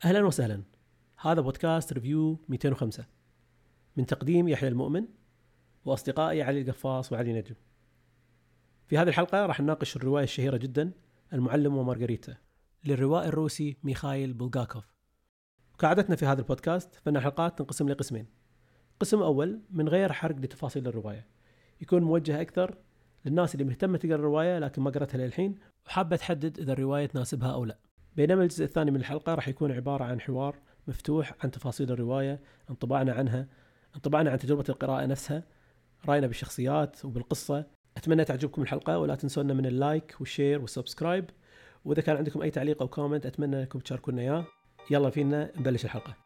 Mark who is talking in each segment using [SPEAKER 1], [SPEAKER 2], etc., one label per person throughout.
[SPEAKER 1] أهلا وسهلا. هذا بودكاست ريفيو 205 من تقديم يحيى المؤمن وأصدقائي علي القفاص وعلي نجم. في هذه الحلقة راح نناقش الرواية الشهيرة جدا المعلم ومارغريتا للروائي الروسي ميخائيل بولغاكوف. كعادتنا في هذا البودكاست فإن الحلقات تنقسم لقسمين. قسم أول من غير حرق لتفاصيل الرواية، يكون موجه أكثر للناس اللي مهتمة تقرأ الرواية لكن ما قرأتها للحين وحابة تحدد إذا الرواية تناسبها أو لا. بينما الجزء الثاني من الحلقة راح يكون عبارة عن حوار مفتوح عن تفاصيل الرواية، انطباعنا عنها، انطباعنا عن تجربة القراءة نفسها، رأينا بالشخصيات وبالقصة. أتمنى تعجبكم الحلقة ولا تنسونا من اللايك والشير والسبسكرايب، وإذا كان عندكم أي تعليق أو كومنت أتمنى أنكم تشاركونا إياه. يلا فينا نبلش الحلقة.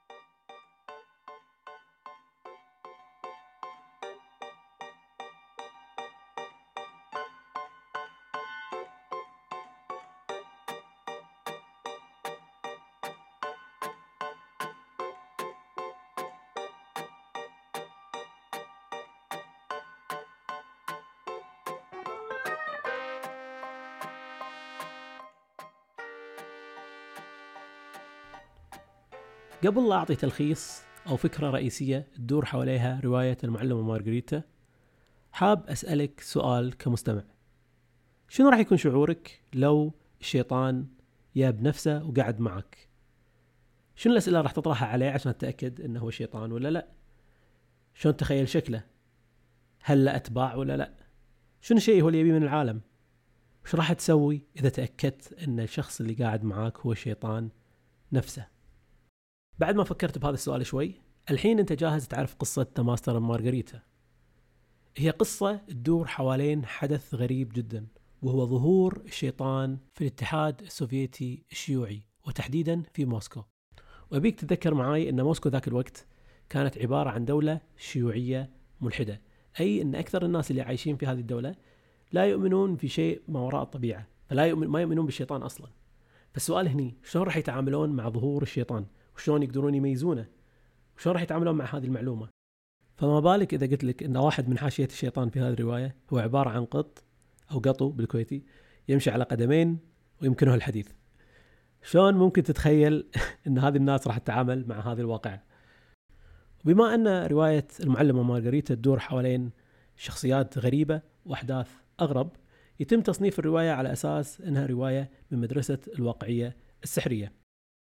[SPEAKER 1] قبل لا أعطي تلخيص أو فكرة رئيسية تدور حواليها رواية المعلم ومارغريتا، حاب أسألك سؤال كمستمع. شنو راح يكون شعورك لو الشيطان جاب نفسه وقعد معك؟ شنو الأسئلة راح تطرحها عليه عشان تتأكد إنه هو شيطان ولا لا؟ شلون تخيل شكله؟ هل له أتباع ولا لا؟ شنو الشيء هو اللي يبيه من العالم؟ وش راح تسوي إذا تأكدت إن الشخص اللي قاعد معاك هو الشيطان نفسه؟ بعد ما فكرت بهذا السؤال شوي، الحين أنت جاهز تعرف قصة ذا ماستر اند مارغريتا. هي قصة تدور حوالين حدث غريب جدا، وهو ظهور الشيطان في الاتحاد السوفيتي الشيوعي وتحديدا في موسكو. وأبيك تتذكر معاي أن موسكو ذاك الوقت كانت عبارة عن دولة شيوعية ملحدة، أي أن أكثر الناس اللي عايشين في هذه الدولة لا يؤمنون في شيء ما وراء الطبيعة، ما يؤمنون بالشيطان أصلا. فالسؤال هني، شلون راح يتعاملون مع ظهور الشيطان؟ وشلون يقدرون يميزونه؟ وشلون راح يتعاملون مع هذه المعلومة؟ فما بالك إذا قلت لك أن واحد من حاشية الشيطان في هذه الرواية هو عبارة عن قط أو قطو بالكويتي يمشي على قدمين ويمكنه الحديث. شلون ممكن تتخيل أن هذه الناس راح تتعامل مع هذه الواقعة؟ وبما أن رواية المعلم ومارغريتا تدور حوالين شخصيات غريبة وأحداث أغرب، يتم تصنيف الرواية على أساس أنها رواية من مدرسة الواقعية السحرية.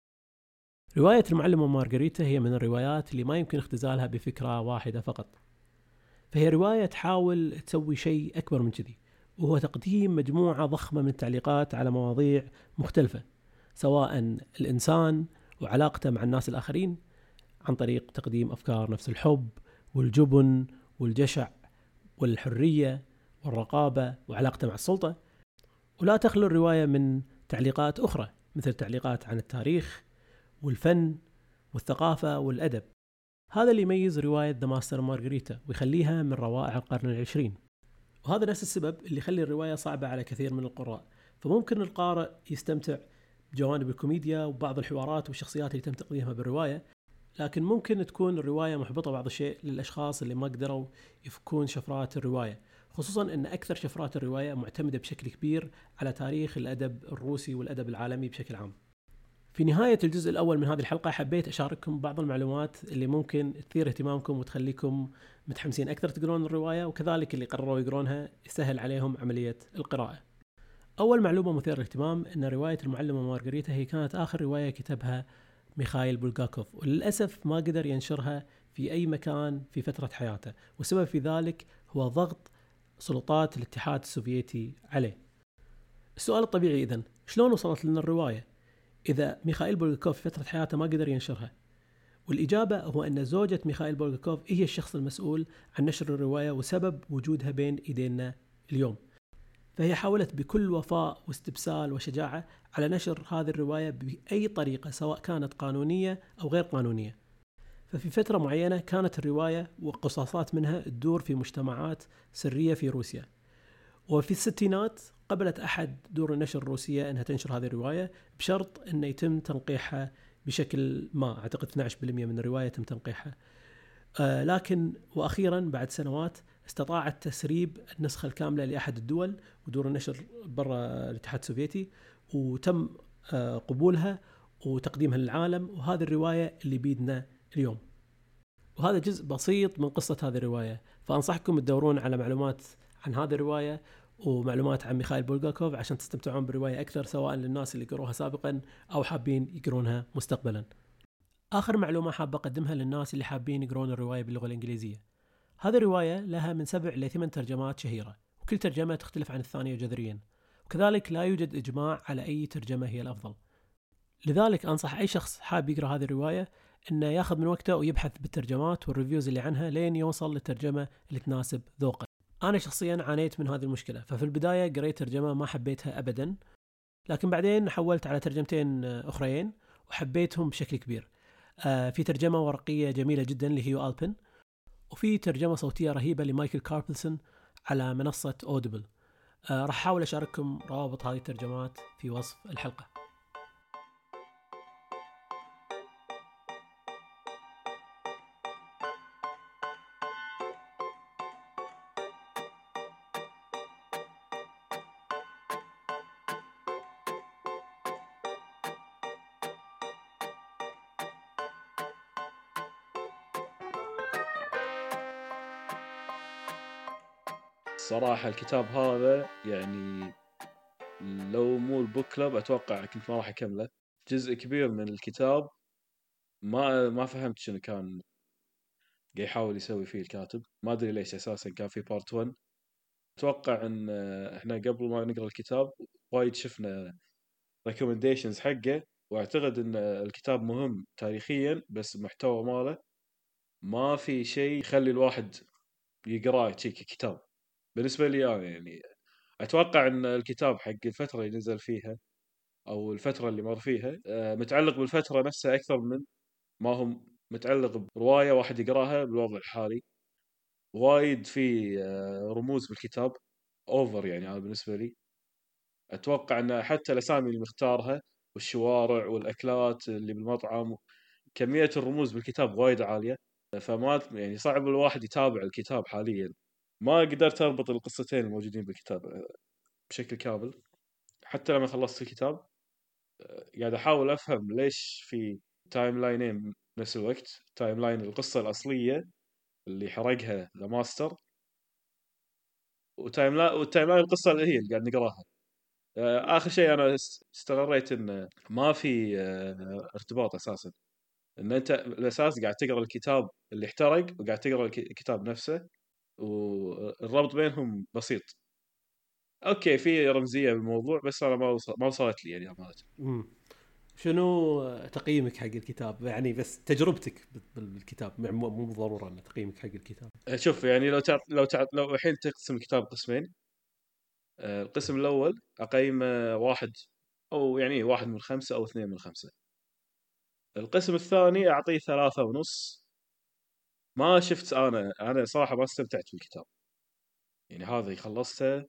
[SPEAKER 1] رواية المعلم ومارغريتا هي من الروايات اللي ما يمكن اختزالها بفكرة واحدة فقط، فهي رواية تحاول تسوي شيء أكبر من كذي، وهو تقديم مجموعة ضخمة من التعليقات على مواضيع مختلفة، سواء الإنسان وعلاقته مع الناس الآخرين عن طريق تقديم أفكار نفس الحب والجبن والجشع والحرية والرقابة وعلاقته مع السلطة. ولا تخلو الرواية من تعليقات أخرى مثل تعليقات عن التاريخ والفن والثقافة والأدب. هذا اللي يميز رواية ذا ماستر مارغريتا ويخليها من روائع القرن العشرين، وهذا نفس السبب اللي يخلي الرواية صعبة على كثير من القراء. فممكن القارئ يستمتع بجوانب الكوميديا وبعض الحوارات والشخصيات اللي تم تقديمها بالرواية، لكن ممكن تكون الرواية محبطة بعض الشيء للأشخاص اللي ما قدروا يفكون شفرات الرواية، خصوصا أن أكثر شفرات الرواية معتمدة بشكل كبير على تاريخ الأدب الروسي والأدب العالمي بشكل عام. في نهاية الجزء الأول من هذه الحلقة حبيت أشارككم بعض المعلومات اللي ممكن تثير اهتمامكم وتخليكم متحمسين أكثر تقرون الرواية، وكذلك اللي قرروا يقرونها يسهل عليهم عملية القراءة. أول معلومة مثيرة للاهتمام أن رواية المعلم ومارغريتا هي كانت آخر رواية كتبها ميخائيل بولغاكوف، وللأسف ما قدر ينشرها في أي مكان في فترة حياته، والسبب في ذلك هو ضغط سلطات الاتحاد السوفيتي عليه. السؤال الطبيعي إذن، شلون وصلت لنا الرواية إذا ميخائيل بولغاكوف في فترة حياته ما قدر ينشرها؟ والإجابة هو أن زوجة ميخائيل بولغاكوف هي الشخص المسؤول عن نشر الرواية وسبب وجودها بين إيدينا اليوم. فهي حاولت بكل وفاء واستبسال وشجاعة على نشر هذه الرواية بأي طريقة، سواء كانت قانونية أو غير قانونية. ففي فترة معينة كانت الرواية وقصاصات منها تدور في مجتمعات سرية في روسيا، وفي الستينات قبلت أحد دور النشر الروسية أنها تنشر هذه الرواية بشرط أن يتم تنقيحها بشكل ما. أعتقد 12% من الرواية تم تنقيحها، لكن وأخيرا بعد سنوات استطاعت تسريب النسخة الكاملة لأحد الدول ودور النشر برا الاتحاد السوفيتي، وتم قبولها وتقديمها للعالم، وهذه الرواية اللي بيدنا اليوم. وهذا جزء بسيط من قصة هذه الرواية، فأنصحكم تدورون على معلومات عن هذه الرواية ومعلومات عن ميخائيل بولغاكوف عشان تستمتعون بالرواية أكثر، سواء للناس اللي قروها سابقا أو حابين يقرونها مستقبلا. آخر معلومة حاب أقدمها للناس اللي حابين يقرون الرواية باللغة الإنجليزية. هذه الرواية لها من 7 إلى 8 ترجمات شهيرة، وكل ترجمة تختلف عن الثانية جذريا، وكذلك لا يوجد إجماع على أي ترجمة هي الأفضل. لذلك أنصح أي شخص حاب يقرأ هذه الرواية إنه ياخذ من وقته ويبحث بالترجمات والريفيوز اللي عنها لين يوصل للترجمة اللي تناسب ذوقه. أنا شخصيا عانيت من هذه المشكلة، ففي البداية قريت ترجمة ما حبيتها أبدا، لكن بعدين حولت على ترجمتين أخرين وحبيتهم بشكل كبير. في ترجمة ورقية جميلة جدا لهيو ألبن، وفي ترجمة صوتية رهيبة لمايكل كاربلسون على منصة أوديبل. راح أحاول أشارككم روابط هذه الترجمات في وصف الحلقة.
[SPEAKER 2] صراحة الكتاب هذا يعني لو مو البوك كلوب أتوقع كنت ما راح أكمله. جزء كبير من الكتاب ما فهمت شنو كان قاعد يحاول يسوي فيه الكاتب. ما أدري ليش أساسا كان في بارت 1. أتوقع إن إحنا قبل ما نقرأ الكتاب وايد شفنا ريكومنديشنز حقه، وأعتقد إن الكتاب مهم تاريخيا، بس المحتوى ماله ما في شيء يخلي الواحد يقراه شيء ككتاب. بالنسبة لي أنا يعني أتوقع إن الكتاب حق الفترة اللي نزل فيها أو الفترة اللي مر فيها متعلق بالفترة نفسها أكثر من ما هو متعلق برواية واحد يقراها بالوضع الحالي. وايد في رموز بالكتاب أوفر، يعني أنا بالنسبة لي أتوقع أن حتى الأسامي اللي مختارها والشوارع والأكلات اللي بالمطعم، كمية الرموز بالكتاب وايد عالية. فما يعني صعب الواحد يتابع الكتاب حاليا. ما قدرت أربط القصتين الموجودين بالكتاب بشكل كامل. حتى لما خلصت الكتاب قاعد احاول افهم ليش في تايم لاينين بنفس الوقت. تايم لاين القصه الاصليه اللي حرقها ذا ماستر، والتايم لاين القصه اللي هي اللي قاعد نقراها. اخر شيء انا استغريت ان ما في ارتباط اساسا، ان انت الاساس قاعد تقرا الكتاب اللي احترق وقاعد تقرا الكتاب نفسه، والربط بينهم بسيط. اوكي في رمزيه بالموضوع، بس انا ما وصلت لي يعني امانه.
[SPEAKER 1] شنو تقييمك حق الكتاب؟ يعني بس تجربتك بالكتاب، مو بالضروره ان تقييمك حق الكتاب.
[SPEAKER 2] شوف يعني لو الحين تقسم الكتاب قسمين. القسم الأول أقيمه 1، أو يعني 1 من 5 أو 2 من 5. القسم الثاني أعطيه 3.5. ما شفت أنا صراحة ما استمتعت بالكتاب. يعني هذا خلصته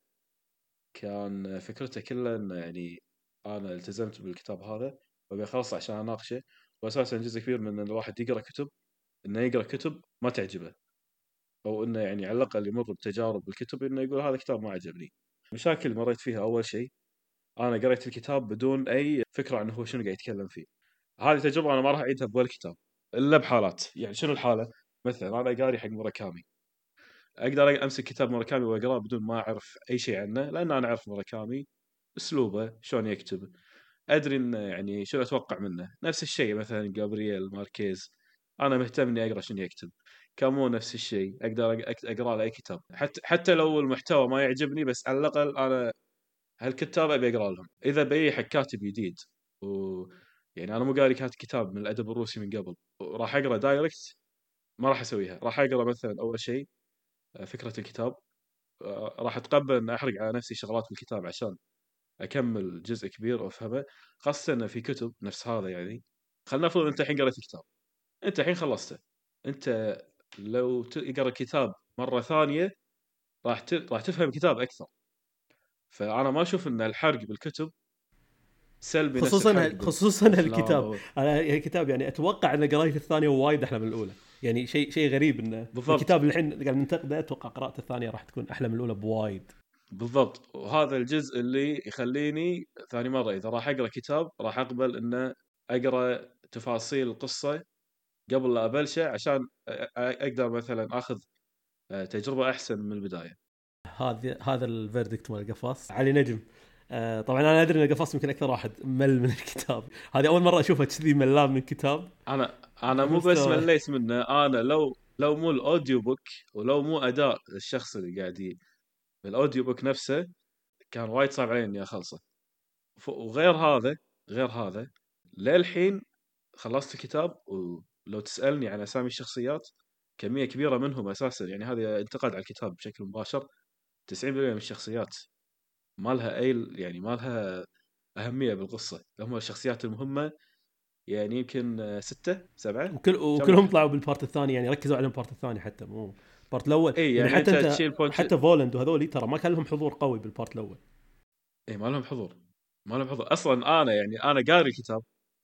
[SPEAKER 2] كان فكرته كلها إنه يعني أنا التزمت بالكتاب هذا وأبي أخلصه عشان أناقشه. وأساسا جزء كبير من إن الواحد يقرأ كتب إنه يقرأ كتب ما تعجبه، أو إنه يعني على الأقل يمر بتجارب بالكتب إنه يقول هذا الكتاب ما عجبني. المشاكل اللي مريت فيها أول شيء، انا قريت الكتاب بدون اي فكره عن هو شنو قاعد يتكلم فيه. هذه تجربه انا ما راح اعيدها بولا كتاب الا بحالات. يعني شنو الحاله؟ مثلا انا قاري حق موراكامي، اقدر امسك كتاب موراكامي واقراه بدون ما اعرف اي شيء عنه، لان انا اعرف موراكامي اسلوبه شلون يكتب، ادري انه يعني شنو اتوقع منه. نفس الشيء مثلا جابرييل ماركيز، انا مهتم اني اقرا شنو يكتب. كامو نفس الشيء، اقدر اقرا له اي كتاب، حتى لو المحتوى ما يعجبني، بس على الاقل انا هالكتاب ابي اقرا لهم. اذا بي حق كاتب جديد، و يعني انا مو قاري كتاب من الادب الروسي من قبل وراح اقرا دايركت، ما راح اسويها. راح اقرا مثلا اول شيء فكره الكتاب. راح اتقبل ان احرق على نفسي شغلات بالكتاب عشان اكمل جزء كبير وافهمه. خاصه انه في كتب نفس هذا، يعني خلينا نفرض انت الحين قريت الكتاب، انت الحين خلصته، انت لو تقرا الكتاب مره ثانيه راح تفهم الكتاب اكثر. فانا ما اشوف ان الحرق بالكتب سلبي نفس الحرق
[SPEAKER 1] خصوصا
[SPEAKER 2] بالافلام
[SPEAKER 1] الكتاب.
[SPEAKER 2] او
[SPEAKER 1] انا الكتاب يعني اتوقع ان قرايه الثانيه وايد احلى من الاولى. يعني شيء غريب انه
[SPEAKER 2] بالضبط.
[SPEAKER 1] الكتاب اللي الحين قاعد ننتقده اتوقع قراءته الثانيه راح تكون احلى من الاولى بوايد.
[SPEAKER 2] وهذا الجزء اللي يخليني ثاني مره اذا راح اقرا كتاب راح اقبل انه اقرا تفاصيل القصه قبل لا ابلشه عشان اقدر مثلا اخذ تجربه احسن من البدايه.
[SPEAKER 1] هذا الفيردكت مال القفاص علي نجم. طبعا انا ادري ان القفاص يمكن اكثر واحد مل من الكتاب. هذه اول مره اشوفه كذي ملان من كتاب.
[SPEAKER 2] انا مو بس
[SPEAKER 1] فمستوى.
[SPEAKER 2] مليت منه، انا لو مو الاوديو بوك ولو مو اداء الشخص اللي قاعد الاوديو بوك نفسه كان وايد صعب علي اني اخلصه. وغير هذا، غير هذا للحين خلصت الكتاب، ولو تسالني عن اسامي الشخصيات كميه كبيره منهم اساسا يعني هذا انتقاد على الكتاب بشكل مباشر. 90% من الشخصيات ما لها اي يعني ما لها اهميه بالقصه، هم الشخصيات المهمه يعني يمكن 6 7. كم
[SPEAKER 1] وكلهم
[SPEAKER 2] واحد؟
[SPEAKER 1] طلعوا بالبارت الثاني، يعني ركزوا على البارت الثاني حتى مو البارت الاول.
[SPEAKER 2] اي
[SPEAKER 1] يعني
[SPEAKER 2] يعني
[SPEAKER 1] حتى
[SPEAKER 2] انت
[SPEAKER 1] انت
[SPEAKER 2] تشيل بوينت.
[SPEAKER 1] حتى فولند وهذول ترى ما كان لهم حضور قوي بالبارت الاول.
[SPEAKER 2] اي ما لهم حضور، ما لهم حضور اصلا. انا يعني انا قاري الكتاب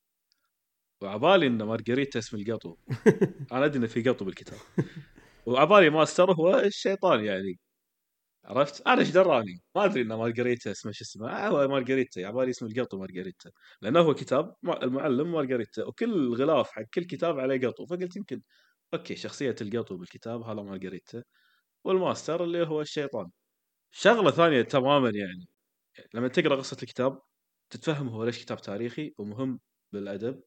[SPEAKER 2] وعبالي ان مارغريتا اسم القطو. انا ادري ان في قطو بالكتاب، وعبالي ماستر هو الشيطان يعني. عرفت انا ايش دراني؟ ما ادري ان مارغريتا اسمه شو اسمه، هو مارغريتا، عبالي اسم القطو مارغريتا، لانه هو كتاب المعلم مارغريتا وكل الغلاف حق كل كتاب عليه قطو، فقلت يمكن اوكي شخصيه القطو بالكتاب هذا مارغريتا، والماستر اللي هو الشيطان. شغله ثانيه تماما يعني لما تقرا قصه الكتاب تتفهم هو ليش كتاب تاريخي ومهم بالادب،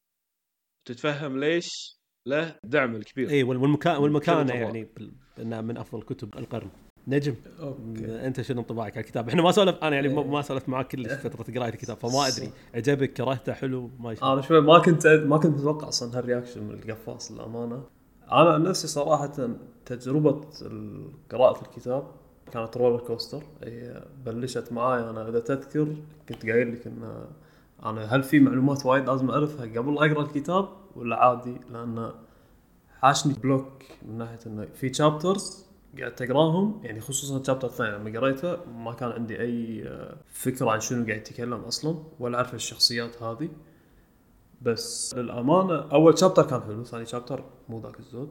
[SPEAKER 2] تتفهم ليش له دعم الكبير
[SPEAKER 1] اي
[SPEAKER 2] من كل
[SPEAKER 1] والمكانه
[SPEAKER 2] القراء.
[SPEAKER 1] يعني انها من افضل كتب القرن. نجم،
[SPEAKER 3] اوكي.
[SPEAKER 1] انت شنو انطباعك على الكتاب؟ احنا ما سولف، انا يعني ما
[SPEAKER 3] إيه.
[SPEAKER 1] سولفت معك كلش فتره قراءه الكتاب، فما
[SPEAKER 3] صح.
[SPEAKER 1] ادري عجبك كرهته حلو ما يشوف.
[SPEAKER 3] انا شوي ما كنت متوقع اصلا هالرياكشن من القفاص للامانه. انا عن نفسي صراحه تجربه قراءه الكتاب كانت رولر كوستر. هي بلشت معاي، انا اذا تذكر كنت قايل لك ان انا هل في معلومات وايد لازم اعرفها قبل اقرا الكتاب ولا عادي، لان حاشني بلوك من ناحيه انه في شابترز قاعد تقراهم، يعني خصوصا الشابتر الثاني لما قريته ما كان عندي اي فكره عن شنو قاعد يتكلم اصلا، ولا اعرف الشخصيات هذه. بس للامانه اول شابتر كان حلو، ثاني شابتر مو ذاك الزود.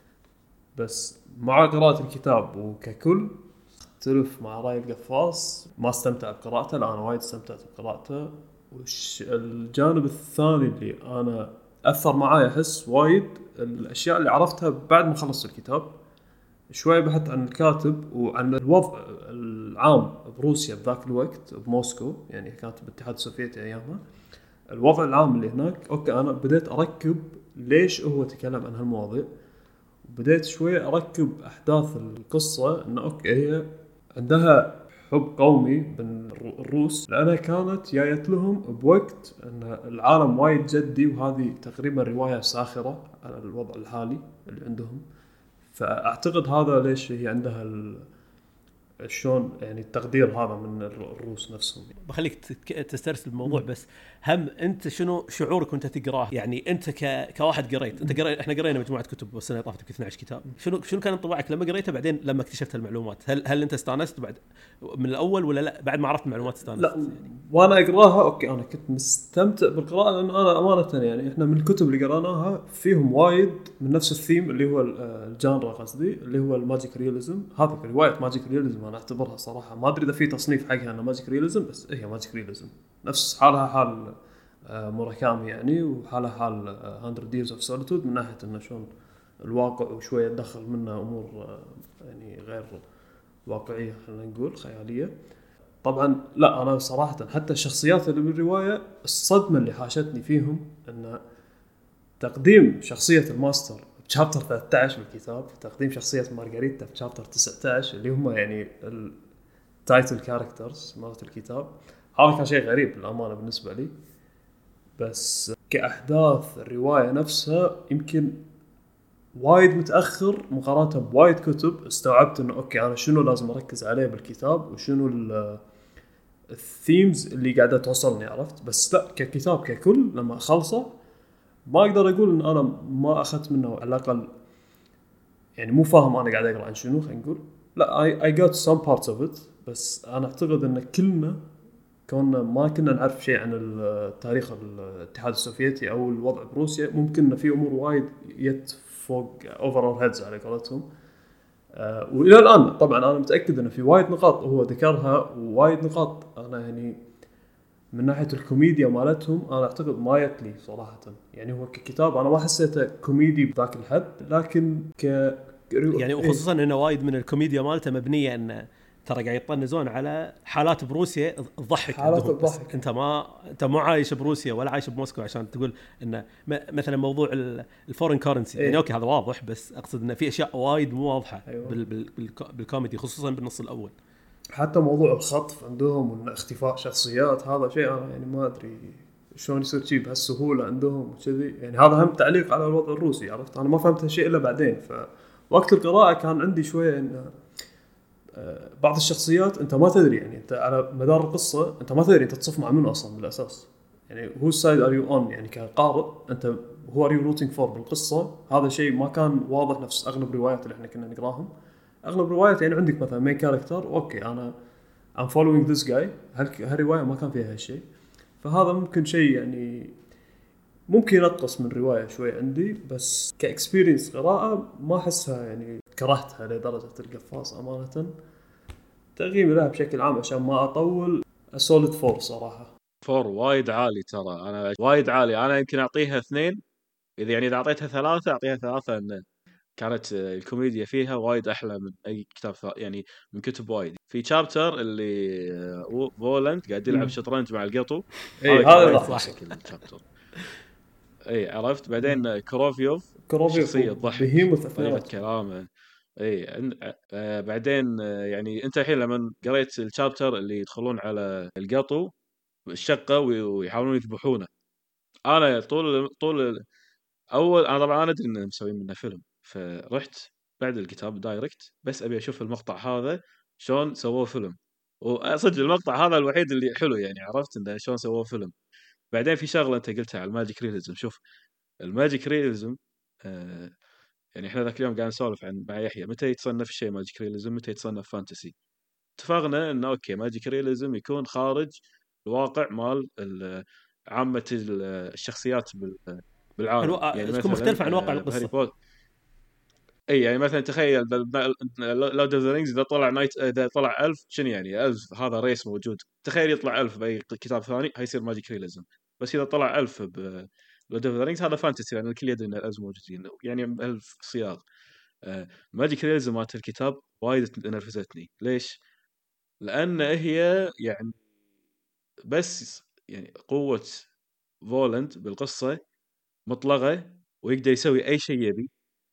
[SPEAKER 3] بس مع قراءه الكتاب وككل اختلف مع راي القفاص، ما استمتع بقراءته. لا انا وايد استمتعت بقراءته. الجانب الثاني اللي انا اثر معاي احس وايد الاشياء اللي عرفتها بعد ما خلصت الكتاب. شوي بحثت عن الكاتب وعن الوضع العام بروسيا بذاك الوقت بموسكو، يعني كانت بالاتحاد السوفيتي ايامها. الوضع العام اللي هناك، اوكي انا بديت اركب ليش هو تكلم عن هالمواضيع، وبديت شوي اركب احداث القصه انه اوكي هي عندها حب قومي بين الروس، لانها كانت جايت لهم بوقت ان العالم وايد جدي، وهذه تقريبا روايه ساخره على الوضع الحالي اللي عندهم. فاعتقد هذا ليش هي عندها شلون يعني التقدير هذا من الروس نفسهم.
[SPEAKER 1] بخليك تسترسل الموضوع، بس هم انت شنو شعورك وانت تقراه؟ يعني انت كواحد قريت، انت قريت، احنا قرينا مجموعه كتب السنه اللي طافت يمكن 12 كتاب. شنو كان انطباعك لما قريته بعدين لما اكتشفت المعلومات؟ هل انت استانست بعد من الاول ولا لا بعد ما عرفت المعلومات استانست؟
[SPEAKER 3] لا وانا اقراها اوكي انا كنت مستمتع بالقراءه، لان انا امانه يعني احنا من الكتب اللي قراناها فيهم وايد من نفس الثيم اللي هو الجانرا، قصدي اللي هو الماجيك رياليزم. هذه روايه ماجيك رياليزم انا اعتبرها صراحه، ما ادري اذا في تصنيف حقها انه ماجيك رياليزم، بس هي ماجيك رياليزم نفس حالها حال موراكامي يعني، وحالها حال 100 Years of Solitude، من ناحيه انه شلون الواقع وشويه تدخل منه امور يعني غير واقعيه، خلينا نقول خياليه. طبعا لا انا صراحه حتى الشخصيات اللي بالروايه الصدمه اللي حاشتني فيهم ان تقديم شخصيه الماستر بشابتر 13 بالكتاب، تقديم شخصيه مارغريتا بشابتر 19 اللي هم يعني التايتل كاركترز مالت الكتاب. هذا كان شيء غريب للامانه بالنسبه لي. بس كاحداث الروايه نفسها يمكن وايد متاخر مقارنه بوايد كتب استوعبت انه اوكي انا شنو لازم اركز عليه بالكتاب وشنو الثيمز اللي قاعده توصلني، عرفت. بس لا ككتاب ككل لما اخلصه ما اقدر اقول ان انا ما اخذت منه على الاقل، يعني مو فاهم انا قاعد اقرا عن شنو، خلينا نقول لا I got some parts of it. بس انا اعتقد ان كلنا كنا ما كنا نعرف شيء عن التاريخ الاتحاد السوفيتي او الوضع بروسيا، ممكن في امور وايد يت فوق اوفر اور هيدز على قولتهم. والى الان طبعا انا متاكد انه في وايد نقاط هو ذكرها، ووايد نقاط انا يعني من ناحيه الكوميديا مالتهم انا اعتقد ما يتلي صراحه. يعني هو ككتاب انا ما حسيته كوميدي بذاك الحد، لكن
[SPEAKER 1] يعني وخصوصا انه وايد من الكوميديا مالته مبنيه انه ترى قاعد يطنزون على حالات بروسيا تضحك
[SPEAKER 3] حالات
[SPEAKER 1] عندهم، بس
[SPEAKER 3] الضحك.
[SPEAKER 1] انت مو عايش بروسيا ولا عايش بموسكو عشان تقول انه مثلا موضوع الفورين كارنسي يعني اوكي هذا واضح، بس اقصد انه في اشياء وايد مو واضحه
[SPEAKER 3] أيوة.
[SPEAKER 1] بالكوميدي خصوصا بالنص الاول.
[SPEAKER 3] حتى موضوع الخطف عندهم وان اختفاء شخصيات، هذا شيء انا يعني ما ادري شلون يصير شيء بهالسهوله عندهم وكذي. يعني هذا هم تعليق على الوضع الروسي، عرفت؟ انا ما فهمت هالشيء الا بعدين. فوقت القراءه كان عندي شويه ان بعض الشخصيات انت ما تدري، يعني انت على مدار القصه انت ما تدري انت تصف مع منو اصلا بالاساس. يعني هو سايد ار يو اون، يعني كقارئ انت هو ار يو روتينج فور بالقصه. هذا شيء ما كان واضح نفس اغلب الروايات اللي احنا كنا نقراهم. اغلب الروايات يعني عندك مثلا مين كاركتر، اوكي انا I'm following this guy. هالروايه ما كان فيها هالشيء. فهذا ممكن شيء يعني ممكن ينقص من الروايه شوي عندي، بس كاكسبيرينس قراءه ما احسها يعني كرهتها لدرجه القفاص امانه. تقييمي لها بشكل عام عشان ما اطول سوليد فور صراحه.
[SPEAKER 2] فور وايد عالي، ترى انا وايد عالي. انا يمكن اعطيها 2. اذا اعطيتها 3 اعطيها 3، ان كانت الكوميديا فيها وايد احلى من اي كتاب يعني من كتب وايد. في شابتر اللي فولند قاعد يلعب شطرنج مع القطو،
[SPEAKER 3] اي
[SPEAKER 2] هذا
[SPEAKER 3] هذا
[SPEAKER 2] وايد
[SPEAKER 3] صح.
[SPEAKER 2] ضحك الشابتر. اي عرفت. بعدين كروفيوف
[SPEAKER 3] كروفيوف
[SPEAKER 2] شخصيه تضحك،
[SPEAKER 3] بهيموث
[SPEAKER 2] طريقه
[SPEAKER 3] اثنينات.
[SPEAKER 2] كلامه. اي بعدين يعني انت الحين لما قريت الشابتر اللي يدخلون على القطو الشقه ويحاولون يذبحونه، انا طول اول انا طبعا انا ادري انهم مسويين منه فيلم، فرحت بعد الكتاب دايركت بس ابي اشوف المقطع هذا شلون سووه فيلم. وصدق المقطع هذا الوحيد اللي حلو، يعني عرفت انه شلون سووه فيلم. بعدين في شغله انت قلتها على الماجيك رياليزم. شوف الماجيك رياليزم، يعني احنا ذاك اليوم قاعد نسولف عن مع يحيى متى يتصنف شيء ماجيك رياليزم، متى يتصنف فانتسي. اتفقنا انه اوكي ماجيك رياليزم يكون خارج الواقع مال عامه الشخصيات بالعالم. يعني
[SPEAKER 1] تكون
[SPEAKER 2] مثلا
[SPEAKER 1] مختلفه عن واقع
[SPEAKER 2] بهاري
[SPEAKER 1] القصه.
[SPEAKER 2] بوتر. اي يعني مثلا تخيل لورد اوف ذا رينجز اذا طلع اذا طلع 1000 شنو يعني 1000 هذا ريس موجود. تخيل يطلع 1000 باي كتاب ثاني هيصير ماجيك رياليزم. بس اذا طلع 1000 ب لورد اوف ذا رينجز هذا فانتسي، لان الكل يدري ان ال1000 موجودين يعني 1000 صياغ. ماجيك رياليزم مالت الكتاب وايد نرفزتني. ليش؟ لان هي يعني بس يعني قوه فولند بالقصه مطلقه، ويقدر يسوي اي شيء يبي،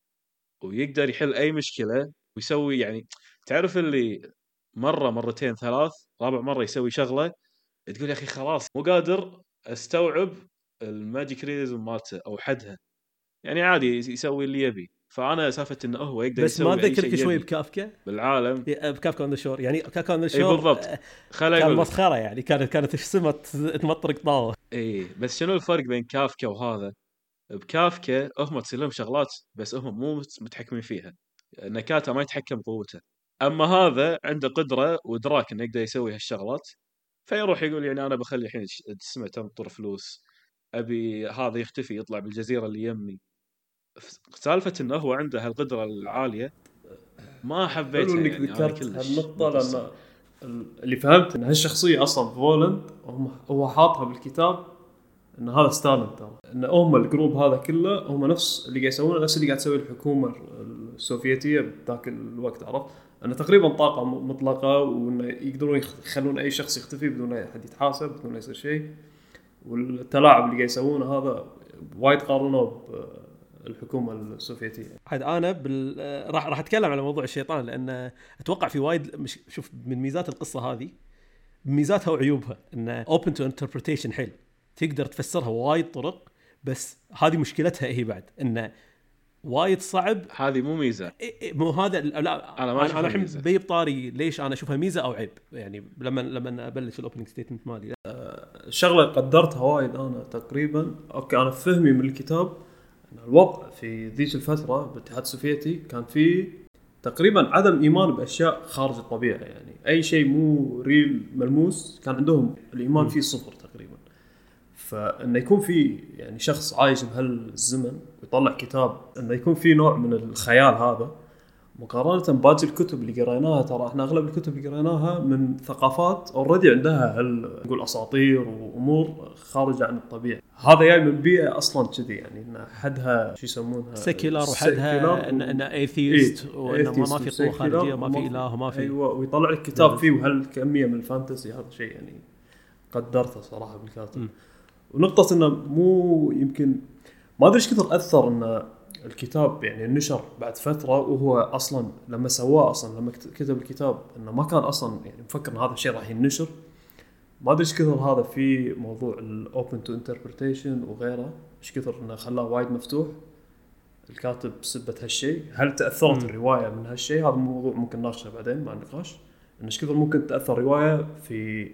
[SPEAKER 2] ويقدر يحل اي مشكله، ويسوي يعني تعرف اللي مره مرتين ثلاث رابع مره يسوي شغله تقول يا اخي خلاص مو قادر استوعب الماجيك رياليزم مالته او حدها. يعني عادي يسوي اللي يبي. فانا سالفه انه هو يقدر
[SPEAKER 1] بس ما
[SPEAKER 2] يسوي اي
[SPEAKER 1] تذكرك
[SPEAKER 2] شيء
[SPEAKER 1] شوي
[SPEAKER 2] يبي
[SPEAKER 1] بكافكا؟
[SPEAKER 2] بالعالم.
[SPEAKER 1] بكافكا اون ذا شور، يعني كافكا اون ذا
[SPEAKER 2] اي
[SPEAKER 1] شور
[SPEAKER 2] بالضبط. خليني
[SPEAKER 1] كان
[SPEAKER 2] اقول لك.
[SPEAKER 1] مسخره، يعني كانت السما تمطرق طاوه.
[SPEAKER 2] اي بس شنو الفرق بين كافكا وهذا؟ بكافكا هم تصير لهم شغلات بس هم مو متحكمين فيها، نكاته ما يتحكم بقوته. اما هذا عنده قدره وادراك انه يقدر يسوي هالشغلات، فيروح يقول يعني انا بخلي الحين السماء تمطر فلوس، ابي هذا يختفي يطلع بالجزيره اللي يمي. سالفه انه هو عنده هالقدره العاليه ما
[SPEAKER 3] حلو
[SPEAKER 2] حبيتها
[SPEAKER 3] انك
[SPEAKER 2] يعني انا
[SPEAKER 3] ذكرت
[SPEAKER 2] كلش
[SPEAKER 3] هالنقطة،
[SPEAKER 2] بالقصه.
[SPEAKER 3] لان اللي فهمت ان هالشخصية اصلا فولند هو حاطها بالكتاب ان هذا ستالين، ترى ان هم الجروب هذا كله هم نفس اللي قاعد يسوونه، نفس اللي قاعد تسويه الحكومة السوفيتية بذاك الوقت، عرفت؟ انه تقريبا طاقة مطلقة، وانه يقدرون يخلون اي شخص يختفي بدون اي احد يتحاسب، بدون ما يصير شيء. والتلاعب اللي قاعد يسوونه هذا وايد قارنوه بالحكومة السوفيتية.
[SPEAKER 1] عاد انا راح اتكلم على موضوع الشيطان، لان اتوقع في وايد شوف من ميزات القصه هذه، ميزاتها وعيوبها، انه اوبن تو انتربريتيشن حيل، تقدر تفسرها وايد طرق. بس هذه مشكلتها هي بعد، انه وايد صعب.
[SPEAKER 2] هذه مو ميزه.
[SPEAKER 1] مو هذا لا،
[SPEAKER 2] انا ما
[SPEAKER 1] انا الحين
[SPEAKER 2] ميزه.
[SPEAKER 1] بيب طاري ليش انا اشوفها ميزه او عيب، يعني لما ابلش الاوبننج ستيتمنت مالي.
[SPEAKER 3] شغله قدرتها وايد انا تقريبا، اوكي انا فهمي من الكتاب ان الوضع في ذيك الفتره بالاتحاد السوفيتي كان في تقريبا عدم ايمان باشياء خارج الطبيعه، يعني اي شيء مو ريل ملموس كان عندهم الايمان فيه صفر تقريبا. فانه يكون في يعني شخص عايش بهالزمن ويطلع كتاب انه يكون في نوع من الخيال هذا، مقارنة باقي الكتب اللي قريناها، ترى احنا اغلب الكتب اللي قريناها من ثقافات اوريدي عندها نقول اساطير وامور خارجة عن الطبيعة. هذا جاي من بيئة اصلا كذي، يعني ان حدها شو يسمونها
[SPEAKER 1] سيكولار، وحدها ان ايثيست، وان ما في قوة خارجية وما في اله وما في.
[SPEAKER 3] ايوه، ويطلع لك كتاب فيه وهالكمية من الفانتسي. هذا شيء يعني قدرته صراحة بالكاتب. ونقطة انه مو يمكن ما ادري ايش كثر اثر ان الكتاب يعني النشر بعد فترة، وهو اصلا لما سواه اصلا لما كتب الكتاب انه ما كان اصلا يعني مفكر ان هذا الشيء راح ينشر. ما ادري ايش كثر هذا في موضوع الاوبن تو انتربريتيشن وغيره، ايش كثر انه خلاه وايد مفتوح الكاتب بسبة هالشيء. هل تاثرت الرواية من هالشيء؟ هذا موضوع ممكن نناقشه بعدين مع النقاش، ان ايش كثر ممكن تاثر رواية في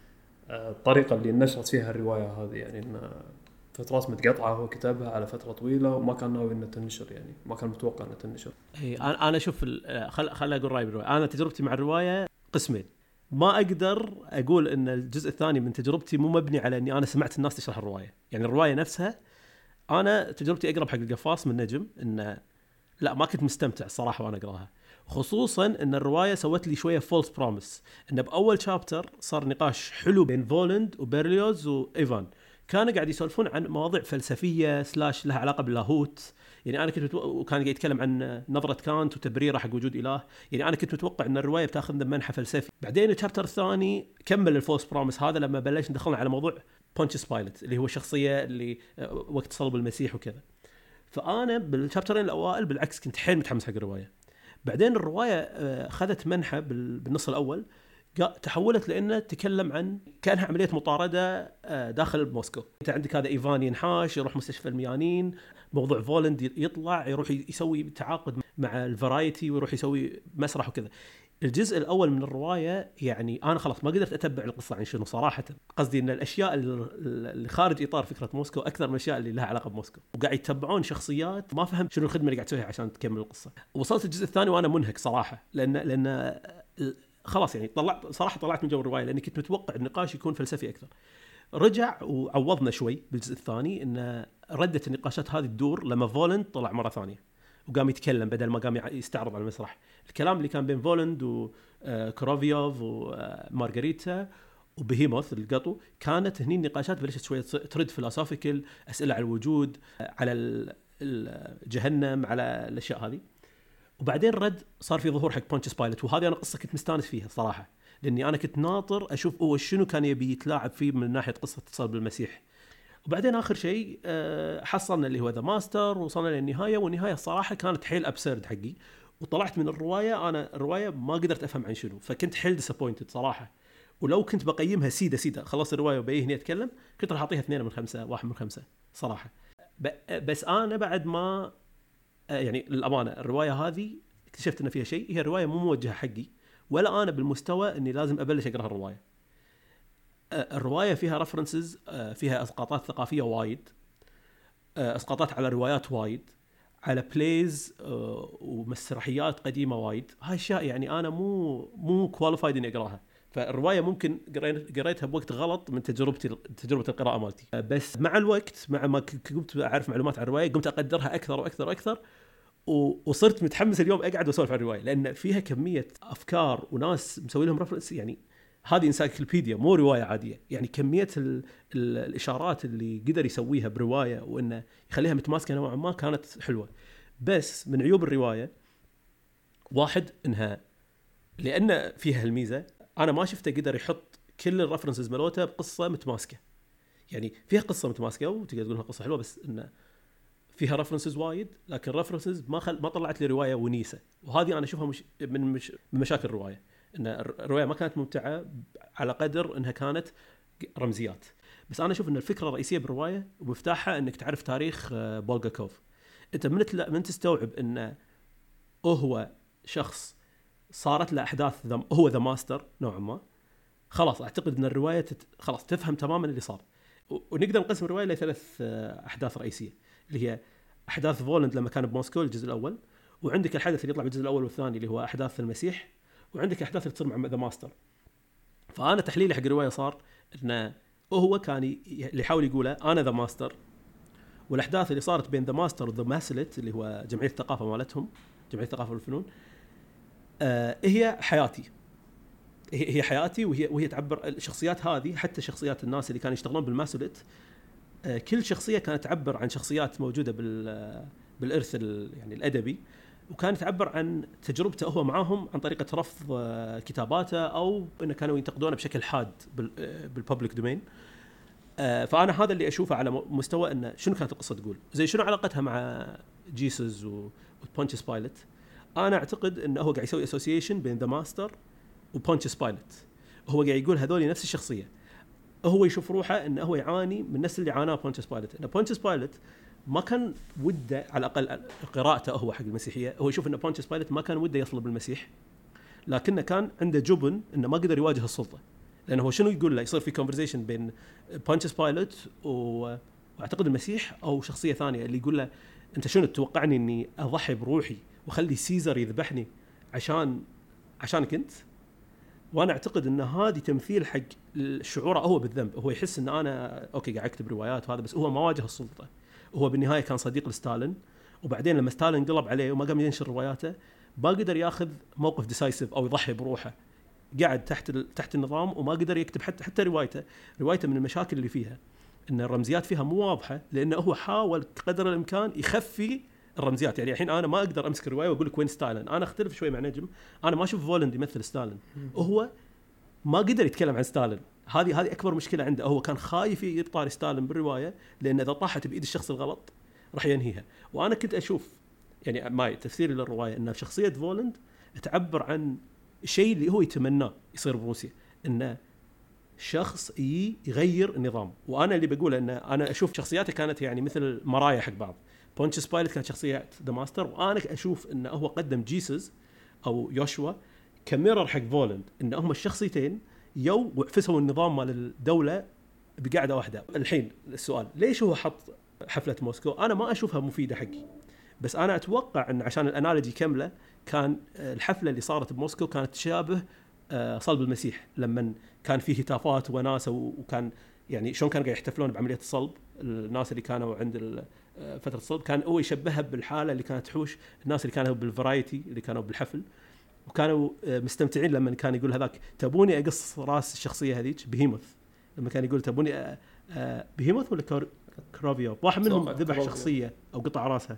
[SPEAKER 3] الطريقة اللي نشرت فيها الرواية هذه. يعني ان فترات متقطعة هو كتبها على فترة طويلة وما كان ناوي انه تنشر، يعني ما كان متوقع انه تنشر.
[SPEAKER 1] انا اشوف خل اقول رايي بالرواية. انا تجربتي مع الرواية قسمين. ما اقدر اقول ان الجزء الثاني من تجربتي مو مبني على اني انا سمعت الناس تشرح الرواية. يعني الرواية نفسها انا تجربتي اقرب حق القفاص من نجم، ان لا ما كنت مستمتع الصراحة وانا اقراها، خصوصا ان الرواية سوت لي شوية فولس بروميس. ان باول شابتر صار نقاش حلو بين فولند وبيرليوز وايفان، كانوا قاعد يسولفون عن مواضيع فلسفية / لها علاقة باللاهوت. يعني أنا كنت وكان قاعد يتكلم عن نظرة كانت وتبريره حق وجود إله. يعني أنا كنت متوقع أن الرواية بتاخذ منحى فلسفي. بعدين الشابتر الثاني كمل الفولس بروميس هذا لما بلش ندخلنا على موضوع بونتيوس بايلوت اللي هو الشخصية اللي وقت صلب المسيح وكذا. فأنا بالشابترين الأوائل بالعكس كنت حيل متحمس حق الرواية. بعدين الرواية أخذت منحى بالنص الأول، تحولت لأنه تكلم عن كأنها عملية مطاردة داخل موسكو. أنت عندك هذا إيفان ينحاش يروح مستشفى الميانين، موضوع فولند يطلع يروح يسوي تعاقد مع الفرايتي ويروح يسوي مسرح وكذا. الجزء الأول من الرواية يعني أنا خلاص ما قدرت أتبع القصة عن شنو صراحة. قصدي أن الأشياء اللي خارج إطار فكرة موسكو أكثر من الأشياء اللي لها علاقة بموسكو، وقاعد يتبعون شخصيات ما فهمت شنو الخدمة اللي قاعد تسويها عشان تكمل القصة. وصلت الجزء الثاني وأنا منهك صراحة، لأن خلاص يعني طلعت من جو الرواية، لأني كنت متوقع النقاش يكون فلسفي أكثر. رجع وعوضنا شوي بالجزء الثاني ان ردت النقاشات هذه تدور لما فولند طلع مرة ثانية وقام يتكلم بدل ما قام يستعرض على المسرح. الكلام اللي كان بين فولند وكروفيوف ومارغريتا وبهيموث القطو كانت هني النقاشات بلشت شوية ترد فلسافيكال، أسئلة على الوجود، على الجهنم، على الأشياء هذه. وبعدين رد صار في ظهور حق بونتيوس بايلوت، وهذه أنا قصة كنت مستانس فيها صراحة، لأني أنا كنت ناطر أشوف هو شنو كان يبي يتلاعب فيه من ناحية قصة اتصال بالمسيح. وبعدين آخر شيء حصلنا اللي هو ذا ماستر، وصلنا للنهاية، والنهاية الصراحة كانت حيل أبسرد حقي. وطلعت من الرواية أنا الرواية ما قدرت أفهم عن شنو، فكنت حيل ديسابوينتد صراحة. ولو كنت بقيمها سيدة خلص الرواية وبيه هنا أتكلم، كنت راح أعطيها 2 من 5 1 من 5 صراحة. بس أنا بعد ما يعني للأمانة الرواية هذه اكتشفت إن فيها شيء، هي الرواية مو موجهة حقي ولا أنا بالمستوى إني لازم أبلش أقرأ الرواية. الرواية فيها رفرنسز، فيها إسقاطات ثقافية وايد، إسقاطات على روايات وايد، على بليز ومسرحيات قديمة وايد. هاي أشياء يعني أنا مو كواليفايد إني أقرأها. فالرواية ممكن قريتها بوقت غلط من تجربة القراءة مالتي. بس مع الوقت مع ما كنت أعرف معلومات عن الرواية قمت أقدرها أكثر وأكثر وأكثر، وصرت متحمس اليوم أقعد وأسولف عن الرواية، لأن فيها كمية أفكار وناس مسوي لهم رفرنس. يعني هذه انسايكلوبيديا مو رواية عادية. يعني كمية الإشارات اللي قدر يسويها برواية وإنه يخليها متماسكة نوعا ما كانت حلوة. بس من عيوب الرواية واحد إنها لأن فيها الميزة أنا ما شفته قدر يحط كل الرفرنسز ملوته بقصة متماسكة. يعني فيها قصة متماسكة وتقدر تقولها قصة حلوة، بس إنه فيها رفرنسز وايد، لكن رفرنسز ما طلعت لي رواية ونيسة. وهذه أنا أشوفها من مشاكل الرواية، إن الرواية ما كانت ممتعة على قدر إنها كانت رمزيات. بس أنا أشوف إن الفكرة الرئيسية بالرواية ومفتاحها إنك تعرف تاريخ بولغاكوف. أنت من تستوعب إنه هو شخص صارت له أحداث هو ذا ماستر نوعا ما، خلاص أعتقد إن الرواية خلاص تفهم تماما اللي صار. ونقدر نقسم الرواية ل 3 أحداث رئيسية، اللي هي أحداث فولند لما كان بموسكو الجزء الأول، وعندك الحدث اللي يطلع بالجزء الأول والثاني اللي هو أحداث المسيح، وعندك أحداث اللي تصير مع ذا ماستر. فأنا تحليلي حق الرواية صار إنه هو كان اللي يحاول يقوله أنا ذا ماستر، والأحداث اللي صارت بين ذا ماستر وذا ماسلت اللي هو جمعية الثقافة مالتهم، جمعية الثقافة والفنون، هي حياتي، هي حياتي، وهي تعبر الشخصيات هذه، حتى شخصيات الناس اللي كانوا يشتغلون بالماسوليت، كل شخصية كانت تعبر عن شخصيات موجودة بالإرث يعني الأدبي، وكانت تعبر عن تجربته هو معاهم عن طريقة رفض كتاباته، أو إنه كانوا ينتقدونه بشكل حاد بالببليك دومين. فأنا هذا اللي أشوفه على مستوى إنه شنو كانت القصة تقول، زي شنو علاقتها مع جيسوس وبونتيوس بايلوت. أنا أعتقد إنه هو قاعد يسوي أسوسيشن بين ذا ماستر وبونتيوس بايلوت. هو قاعد يقول هذول نفس الشخصية، هو يشوف روحه انه هو يعاني من نفس اللي عاناه بونتيوس بايلوت. ان بونتيوس بايلوت ما كان وده، على الاقل قراءته هو حق المسيحيه، هو يشوف ان بونتيوس بايلوت ما كان وده يصلب المسيح، لكنه كان عنده جبن انه ما قدر يواجه السلطه. لانه هو شنو يقول له؟ يصير في كونفرزيشن بين بونتيوس بايلوت واعتقد المسيح او شخصيه ثانيه، اللي يقول له انت شنو تتوقعني اني اضحي بروحي واخلي سيزر يذبحني عشانك انت؟ وانا اعتقد ان هذه تمثيل حق شعوره هو بالذنب. هو يحس ان انا اوكي قاعد اكتب روايات وهذا، بس هو ما واجه السلطه. هو بالنهايه كان صديق لستالين، وبعدين لما ستالين قلب عليه وما قام ينشر رواياته، ما قدر ياخذ موقف ديسايسيف او يضحي بروحه. قاعد تحت النظام وما قدر يكتب حتى روايته من المشاكل اللي فيها ان الرمزيات فيها مو واضحه، لانه هو حاول قدر الامكان يخفي الرمزيات. يعني الحين انا ما اقدر امسك الروايه واقول لك وين ستالين. انا اختلف شوي مع نجم، انا ما اشوف فولند يمثل ستالين، وهو ما قدر يتكلم عن ستالين. هذه اكبر مشكله عنده. هو كان خايف يطاري ستالين بالروايه، لان اذا طاحت بايد الشخص الغلط راح ينهيها. وانا كنت اشوف يعني ماي تفسيري للروايه ان شخصيه فولند تعبر عن الشيء اللي هو يتمناه يصير بروسيا، انه شخص يغير النظام. وانا اللي بقوله ان انا اشوف شخصياته كانت يعني مثل مرايا حق بعض. بونتيوس بايلوت كانت شخصيه ذا ماستر، وانا اشوف انه هو قدم جيسوس او يوشوا كميرر حق فولند، ان هم الشخصيتين وعفسوا النظام مال الدوله بقعده واحده. الحين السؤال، ليش هو حط حفله موسكو؟ انا ما اشوفها مفيده حقي، بس انا اتوقع ان عشان الانالوجي كامله، كان الحفله اللي صارت بموسكو كانت تشابه صلب المسيح، لما كان فيه هتافات وناسه، وكان يعني شلون كانوا قاعد يحتفلون بعمليه الصلب الناس اللي كانوا عند فتره الصلب. كان هو يشبهها بالحاله اللي كانت تحوش الناس اللي كانوا بالفرايتي اللي كانوا بالحفل، وكانوا مستمتعين لما كان يقول هذاك تبوني اقص راس الشخصيه هذيك بهيموث. لما كان يقول تبوني بهيموث ولا كرافيو، واحد منهم ذبح شخصيه او قطع راسها،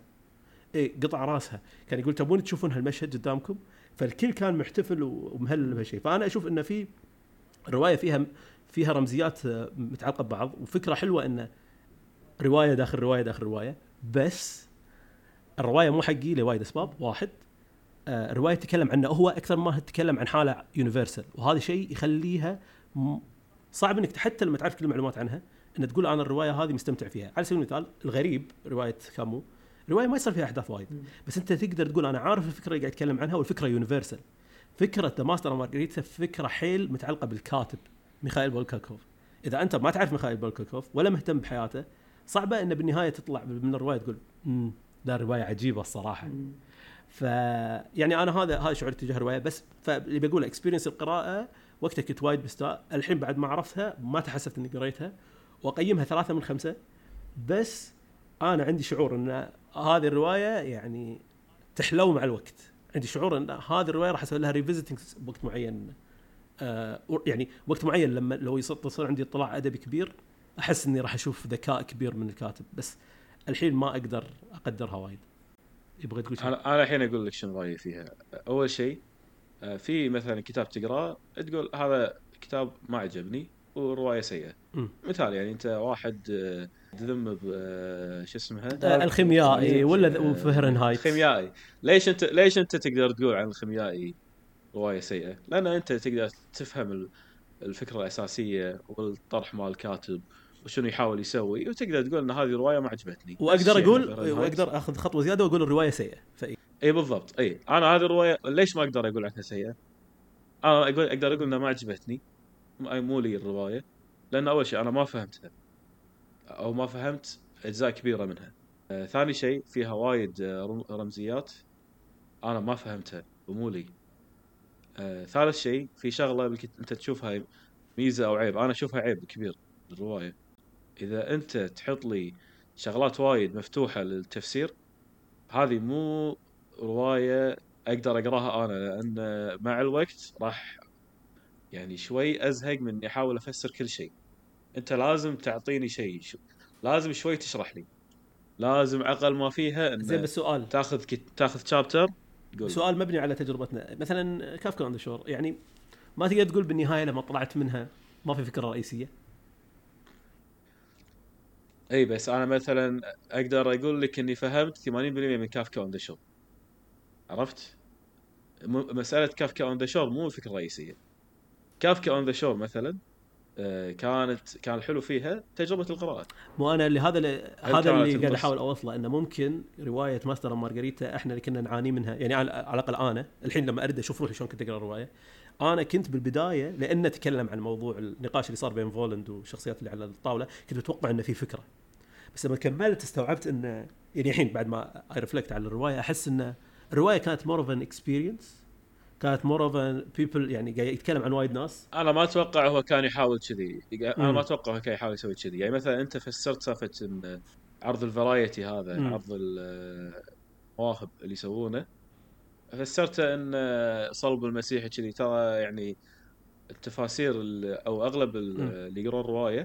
[SPEAKER 1] قطع راسها، كان يقول تبون تشوفون هالمشهد قدامكم. فالكل كان محتفل ومهلل بهالشيء. فانا اشوف ان في الروايه فيها رمزيات متعلقه ببعض، وفكره حلوه ان روايه داخل روايه داخل روايه. بس الروايه مو حقي لوايد اسباب. واحد، الروايه تتكلم عنه هو اكثر ما تتكلم عن حاله يونيفرسال، وهذا شيء يخليها صعب انك حتى لما تعرف كل المعلومات عنها ان تقول انا الروايه هذه مستمتع فيها. على سبيل المثال الغريب، روايه كامو، روايه ما يصير فيها احداث وايد، بس انت تقدر تقول انا عارف الفكره اللي قاعد يتكلم عنها، والفكره يونيفرسال. فكره ذا ماستر مارغريتا فكره حيل متعلقه بالكاتب ميخائيل بولكاكوف. اذا انت ما تعرف ميخائيل بولكاكوف ولا مهتم بحياته، صعبه ان بالنهايه تطلع من الروايه تقول ذا روايه عجيبه الصراحه. يعني انا هذا شعوري تجاه الروايه. بس فاللي بقوله اكسبيرينس القراءه وقتها كنت وايد مستاء. الحين بعد ما عرفتها ما تحسفت اني قريتها، واقيمها 3 من 5. بس انا عندي شعور ان هذه الروايه يعني تحلو مع الوقت. عندي شعور ان هذه الروايه راح اسوي لها ريفيزيتنج بوقت معين، يعني وقت معين لما لو يصير عندي اطلاع ادبي كبير، احس اني راح اشوف ذكاء كبير من الكاتب. بس الحين ما اقدر اقدرها وايد. يبغى تقول شيء؟
[SPEAKER 2] انا الحين اقول لك شنو رايي فيها. اول شيء، في مثلا كتاب تقراه تقول هذا كتاب ما عجبني وروايه سيئه. مثال يعني انت واحد تذم شو اسمها
[SPEAKER 1] الخيميائي ولا فهرنهايت.
[SPEAKER 2] خيميائي. ليش انت تقدر تقول عن الخيميائي روايه سيئه؟ لان انت تقدر تفهم الفكره الاساسيه والطرح مال الكاتب وشنو يحاول يسوي، وتقدر تقول ان هذه الروايه ما عجبتني.
[SPEAKER 1] واقدر اخذ خطوه زياده واقول الروايه سيئه.
[SPEAKER 2] اي بالضبط. اي انا هذه الروايه ليش ما اقدر اقول عنها سيئه؟ انا اقدر اقول انها ما عجبتني، مو لي الروايه، لان اول شيء انا ما فهمتها او ما فهمت اجزاء كبيره منها. ثاني شيء فيها وايد رمزيات انا ما فهمتها ومو لي. ثالث شيء في شغله انت تشوفها ميزه او عيب، انا اشوفها عيب كبير بالروايه. اذا انت تحط لي شغلات وايد مفتوحه للتفسير، هذه مو روايه اقدر اقراها انا، لان مع الوقت راح يعني شوي ازهق من إني احاول افسر كل شيء. انت لازم تعطيني شيء، لازم شوي تشرح لي، لازم اقل ما فيها
[SPEAKER 1] زين
[SPEAKER 2] ان
[SPEAKER 1] بس سؤال،
[SPEAKER 2] تاخذ شابتر. قول لي.
[SPEAKER 1] سؤال مبني على تجربتنا. مثلا كافكا اون ذا شور، يعني ما تقدر تقول بالنهايه لما طلعت منها ما في فكره رئيسيه؟
[SPEAKER 2] اي بس انا مثلا اقدر اقول لك اني فهمت 80% من كافكا اون ذا شور. عرفت؟ مساله كافكا اون ذا شور مو الفكره الرئيسيه. كافكا اون ذا شور مثلا كان الحلو فيها تجربه القراءه.
[SPEAKER 1] مو انا اللي
[SPEAKER 2] هل
[SPEAKER 1] هذا
[SPEAKER 2] كانت
[SPEAKER 1] اللي قاعد
[SPEAKER 2] النص؟
[SPEAKER 1] احاول اوصله، انه ممكن روايه ماستر مارغريتا احنا اللي كنا نعاني منها. يعني على الاقل انا الحين لما اريد اشوف روحي شلون كنت اقرا الروايه، انا كنت بالبدايه لانه تكلم عن موضوع النقاش اللي صار بين فولند والشخصيات اللي على الطاوله، كنت متوقع انه في فكره. بس لما كملت استوعبت انه يعني الحين بعد ما اي ريفلكت على الروايه احس ان الروايه كانت مور اوف ان اكسبيرينس، كانت مور اوف ان بيبل، يعني قاعد يتكلم عن وايد ناس.
[SPEAKER 2] انا ما اتوقع هو كان يحاول كذي. انا ما
[SPEAKER 1] امم
[SPEAKER 2] اتوقع هو كان يحاول يسوي كذي. يعني مثلا انت فسرت سالفه ان عرض الفرايتي هذا،
[SPEAKER 1] امم
[SPEAKER 2] عرض المواهب اللي يسوونه، فسرته ان صلب المسيح كذي. ترى يعني التفاسير او اغلب اللي يقرون الروايه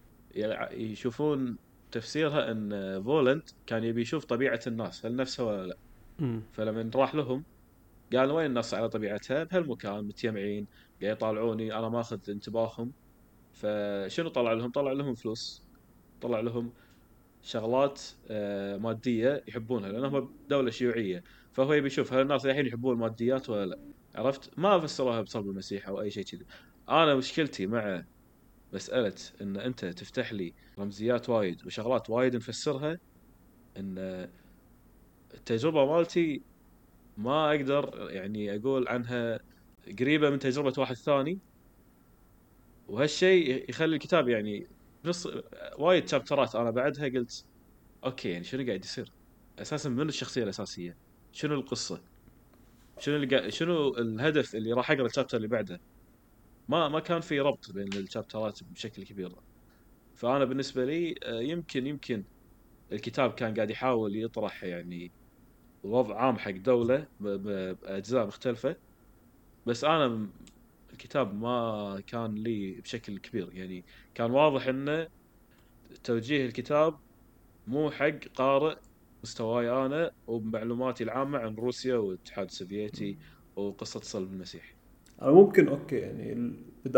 [SPEAKER 2] يشوفون تفسيرها ان فولند كان يبي يشوف طبيعه الناس هل نفسها ولا لا.
[SPEAKER 1] امم
[SPEAKER 2] فلما راح لهم قال وين الناس على طبيعتها بهالمكان متجمعين قاعد يطالعوني انا ماخذ انتباههم. فشنو طلع لهم؟ طلع لهم فلوس، طلع لهم شغلات ماديه يحبونها لانهم دوله شيوعيه. فهو يبي يشوف هل الناس الحين يحبون الماديات ولا لا. عرفت؟ ما فسروها بصلب المسيح او اي شيء كذي. انا مشكلتي مع مساله ان انت تفتح لي رمزيات وايد وشغلات وايد نفسرها، ان التجربه مالتي ما اقدر يعني اقول عنها قريبه من تجربه واحد ثاني. وهالشيء يخلي الكتاب يعني نص وايد شابترات انا بعدها قلت اوكي يعني شنو قاعد يصير اساسا؟ من الشخصيه الاساسيه؟ شنو القصه؟ شنو الهدف اللي راح اقرا الشابتر اللي بعده؟ ما كان في ربط بين الشابترات بشكل كبير. فانا بالنسبه لي يمكن الكتاب كان قاعد يحاول يطرح يعني وضع عام حق دوله باجزاء مختلفه. بس انا الكتاب ما كان لي بشكل كبير. يعني كان واضح انه توجيه الكتاب مو حق قارئ مستواي انا وبمعلوماتي العامه عن روسيا والاتحاد السوفيتي وقصه صلب المسيح.
[SPEAKER 3] انا ممكن اوكي يعني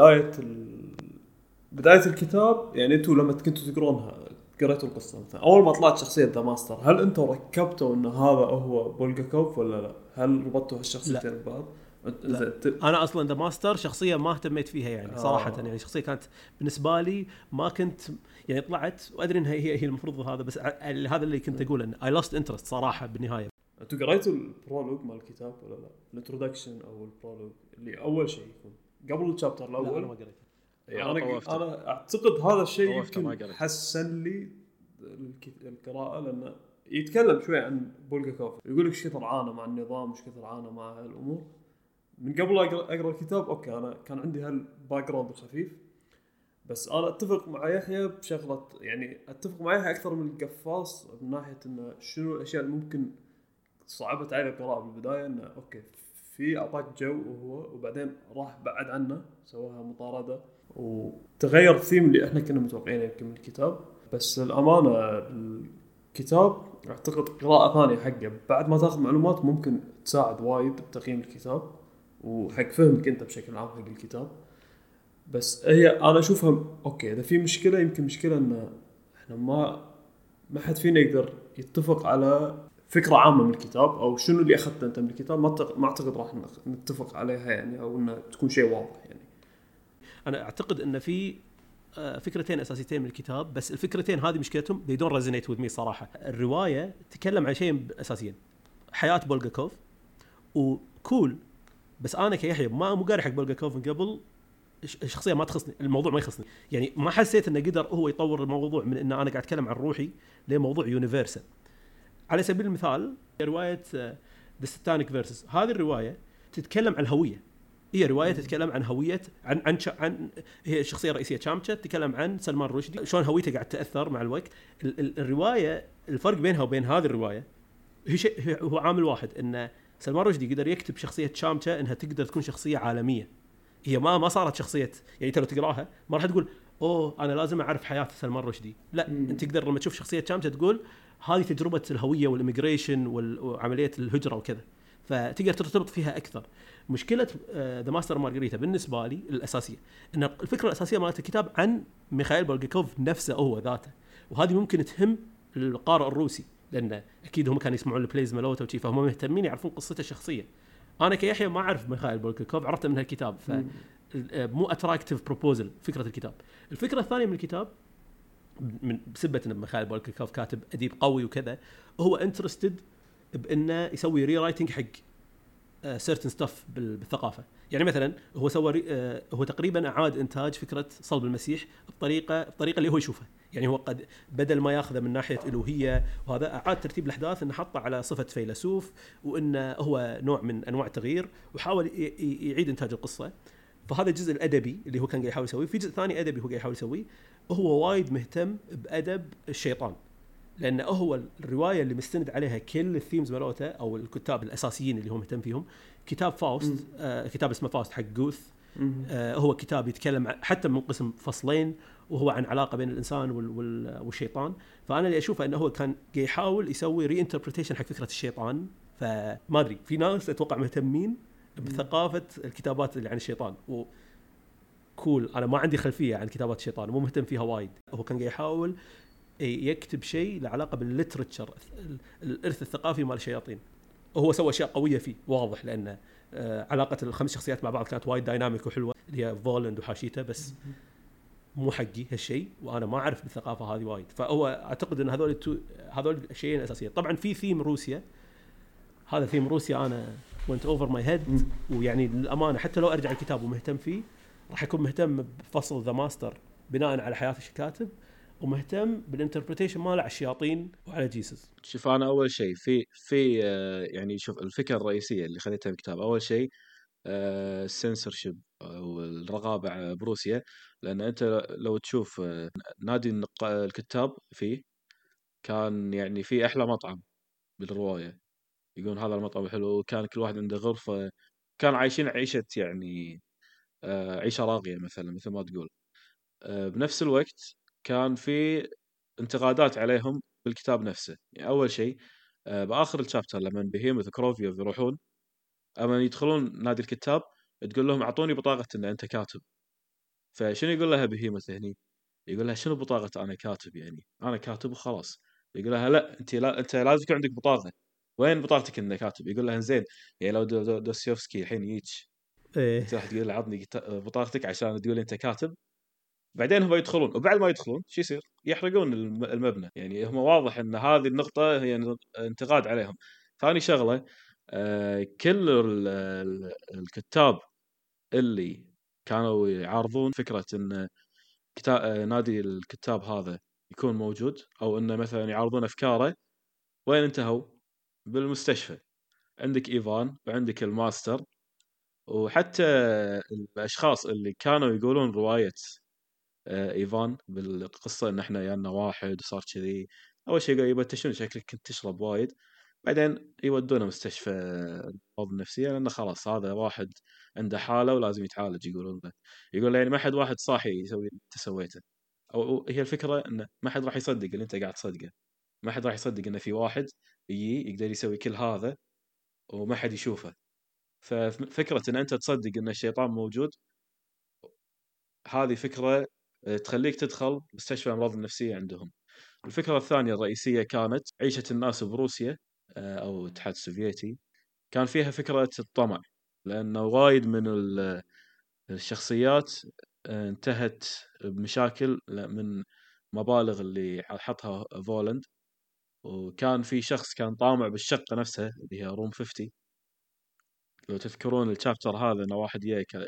[SPEAKER 3] بدايه الكتاب، يعني انتم لما كنتوا تقرونها قريتوا القصه مثلا اول ما طلعت شخصيه ذا ماستر، هل انتم ركبتوا ان هذا هو بولغاكوف ولا لا؟ هل ربطتوا هالشخصيتين
[SPEAKER 1] لا
[SPEAKER 3] ببعض؟
[SPEAKER 1] لا، انا اصلا ذا ماستر شخصيه ما اهتميت فيها يعني صراحه. يعني شخصيه كانت بالنسبه لي ما كنت يعني طلعت وادري انها هي المفروض هذا، بس هذا اللي كنت اقول ان اي لاست انترست صراحه بالنهايه.
[SPEAKER 3] انتوا قريتوا البرولوج مال الكتاب ولا لا؟ الانترودكشن او البرولوج اللي اول شيء يكون قبل الشابتر
[SPEAKER 1] لا انا
[SPEAKER 3] الاول.
[SPEAKER 1] ما قريته.
[SPEAKER 3] انا اعتقد هذا الشيء
[SPEAKER 2] طوفته ما
[SPEAKER 3] يمكن
[SPEAKER 2] قريته.
[SPEAKER 3] حسن لي القراءه، لانه يتكلم شوي عن بولغاكوف، يقول لك ايش كثر عانى مع النظام، ايش كثر عانى مع هالامور. من قبل لا اقرا الكتاب اوكي انا كان عندي هالباك جراوند الخفيف. بس انا اتفق مع يحيى بشغله، يعني اتفق مع يحيى اكثر من القفاص من ناحيه انه شنو الاشياء اللي ممكن صعبت علي القراءه بالبدايه. انه اوكي في اعطاك جو وهو، وبعدين راح بعد عنه سواها مطارده وتغير الثيم اللي احنا كنا متوقعينه يمكن من الكتاب. بس الامانه الكتاب اعتقد قراءه ثانيه حقه بعد ما تاخذ معلومات ممكن تساعد وايد بتقييم الكتاب وحق فهمك انت بشكل عام حق الكتاب. بس هي انا اشوفها اوكي اذا في مشكله، يمكن مشكله ان احنا ما حد فينا يقدر يتفق على فكره عامه من الكتاب او شنو اللي اخذته انت من الكتاب. ما اعتقد راح نتفق عليها يعني، او انه تكون شيء واضح يعني.
[SPEAKER 1] انا اعتقد ان في فكرتين اساسيتين من الكتاب، بس الفكرتين هذه مشكلتهم they don't resonate with me صراحه. الروايه تتكلم عن شيء اساسيين، حياه بولغاكوف وكول. بس انا كيحيى مو قاري حق بولغاكوف من قبل، الشخصيه ما تخصني، الموضوع ما يخصني. يعني ما حسيت انه قدر هو يطور الموضوع من ان انا قاعد اتكلم عن روحي لموضوع يونيفرسال. على سبيل المثال روايه ذا ساتانيك فيرسز، هذه الروايه تتكلم عن الهويه. هي روايه تتكلم عن هويه، عن هي الشخصيه الرئيسيه تشامتشا تتكلم عن سلمان رشدي شلون هويته قاعد تاثر مع الوقت. الروايه الفرق بينها وبين هذه الروايه هو عامل واحد، انه سلمان رشدي قدر يكتب شخصيه شامشه انها تقدر تكون شخصيه عالميه. هي ما صارت شخصيه، يعني انت لو تقراها ما راح تقول اوه انا لازم اعرف حياه سلمان رشدي، لا انت تقدر لما تشوف شخصيه شامشه تقول هذه تجربه الهويه والإميجريشن وعمليه الهجره وكذا، فتقدر ترتبط فيها اكثر. مشكله ذا ماستر مارغريتا بالنسبه لي الاساسيه ان الفكره الاساسيه مالت الكتاب عن ميخائيل بولغاكوف نفسه هو ذاته، وهذه ممكن تهم القارئ الروسي لان اكيد هم كانوا يسمعون البلايز مالوته وشي، فهم مهتمين يعرفون قصته الشخصيه. انا كيحيى ما اعرف ميخائيل بولغاكوف، عرفته من هالكتاب، مو اتراكتيف بروبوزل فكره الكتاب. الفكره الثانيه من الكتاب من بسبه ان ميخائيل بولغاكوف كاتب اديب قوي وكذا، هو انترستد بانه يسوي ري رايتنج حق certain stuff بالثقافه. يعني مثلا هو سوى هو تقريبا اعاد انتاج فكره صلب المسيح الطريقه اللي هو يشوفها. يعني هو قد بدل ما ياخذه من ناحيه الوهيه وهذا، اعاد ترتيب الاحداث انه حطه على صفه فيلسوف وانه هو نوع من انواع التغيير، وحاول يعيد انتاج القصه. فهذا الجزء الادبي اللي هو كان قاعد يحاول يسويه. في جزء ثاني ادبي هو قاعد يحاول يسويه، هو وايد مهتم بادب الشيطان، لانه هو الروايه اللي مستند عليها كل الثيمز مالوته او الكتاب الاساسيين اللي هو مهتم فيهم. كتاب فاوست، كتاب اسمه فاوست حق جوث، هو كتاب يتكلم حتى من قسم فصلين وهو عن علاقه بين الانسان والشيطان. فانا اللي اشوفه انه هو كان يحاول يسوي ري انتربريتيشن حق فكره الشيطان. فما ادري، في ناس اتوقع مهتمين بثقافه الكتابات اللي عن الشيطان كول. انا ما عندي خلفيه عن كتابات الشيطان، مو مهتم فيها وايد. هو كان يحاول يكتب شيء له علاقه بالليترتشر، الارث الثقافي مال الشياطين. وهو سوى اشياء قويه فيه واضح، لان علاقه الخمس شخصيات مع بعض كانت وايد دايناميك وحلوه، اللي هي فولند وحاشيته، بس مو حقي هالشيء وانا ما اعرف بالثقافه هذه وايد. فهو اعتقد ان هذول الشيئين الاساسيين. طبعا في ثيم روسيا، هذا ثيم روسيا انا went over my head، ويعني للامانه حتى لو ارجع الكتاب ومهتم فيه راح اكون مهتم بفصل ذا ماستر بناء على حياه الكاتب، ومهتم بالانتربريتيشن ماله على الشياطين وعلى جيسس.
[SPEAKER 2] شوف انا اول شيء في يعني شوف الفكره الرئيسيه اللي خليتها بالكتاب. اول شيء السنسورشيب او الرقابه بروسيا، لان انت لو تشوف نادي الكتاب فيه كان يعني في احلى مطعم بالروايه، يقولون هذا المطعم حلو، كان كل واحد عنده غرفه، كان عايشين عيشه يعني عيشه راقيه مثل ما تقول. بنفس الوقت كان في انتقادات عليهم بالكتاب نفسه. يعني اول شيء باخر الشابتر لما بهيموث وكروفيوف يروحون اما يدخلون نادي الكتاب، تقول لهم اعطوني بطاقه ان انت كاتب. فشنو يقول لها بهيموث هني؟ يقول لها شنو بطاقه انا كاتب؟ يعني انا كاتب وخلاص. يقول لها لا انت لازم يكون عندك بطاقه. وين بطاقتك انك كاتب؟ يقول لها زين يعني لو دوستويفسكي الحين يجي انت راح تقول له عطني بطاقتك عشان تقول انت كاتب. بعدين هم يدخلون، وبعد ما يدخلون شو يصير؟ يحرقون المبنى. يعني هم واضح ان هذه النقطه هي انتقاد عليهم. ثاني شغله كل الكتاب اللي كانوا يعارضون فكره ان كتاب نادي الكتاب هذا يكون موجود، او انه مثلا يعارضون افكاره، وين انتهوا؟ بالمستشفى. عندك ايفان وعندك الماستر، وحتى الاشخاص اللي كانوا يقولون روايه ايفان بالقصه ان احنا يانا واحد وصار كذي. اول شيء يبتشون شكلك كنت تشرب وايد، بعدين يودونه مستشفى الامراض النفسيه لانه خلاص هذا واحد عنده حاله ولازم يتعالج. يقولون له، يقول له يعني ما حد واحد صاحي يسوي اللي انت سويته. او هي الفكره انه ما حد راح يصدق اللي انت قاعد تصدقه. ما حد راح يصدق انه في واحد يقدر يسوي كل هذا وما حد يشوفه. ففكره ان انت تصدق ان الشيطان موجود، هذه فكره تخليك تدخل مستشفى الامراض النفسيه عندهم. الفكره الثانيه الرئيسيه كانت عيشه الناس بروسيا او الاتحاد السوفيتي، كان فيها فكره الطمع، لانه وايد من الشخصيات انتهت بمشاكل من مبالغ اللي حطها فولند. وكان في شخص كان طامع بالشقه نفسها اللي هي روم 50. لو تذكرون الشابتر هذا انه واحد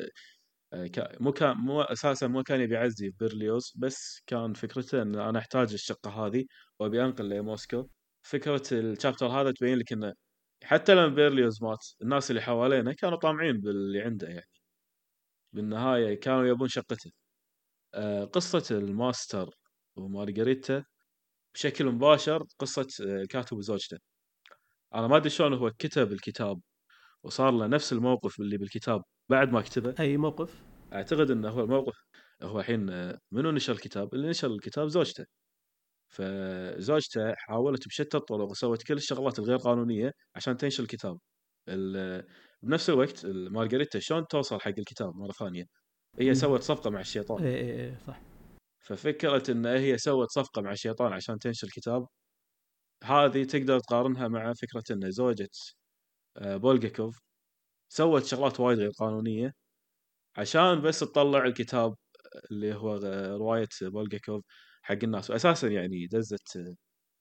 [SPEAKER 2] مو اساسا مو كان يبي يعزي بيرليوز، بس كان فكرته ان انا احتاج الشقه هذه وابي انقل لموسكو. فكره الشابتر هذا تبين لك انه حتى لما بيرليوز مات الناس اللي حوالينه كانوا طامعين باللي عنده. يعني بالنهايه كانوا يبون شقته. قصه الماستر ومارغريتا بشكل مباشر قصه الكاتب وزوجته. انا ما ادري شلون هو كتب الكتاب وصار له نفس الموقف اللي بالكتاب بعد ما كتبه.
[SPEAKER 1] اي موقف؟
[SPEAKER 2] اعتقد انه هو الموقف. هو الحين منو نشر الكتاب؟ اللي نشر الكتاب زوجته. فزوجته حاولت بشتى الطرق وسوت كل الشغلات الغير قانونيه عشان تنشر الكتاب. بنفس الوقت مارغريتا شلون توصل حق الكتاب مره ثانيه؟ هي سوت صفقه مع الشيطان.
[SPEAKER 1] اي صح.
[SPEAKER 2] ففكره ان هي سوت صفقه مع الشيطان عشان تنشر الكتاب، هذه تقدر تقارنها مع فكره ان زوجة بولغاكوف سوت شغلات وايد غير قانونيه عشان بس تطلع الكتاب اللي هو روايه بولغاكوف حق الناس. واساسا يعني دزت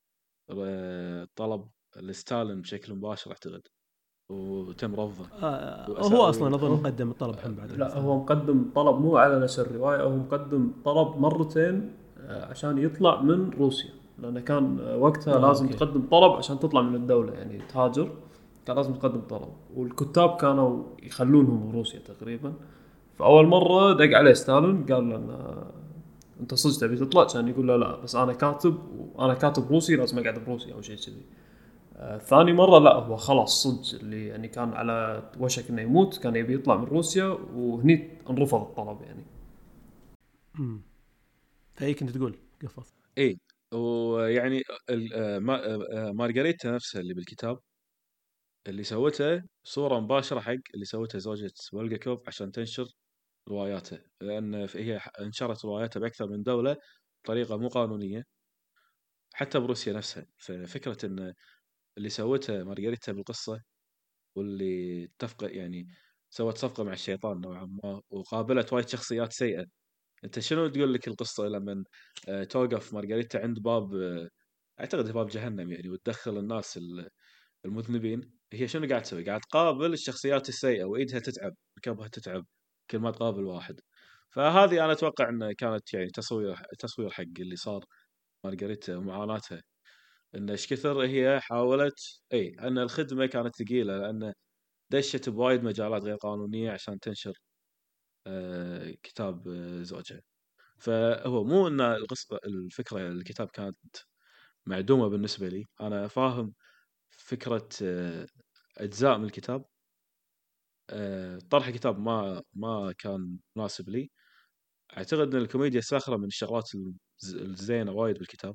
[SPEAKER 2] طلب لستالين بشكل مباشر اعتقد، وتم رفضه.
[SPEAKER 1] هو اصلا اظن مقدم الطلب هم بعد.
[SPEAKER 3] لا، هو مقدم طلب مو على نشر الروايه، هو مقدم طلب مرتين عشان يطلع من روسيا، لانه كان وقتها لازم
[SPEAKER 1] أوكي.
[SPEAKER 3] تقدم طلب عشان تطلع من الدوله، يعني تهاجر كان لازم تقدم طلب، والكتاب كانوا يخلونهم بروسيا تقريبا. فاول مره دق عليه ستالين قال له انت صدق تبي تطلع؟ كان يقول له لا بس انا كاتب، وانا كاتب روسي لازم اقعد بروسيا او شيء كذي. ثاني مرة لا، هو خلاص صدق اللي يعني كان على وشك انه يموت، كان يبي يطلع من روسيا، وهني انرفض الطلب يعني.
[SPEAKER 1] فاي كنت تقول قفص.
[SPEAKER 2] اي. ويعني مارغريتا نفسها اللي بالكتاب اللي سوته صورة مباشرة حق اللي سوته زوجة بولغاكوف عشان تنشر رواياته، لأن هي انشرت رواياته بأكثر من دولة بطريقة مو قانونية حتى بروسيا نفسها. ففكرة أن اللي سوته مارغريتا بالقصة، واللي اتفق يعني سوت صفقة مع الشيطان نوعا ما، وقابلت وايد شخصيات سيئة. انت شنو تقول لك القصة لما توقف مارغريتا عند باب اعتقد باب جهنم يعني، وتدخل الناس المذنبين؟ هي شنو قاعد تسوي؟ قاعد تقابل الشخصيات السيئة وايدها تتعب، ركبها تتعب كل ما تقابل واحد. فهذه انا اتوقع انه كانت يعني تصوير حق اللي صار مارغريتا ومعاناتها. ان ايش كثر هي حاولت، اي ان الخدمه كانت ثقيله، لان دشت بوايد مجالات غير قانونيه عشان تنشر كتاب زوجها. فهو مو ان القصه الفكره الكتاب كانت معدومه بالنسبه لي، انا فاهم فكره اجزاء من الكتاب. طرح الكتاب ما كان مناسب لي. اعتقد ان الكوميديا الساخره من الشغلات الزينه وايد بالكتاب.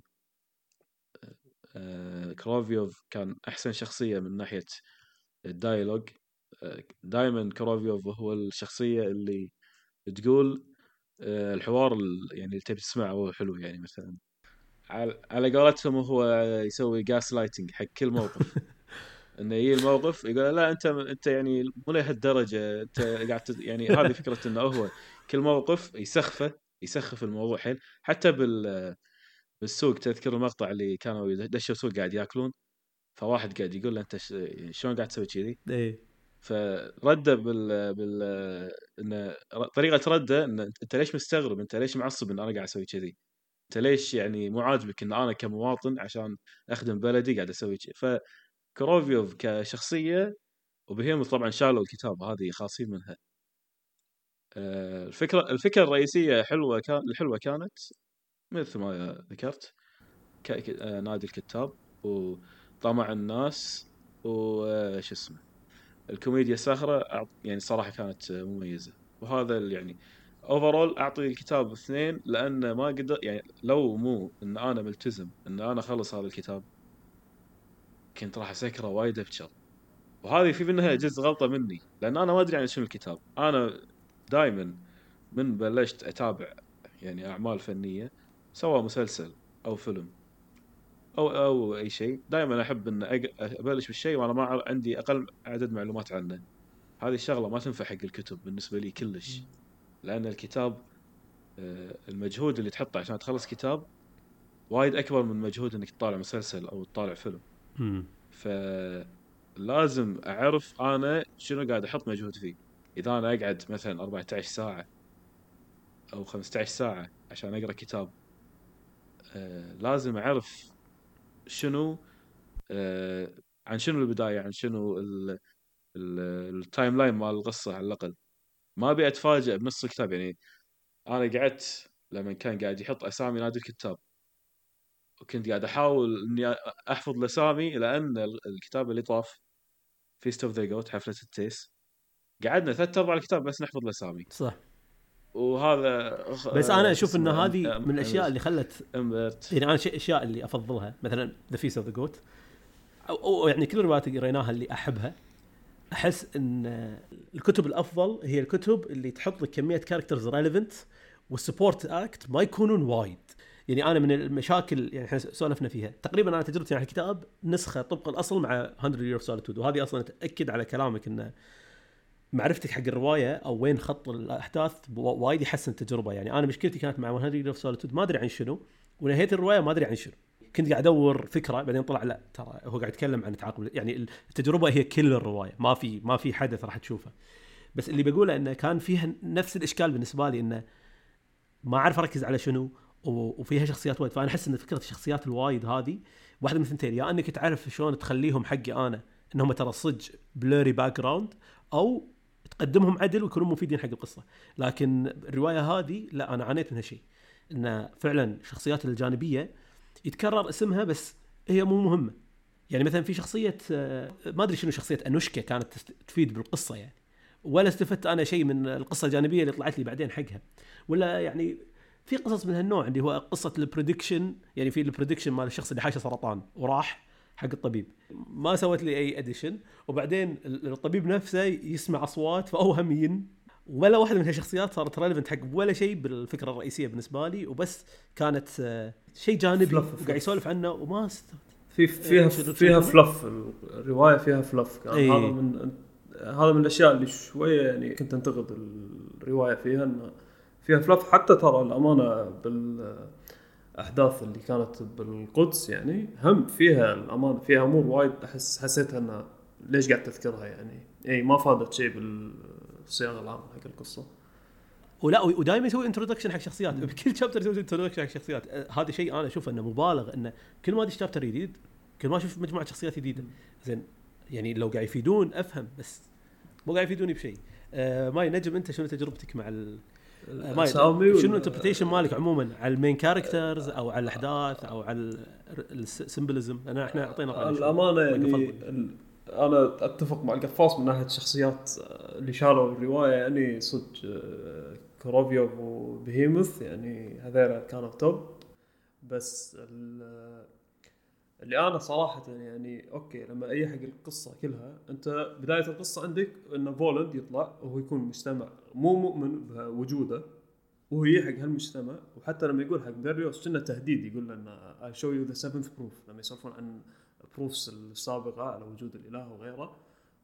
[SPEAKER 2] كروفيوف كان احسن شخصيه من ناحيه الدايلوج. دائما كروفيوف هو الشخصيه اللي تقول الحوار يعني اللي تبي تسمعه هو حلو يعني. مثلا على قولتهم هو يسوي جاس لايتنج حق كل موقف. انه يجي الموقف يقول لا انت يعني مو لهالدرجه، انت قاعد يعني هذه فكره انه هو كل موقف يسخف الموضوع حيل. حتى بالسوق تذكر المقطع اللي كانوا يدشوا سوق قاعد ياكلون، فواحد قاعد يقول له انت شلون قاعد تسوي كذي؟
[SPEAKER 1] ايه
[SPEAKER 2] فرده انه طريقه رده ان انت ليش مستغرب؟ انت ليش معصب ان انا قاعد اسوي كذي؟ انت ليش يعني مو عاجبك ان انا كمواطن عشان اخدم بلدي قاعد اسوي كذي؟ فكروفيوف كشخصيه وبهيموث طبعا شالوا الكتاب، هذه خاصين منها. الفكره الرئيسيه حلوه، الحلوه كانت مثل ما ذكرت نادي الكتاب وطمع الناس وش اسمه الكوميديا الساخره يعني صراحه كانت مميزه. وهذا اللي يعني اوفرول اعطي الكتاب 2، لان ما قدر يعني لو مو ان انا ملتزم ان انا اخلص هذا الكتاب كنت راح اسكره وايد ابشر. وهذه في منها جزء غلطه مني، لان انا ما ادري عن شنو الكتاب. انا دائما من بلشت اتابع يعني اعمال فنيه، سواء مسلسل او فيلم او اي شيء، دائما احب ان ابلش بالشيء وانا ما عندي اقل عدد معلومات عنه. هذه الشغله ما تنفع حق الكتب بالنسبه لي كلش، لان الكتاب المجهود اللي تحطه عشان تخلص كتاب وايد اكبر من مجهود انك تطالع مسلسل او تطالع فيلم. فلازم اعرف انا شنو قاعد احط مجهود فيه. اذا انا اقعد مثلا 14 ساعه او 15 ساعه عشان اقرا كتاب، لازم اعرف شنو عن شنو البدايه، عن شنو التايم لاين مال القصه على الاقل. ما ابي اتفاجئ بنص الكتاب يعني. انا قعدت لما كان قاعد يحط اسامي نادي الكتاب وكنت قاعد احاول اني احفظ الاسامي، لان الكتاب اللي طاف فيست اوف ذا جوت حفلة التيس، قعدنا 3/4 الكتاب بس نحفظ الاسامي.
[SPEAKER 1] صح.
[SPEAKER 2] وهذا
[SPEAKER 1] بس انا
[SPEAKER 2] شو
[SPEAKER 1] اشوف ان
[SPEAKER 2] اسمه
[SPEAKER 1] هذه من الاشياء اللي خلت،
[SPEAKER 2] امبرت.
[SPEAKER 1] يعني انا اشياء اللي افضلها مثلا ذا فيس اوف ذا جوت، او يعني كل الروايات اللي قريناها اللي احبها، احس ان الكتب الافضل هي الكتب اللي تحط لك كميه كاركترز ريليفنت والسبورت اكت ما يكونون وايد. يعني انا من المشاكل يعني احنا سولفنا فيها تقريبا، انا تجربتي على الكتاب نسخه طبق الاصل مع 100 Years of Solitude، وهذه اصلا تاكد على كلامك ان معرفتك حق الروايه او وين خط الاحداث وايد يحسن التجربه. يعني انا مشكلتي كانت مع 100 Years of Solitude ما ادري عن شنو، ونهايه الروايه ما ادري عن شنو، كنت قاعد ادور فكره بعدين طلع لا ترى هو قاعد يتكلم عن تعاقب. يعني التجربه هي كل الروايه، ما في حدث راح تشوفه. بس اللي بقوله انه كان فيها نفس الاشكال بالنسبه لي، انه ما اعرف اركز على شنو، وفيها شخصيات وايد. فانا احس ان فكره الشخصيات الوايد هذه واحده من ثنتين، يا انك تعرف شلون تخليهم حقي انا انهم ترى صدق بلوري باك جراوند، او تقدمهم عدل ويكونوا مفيدين حق القصه. لكن الروايه هذه لا، انا عانيت من هالشيء، ان فعلا الشخصيات الجانبيه يتكرر اسمها بس هي مو مهمه. يعني مثلا في شخصيه ما ادري شنو، شخصيه انوشكا كانت تفيد بالقصه يعني، ولا استفدت انا شيء من القصه الجانبيه اللي طلعت لي بعدين حقها. ولا يعني في قصص من هالنوع اللي هو قصه البريدكشن، يعني في البريدكشن مال الشخص اللي حاشه سرطان وراح حق الطبيب، ما سوت لي اي اديشن، وبعدين الطبيب نفسه يسمع اصوات فاوهمين، ولا واحده من هالشخصيات صارت ريليفنت حق ولا شيء بالفكره الرئيسيه بالنسبه لي، وبس كانت شيء جانبي وقاعد يسولف عنه وما
[SPEAKER 3] فيها فلف. الروايه فيها فلف كان
[SPEAKER 1] أي.
[SPEAKER 3] هذا من الاشياء اللي شويه يعني كنت انتقد الروايه فيها، ان فيها فلف. حتى ترى الامانه بالاحداث اللي كانت بالقدس يعني هم فيها الامانه فيها امور وايد حسيتها انها ليش قاعد تذكرها يعني، اي ما فادت شيء بالصياغه العامه حق القصه.
[SPEAKER 1] ولا ودائما يسوي انتروداكشن حق شخصيات بكل شابتر، يسوي انتروداكشن حق شخصيات. هذا شيء انا اشوف انه مبالغ، انه كل ما ادش شابتر جديد كل ما اشوف مجموعه شخصيات جديده. زين يعني لو قاعد يفيدون افهم، بس مو قاعد يفيدوني بشيء. ماي نجم انت شنو تجربتك مع ماي شنو الانتربريتيشن مالك عموما على المين كاركترز او على الاحداث او على السيمبلزم؟ انا احنا اعطينا راينا
[SPEAKER 3] الامانه يعني انا اتفق مع القفاص من ناحيه الشخصيات اللي شالوا الروايه، يعني صدق كروفيوف وبهيموث يعني هذول كانوا توب. بس اللي انا صراحه يعني اوكي لما اي حق القصه كلها، انت بدايه القصه عندك ان فولند يطلع وهو يكون مجتمع مو مؤمن بوجوده وهو يحق هالمجتمع، وحتى لما يقول حق بيريوس كنا تهديد، يقول لنا I show you the seventh proof لما يسولفون عن بروفس السابقه على وجود الاله وغيره،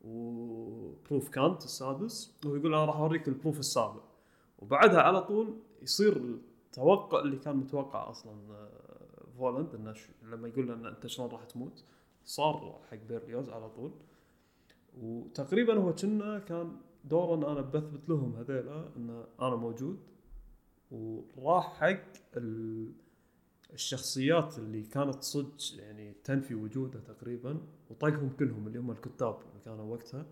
[SPEAKER 3] وبروف كانت السادس، وهو يقول انا راح اوريك البروف السابع. وبعدها على طول يصير التوقع اللي كان متوقع اصلا فولند، انه لما يقول لنا انت شلون راح تموت صار حق بيرليوز على طول. وتقريبا هو كان دوره ان انا بثبت لهم هذيلا ان انا موجود، وراح حق الشخصيات اللي كانت صدق يعني تنفي وجوده تقريبا، وطقهم كلهم اللي هم الكتاب اللي كانوا وقتها.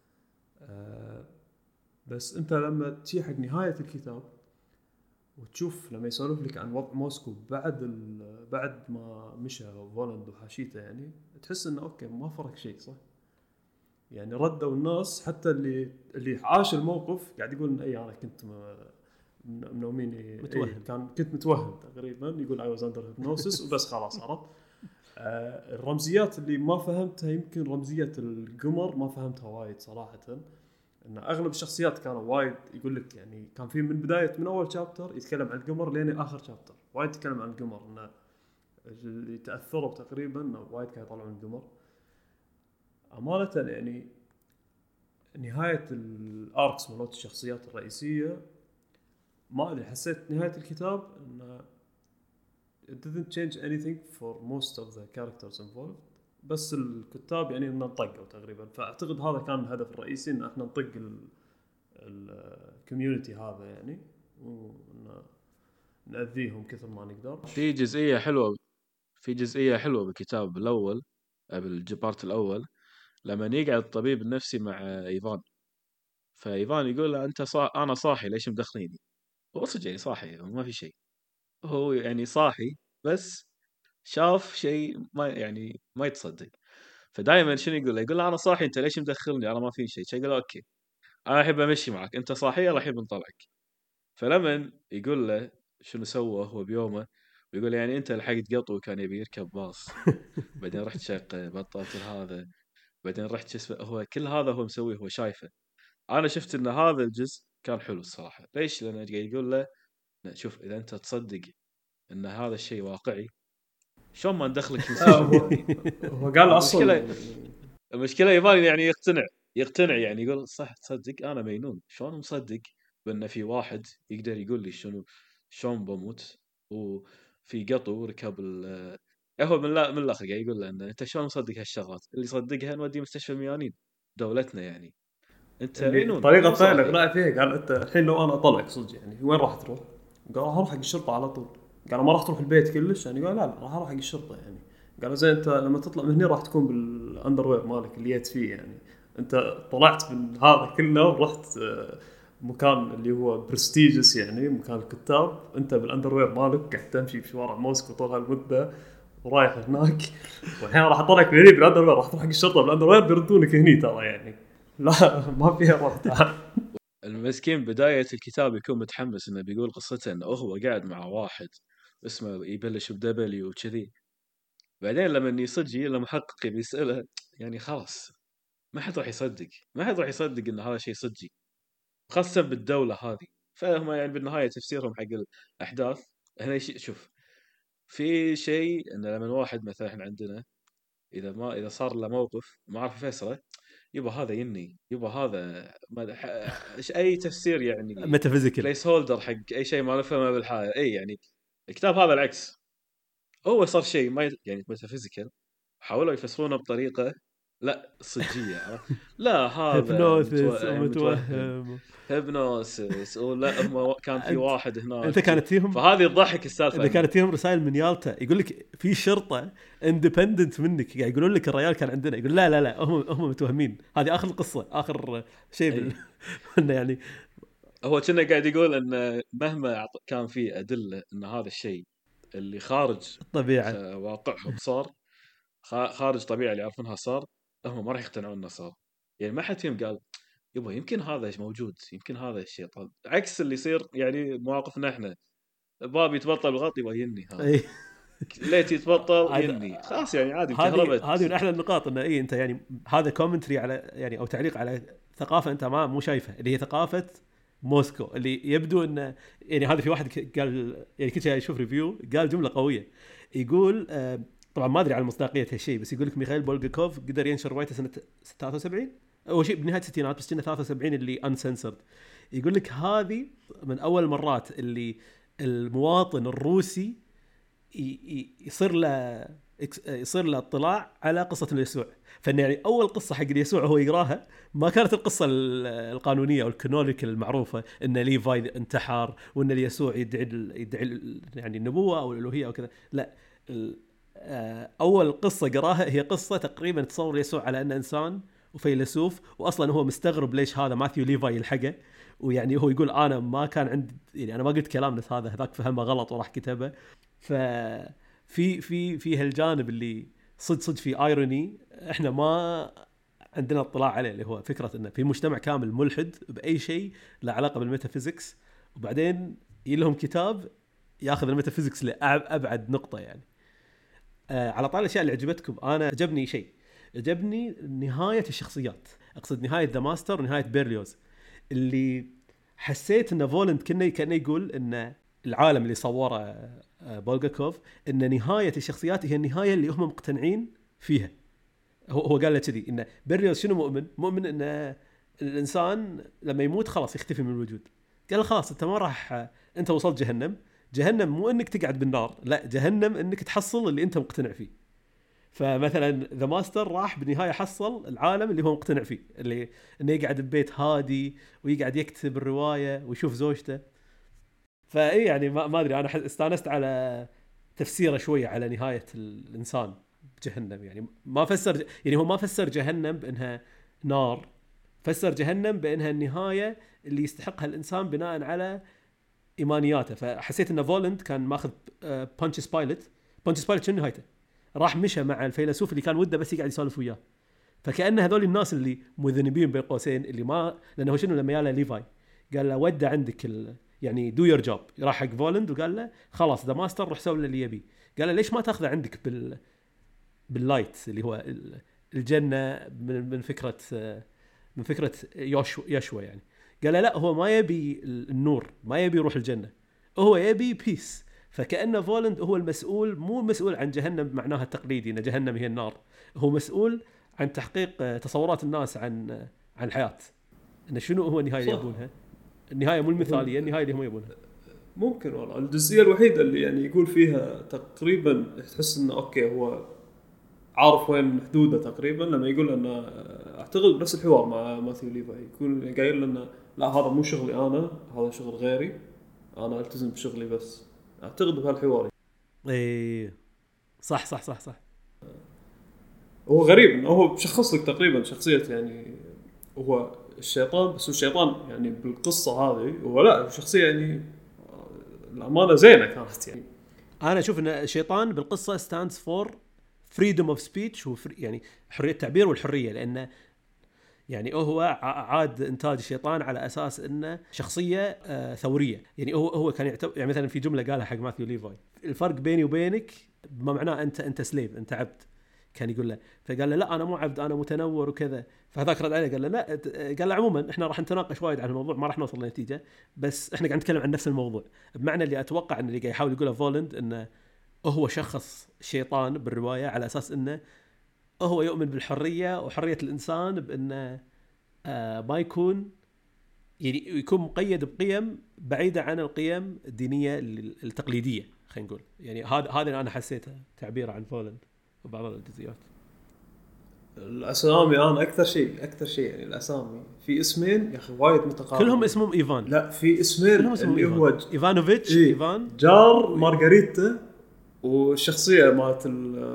[SPEAKER 3] بس انت لما تجي حق نهايه الكتاب وتشوف لما يسولف لك عن وضع موسكو بعد ما مشى فولند وحاشيته، يعني تحس انه اوكي ما فرق شيء صح. يعني ردوا الناس حتى اللي عاش الموقف قاعد يقول اي انا كنت منوميني
[SPEAKER 1] متوهم.
[SPEAKER 3] كنت متوهم تقريبا، يقول I was under hypnosis وبس خلاص عرفت. الرمزيات اللي ما فهمتها يمكن رمزية القمر ما فهمتها وايد صراحة، ان اغلب الشخصيات كانوا وايد يقول لك يعني كان في من اول شابتر يتكلم عن القمر لين اخر شابتر وايد يتكلم عن القمر، انه اللي تاثروا تقريبا وايد كانوا يطلعون القمر. امانه يعني نهايه الاركس مالت الشخصيات الرئيسيه ما ادري، حسيت نهايه الكتاب انه it didn't change anything for most of the characters involved، بس الكتاب يعني انه نطقوا تقريبا. فاعتقد هذا كان الهدف الرئيسي، ان احنا نطق الكوميونتي هذا يعني، ونأذيهم كثر ما نقدر.
[SPEAKER 2] في جزئية حلوة بالكتاب الأول، بالجبارت الأول، لما يقعد الطبيب النفسي مع إيفان، فإيفان يقول له أنت أنا صاحي ليش مدخنيني؟ هو صدق يعني صاحي ما في شيء، هو يعني صاحي بس شاف شيء ما يعني ما يتصدق. فدائما شنو يقول له؟ يقول له انا صاحي، انت ليش مدخلني؟ انا ما في شيء. يقول له اوكي انا احب امشي معك، انت صاحي يلا الحين بنطلعك. فلما يقول له شنو سوى هو بيومه، ويقول يعني انت لحقت قطو كان يبي يركب باص، بعدين رحت شقه بطلت هذا، بعدين رحت شو اسمه، هو كل هذا هو مسويه هو شايفه. انا شفت ان هذا الجزء كان حلو الصراحه. ليش؟ لانه قاعد يقول له لا، شوف اذا انت تصدق ان هذا الشيء واقعي، شلون ما ندخلك في مستشفى
[SPEAKER 3] هو
[SPEAKER 2] ميانين؟
[SPEAKER 3] هو قال
[SPEAKER 2] المشكله
[SPEAKER 3] اصلا
[SPEAKER 2] المشكله يبالي يعني يقتنع يعني يقول صح تصدق انا مجنون، شلون مصدق بان في واحد يقدر يقول لي شلون بموت، وفي قطو ركب هو من الاخر قاعد يقول له انه انت شلون مصدق هالشغلات؟ اللي يصدقها نوديه مستشفى ميانين دولتنا يعني، انت
[SPEAKER 3] اللي
[SPEAKER 2] مجنون
[SPEAKER 3] الطريقه
[SPEAKER 2] مو
[SPEAKER 3] الثانيه اللي
[SPEAKER 2] صاحي.
[SPEAKER 3] اقنع فيها، قال انت الحين لو انا اطلعك صدق يعني وين راح تروح؟ قال راح اروح حق الشرطه على طول. قال ما راح تروح البيت كلش يعني؟ قال لا راح اروح حق الشرطه يعني. قالوا زين انت لما تطلع من هنا راح تكون بالاندروير مالك اللي جيت فيه يعني. انت طلعت من هذا كله ورحت مكان اللي هو برستيجس يعني مكان الكتاب، انت بالاندروير مالك قاعد تمشي في شوارع موسكو طول هالمده ورايح هناك، والحين راح اطلعك من هنا بالاندروير، راح تروح حق الشرطه بالاندروير بيردونك هني ترى يعني. لا ما فيها روح.
[SPEAKER 2] المسكين بدايه الكتاب يكون متحمس انه بيقول قصته انه هو قاعد مع واحد اسمه يبلش بدبليو وكذي، بعدين لما يصجي لما محقق بيساله يعني خلاص ما حد راح يصدق ان هذا شيء صجي، خاصه بالدوله هذه. فهم يعني بالنهايه تفسيرهم حق الاحداث هنا شوف، في شيء انه لما واحد مثلا احنا عندنا اذا صار له موقف ما عرف يفسره، يبا هذا يني، يبا هذا اي تفسير يعني
[SPEAKER 1] ميتافيزيكال.
[SPEAKER 2] بليس هولدر حق اي شيء ما نفهمه بالحياه. اي يعني الكتاب هذا العكس، هو صار شيء ما يعني ميتافيزيكال، حاولوا يفسرونه بطريقه لا صجيه، عرفت؟ لا هذا
[SPEAKER 1] هيبنوثيس
[SPEAKER 2] متوهم،
[SPEAKER 1] ومتوهم.
[SPEAKER 2] هيبنوسيس، ولا هم كان في
[SPEAKER 1] انت
[SPEAKER 2] واحد هناك
[SPEAKER 1] انت كانت فيهم،
[SPEAKER 2] فهذه تضحك السالفه
[SPEAKER 1] اذا
[SPEAKER 2] انه
[SPEAKER 1] كانت فيهم رسائل من يالتا يقول لك في شرطه اندبندنت منك قاعد يقولون لك الرجال كان عندنا، يقول لا لا لا هم متوهمين، هذه اخر القصه اخر شيء
[SPEAKER 2] اي
[SPEAKER 1] انه يعني
[SPEAKER 2] هو كنا قاعد يقول ان مهما كان في ادله ان هذا الشيء اللي خارج
[SPEAKER 1] الطبيعه.
[SPEAKER 2] واقعهم صار، خارج طبيعه اللي يعرفونها صار، هم ما راح يقتنعون انه صار. يعني ما حد فيهم قال يبا يمكن هذا موجود، يمكن هذا الشيء طال، عكس اللي يصير يعني مواقفنا احنا، باب يتبطل وغط يبا يني هذا،
[SPEAKER 1] اي
[SPEAKER 2] ليت يتبطل
[SPEAKER 1] هذا
[SPEAKER 2] يني خلاص يعني عادي
[SPEAKER 1] هذه
[SPEAKER 2] كهربت.
[SPEAKER 1] هذه من احلى النقاط، انه اي انت يعني هذا كومنتري على يعني او تعليق على ثقافه انت ما مو شايفها، اللي هي ثقافه موسكو، اللي يبدو انه يعني هذا في واحد قال يعني كنت اشوف ريفيو قال جمله قويه، يقول طبعا ما ادري عن مصداقيه هالشيء، بس يقول لك ميخائيل بولغاكوف قدر ينشر روايته سنه 73 او شيء بنهايه الستينات، بس كنا 73 اللي انسنسرد. يقول لك هذه من اول مرات اللي المواطن الروسي يصير له اطلاع على قصة يسوع. فإن يعني أول قصة حق يسوع هو يقراها ما كانت القصة القانونية أو الكانونيكال المعروفة إن ليفاي انتحر وإن يسوع يدعي يعني النبوة أو الألوهية أو كذا، لا. أول قصة قراها هي قصة تقريبا تصور يسوع على أنه إنسان وفيلسوف، وأصلا هو مستغرب ليش هذا ماثيو ليفاي يلحقه، ويعني هو يقول أنا ما كان عندي يعني أنا ما قلت كلام بس هذاك فهمه غلط وراح كتبه. في هالجانب اللي صدق في ايروني احنا ما عندنا اطلاع عليه، اللي هو فكره انه في مجتمع كامل ملحد باي شيء له علاقه بالميتافيزيكس، وبعدين يلهم كتاب ياخذ الميتافيزيكس لابعد نقطه يعني. على طال الاشياء اللي عجبتكم، انا عجبني نهايه الشخصيات، اقصد نهايه ذا ماستر ونهايه بيرليوز، اللي حسيت ان فولنت كانه يقول ان العالم اللي صوره بولغاكوف ان نهايه الشخصيات هي النهايه اللي هم مقتنعين فيها. هو قال له كذي ان بيرليوس شنو مؤمن ان الانسان لما يموت خلاص يختفي من الوجود. قال له خلاص انت ما راح، انت وصلت جهنم مو انك تقعد بالنار، لا جهنم انك تحصل اللي انت مقتنع فيه. فمثلا ذا ماستر راح بالنهايه حصل العالم اللي هو مقتنع فيه، اللي انه يقعد ببيت هادي ويقعد يكتب الروايه ويشوف زوجته. فاي يعني ما ادري، انا استانست على تفسيره شويه على نهايه الانسان بجهنم. يعني ما فسر، يعني هو ما فسر جهنم بانها نار، فسر جهنم بانها النهايه اللي يستحقها الانسان بناء على ايمانياته. فحسيت ان فولند كان ماخذ بانش سبايلت شنو نهايته؟ راح مشى مع الفيلسوف اللي كان وده بس يقعد يسولف وياه. فكأن هذول الناس اللي مذنبين بين قوسين اللي ما، لانه شنو لما ياله ليفاي قال له وده عندك يعني دو يور جوب، راح حق فولند وقال له خلاص ذا ماستر روح سوي اللي يبي. قال له ليش ما تاخذه عندك باللايت اللي هو الجنه من فكره يشوى يعني. قال له لا هو ما يبي النور، ما يبي يروح الجنه، هو يبي بيس. فكأن فولند هو المسؤول، مو مسؤول عن جهنم معناها التقليدي ان جهنم هي النار، هو مسؤول عن تحقيق تصورات الناس عن الحياه، ان شنو هو النهايه اللي يبونها، النهايه مو المثاليه، النهايه اللي هم يبونها.
[SPEAKER 3] ممكن والله الجزئيه الوحيده اللي يعني يقول فيها تقريبا تحس انه اوكي هو عارف وين حدوده تقريبا، لما يقول انه اعتقد بنفس الحوار مع ماثيو ليفاي يكون قايل لنا لا هذا مو شغلي انا، هذا شغل غيري، انا التزم بشغلي بس. اعتقد بهالحوار
[SPEAKER 1] ايه صح صح صح صح.
[SPEAKER 3] هو غريب انه هو بشخص لك تقريبا شخصيه يعني هو الشيطان، بس هو الشيطان يعني بالقصه هذه هو لا شخصيه يعني الامانه زينه كانت. يعني
[SPEAKER 1] انا اشوف ان الشيطان بالقصه stands for freedom of speech، يعني حريه التعبير والحريه، لانه يعني هو عاد انتاج الشيطان على اساس انه شخصيه ثوريه. يعني هو كان يعني مثلا في جمله قالها حق ماثيو ليفاي، الفرق بيني وبينك ما معناه انت سليف، انت عبد. كان يقول له، فقال له لا انا مو عبد، انا متنور وكذا. فهذاك رد عليه قال له لا، قال له عموما احنا راح نتناقش وايد عن الموضوع، ما راح نوصل لنتيجه، بس احنا قاعد نتكلم عن نفس الموضوع. بمعنى اللي اتوقع ان اللي قاعد يحاول يقوله فولند انه هو شخص شيطان بالروايه على اساس انه هو يؤمن بالحريه وحريه الانسان، بانه ما يكون يعني يكون مقيد بقيم بعيده عن القيم الدينيه التقليديه، خلينا نقول. يعني هذا اللي انا حسيته تعبير عن فولند وبعض الجزئيات.
[SPEAKER 3] الاسامي انا اكثر شيء يعني الاسامي في اسمين يا اخي وايد متقاربين،
[SPEAKER 1] كلهم اسمهم ايفان.
[SPEAKER 3] لا في اسمين اللي هو
[SPEAKER 1] ايفانوفيتش،
[SPEAKER 3] إيه؟
[SPEAKER 1] ايفان
[SPEAKER 3] جار مارغريتا، والشخصيه مالت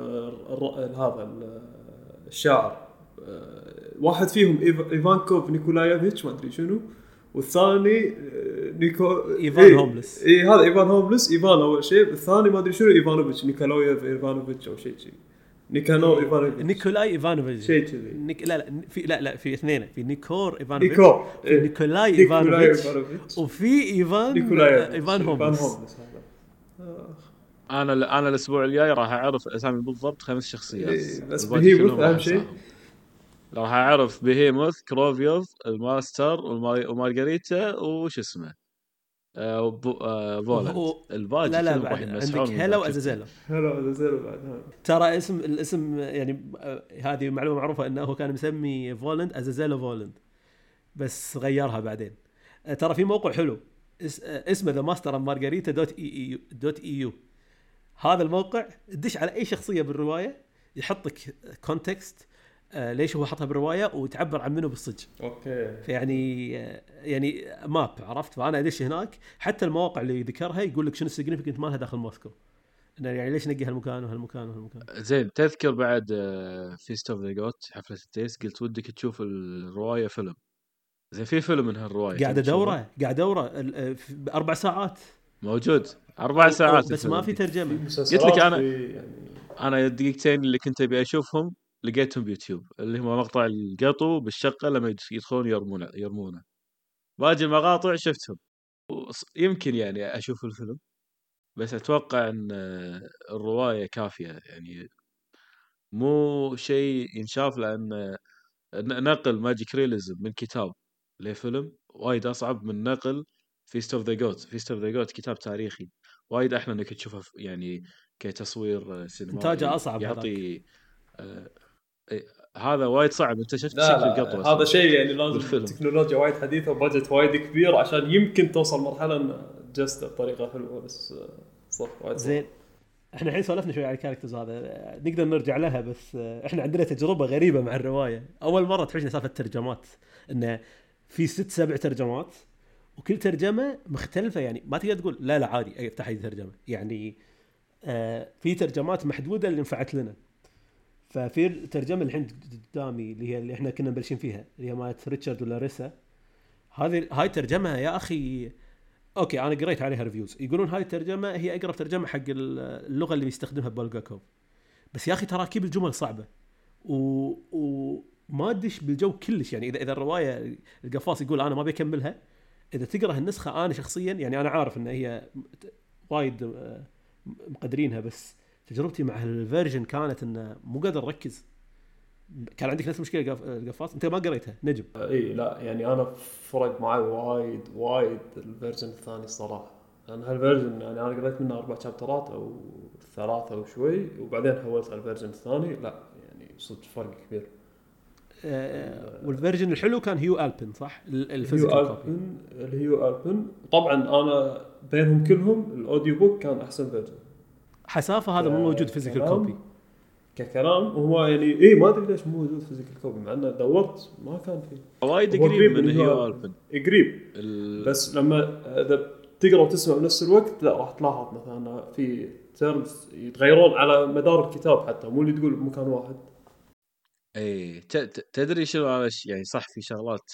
[SPEAKER 3] هذا الشاعر واحد فيهم ايفانكوف نيكولايفيتش ما ادري شنو، والثاني
[SPEAKER 1] ايفان هوملس.
[SPEAKER 3] هذا ايفان هوملس. ايفان اول شيء، الثاني ما ادري شنو ايفانوفيتش، نيكولايف ايفانوفيتش او شيء نيكانور ايفانوفيتش،
[SPEAKER 1] نيكولاي ايفانوفيتش
[SPEAKER 3] شيء كذي.
[SPEAKER 1] في اثنين، في نيكور ايفانوفيتش،
[SPEAKER 3] في
[SPEAKER 1] نيكولاي ايفانوفيتش، وفي ايفان هوملس.
[SPEAKER 2] انا الاسبوع الجاي راح اعرف اسامي بالضبط 5 شخصيات
[SPEAKER 3] بس بهيموث اهم شيء
[SPEAKER 2] راح اعرف بهيموث، كروفيوف، الماستر ومارغريتا وش اسمه فولند. الباقي
[SPEAKER 1] لا بعد عندك هلا وازازيلا.
[SPEAKER 3] بعد
[SPEAKER 1] ترى الاسم يعني هذه معلومه معروفه انه هو كان مسمي فولند ازازيلا فولند، بس غيرها بعدين. ترى في موقع حلو اسمه ذا ماستر اند مارغريتا .eu. هذا الموقع تدش على اي شخصيه بالروايه يحطك كونتكست ليش هو حطها بالروايه وتعبر عن منه بالصج.
[SPEAKER 3] اوكي
[SPEAKER 1] يعني ماب، عرفت؟ فانا ادش هناك حتى المواقع اللي ذكرها يقول لك شنو السيجنيفيكنت مالها داخل موسكو، انه يعني ليش نقي هالمكان وهالمكان.
[SPEAKER 2] زين تذكر بعد فيست اوف ذا جوت حفله التيس قلت ودك تشوف الروايه فيلم. زين في فيلم من هالروايه
[SPEAKER 1] قاعد ادوره 4 ساعات
[SPEAKER 2] موجود 4 ساعات
[SPEAKER 1] بس ما في ترجمه.
[SPEAKER 2] قلت لك انا الدقيقتين اللي كنت ابي اشوفهم لقيتهم بيوتيوب، اللي هو مقطع القطو بالشقه لما يدخلون يرمونه. باقي المقاطع شفتهم. يمكن يعني اشوف الفيلم، بس اتوقع ان الروايه كافيه، يعني مو شيء ينشاف، لان نقل ماجيك رياليزم من كتاب لفيلم وايد اصعب من نقل فيست اوف ذا جوت كتاب تاريخي وايد احلى انك تشوفه يعني كتصوير سينمائي،
[SPEAKER 1] انتاجه اصعب.
[SPEAKER 2] يعطي هذا وايد صعب. انت شفت
[SPEAKER 3] لا
[SPEAKER 2] شكل القطوه
[SPEAKER 3] هذا شيء يعني لازم
[SPEAKER 2] بالفيلم.
[SPEAKER 3] تكنولوجيا وايد حديثه وبادجت وايد كبير عشان يمكن توصل مرحله ان جسته بطريقه حلوه، بس صح وايد
[SPEAKER 1] زين. احنا الحين سولفنا شوي عن الكاركترز، هذا نقدر نرجع لها، بس احنا عندنا تجربه غريبه مع الروايه. اول مره تحوشنا سالفه الترجمات، انه في 6-7 ترجمات وكل ترجمه مختلفه. يعني ما تقدر تقول لا عادي افتح اي ترجمه، يعني في ترجمات محدوده اللي نفعت لنا. ففي الترجمه الحين قدامي اللي هي اللي احنا كنا مبلشين فيها، اللي هي مالت ريتشارد ولاريسا. هاي ترجمه يا اخي اوكي، انا قريت عليها ريفيوز يقولون هاي الترجمه هي اقرب ترجمه حق اللغه اللي بيستخدمها بولغاكوف. بس يا اخي تراكيب الجمل صعبه وما ادش بالجو كلش. يعني اذا الروايه القفاص يقول انا ما بيكملها، اذا تقرا النسخه انا شخصيا يعني انا عارف ان هي وايد مقدرينها، بس تجربتي مع الفيرجن كانت انه مو قادر اركز. كان عندك نفس المشكله القفاص؟ انت ما قريتها نجم؟
[SPEAKER 3] اي لا يعني انا فرق معي وايد الفيرجن الثاني الصراحه. لان هالفيرجن يعني انا قريت منه 4 شابترات او 3 وشوي، وبعدين حولت على الفيرجن الثاني. لا يعني صدق فرق كبير.
[SPEAKER 1] والفيرجن الحلو كان هيو ألبن صح؟ الفيزيكال كوبي.
[SPEAKER 3] الهيو ألبن طبعا انا بينهم كلهم الاوديو بوك كان احسن فيرجن.
[SPEAKER 1] حسافه هذا مو موجود فيزيكال كوبي
[SPEAKER 3] ككلام هو يعني ما ادري ليش مو موجود فيزيكال كوبي، مع انه دورت ما كان فيه.
[SPEAKER 2] وايد قريب من هيو ألبن،
[SPEAKER 3] قريب بس لما اذا تقرا وتسمع بنفس الوقت لا راح تلاحظ مثلا في تيرمز يتغيرون على مدار الكتاب، حتى مو اللي تقول بمكان واحد.
[SPEAKER 2] اي تدري شنو انا يعني صح في شغلات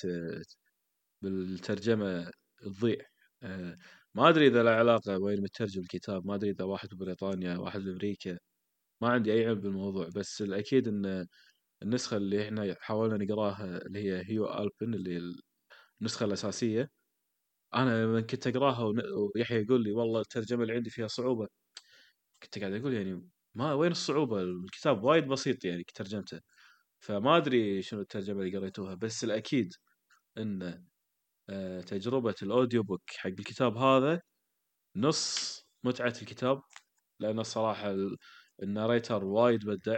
[SPEAKER 2] بالترجمه تضيع. ما ادري اذا له علاقه وين مترجم الكتاب، ما ادري اذا واحد ببريطانيا واحد بامريكا، ما عندي اي علم بالموضوع. بس الاكيد ان النسخه اللي احنا حاولنا نقراها اللي هي هيو ألبن اللي النسخه الاساسيه، انا لما كنت اقراها ويحيى يقول لي والله الترجمه اللي عندي فيها صعوبه، كنت قاعد اقول يعني ما وين الصعوبه، الكتاب وايد بسيط يعني ترجمته. فما ادري شنو الترجمه اللي قريتوها، بس الاكيد ان تجربه الاوديو بوك حق الكتاب هذا نص متعه الكتاب، لان الصراحه الناريتر وايد بدع،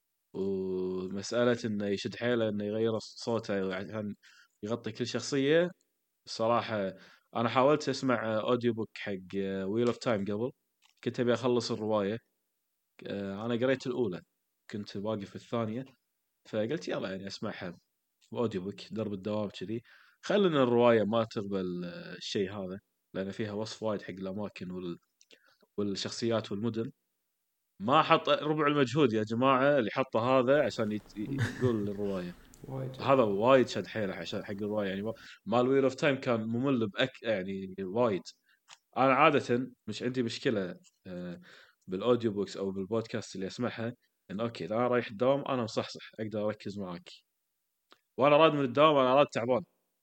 [SPEAKER 2] ومساله انه يشد حيله انه يغير صوته عشان يغطي كل شخصيه. الصراحه انا حاولت اسمع اوديو بوك حق ويل اوف تايم قبل، كنت ابي اخلص الروايه. انا قريت الاولى، كنت باقي في الثانيه، فقلت يلا يعني اسمعها اوديو بوك درب الدوام كذي. خلينا الروايه ما تقبل الشيء هذا، لان فيها وصف وايد حق الاماكن والشخصيات والمدن. ما حط ربع المجهود يا جماعه اللي حطه هذا عشان يقول الروايه. هذا وايد شد حيله عشان حق الروايه. يعني مال ويل اوف تايم كان ممل يعني وايد. انا عاده مش عندي مشكله بالاوديو بوكس او بالبودكاست اللي اسمعها، ان اوكي اذا انا رايح الدوام انا مصحصح اقدر اركز معاك، وانا راد من الدوام انا راد تعبان.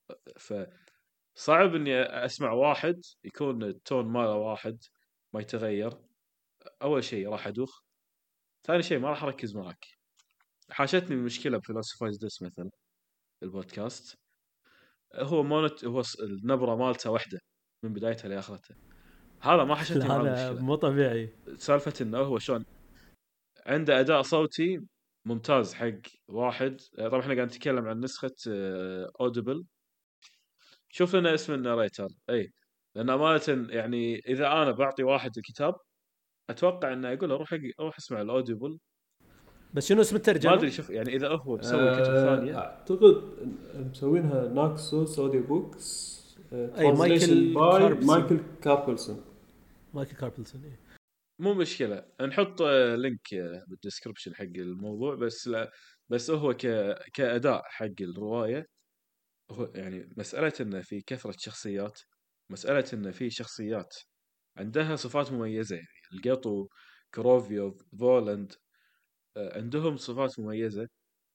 [SPEAKER 2] فصعب اني اسمع واحد يكون التون ماله واحد ما يتغير. اول شيء راح ادوخ، ثاني شيء ما راح اركز معاك. حاشتني المشكله بفلوسفايز ديس مثلا البودكاست، هو مونت هو النبره مالته واحده من بدايتها لاخرتها. هذا ما حشتني مع
[SPEAKER 1] هذا
[SPEAKER 2] المشكله.
[SPEAKER 1] مو طبيعي.
[SPEAKER 2] سالفه انه هو شلون عنده اداء صوتي ممتاز حق واحد. طبعا احنا قاعد نتكلم عن نسخه اوديبل. شوف لنا اسم الناريتر اي، لان امانه يعني اذا انا بعطي واحد الكتاب اتوقع انه يقول له روح اسمع الاوديبل.
[SPEAKER 1] بس شنو اسم الترجمه؟
[SPEAKER 2] ما ادري شوف يعني اذا هو مسوي كتب ثانيه.
[SPEAKER 3] اعتقد مسوينها ناكسوس اوديو بوكس،
[SPEAKER 1] اي
[SPEAKER 3] مايكل كاربلسون.
[SPEAKER 1] مايكل كاربلسون إيه.
[SPEAKER 2] مو مشكله نحط لينك بالديسكربشن حق الموضوع. بس لا، بس هو كاداء حق الروايه، هو يعني مساله انه في كثره شخصيات، مساله انه في شخصيات عندها صفات مميزه. يعني القطو، كروفيو، فولند، عندهم صفات مميزه.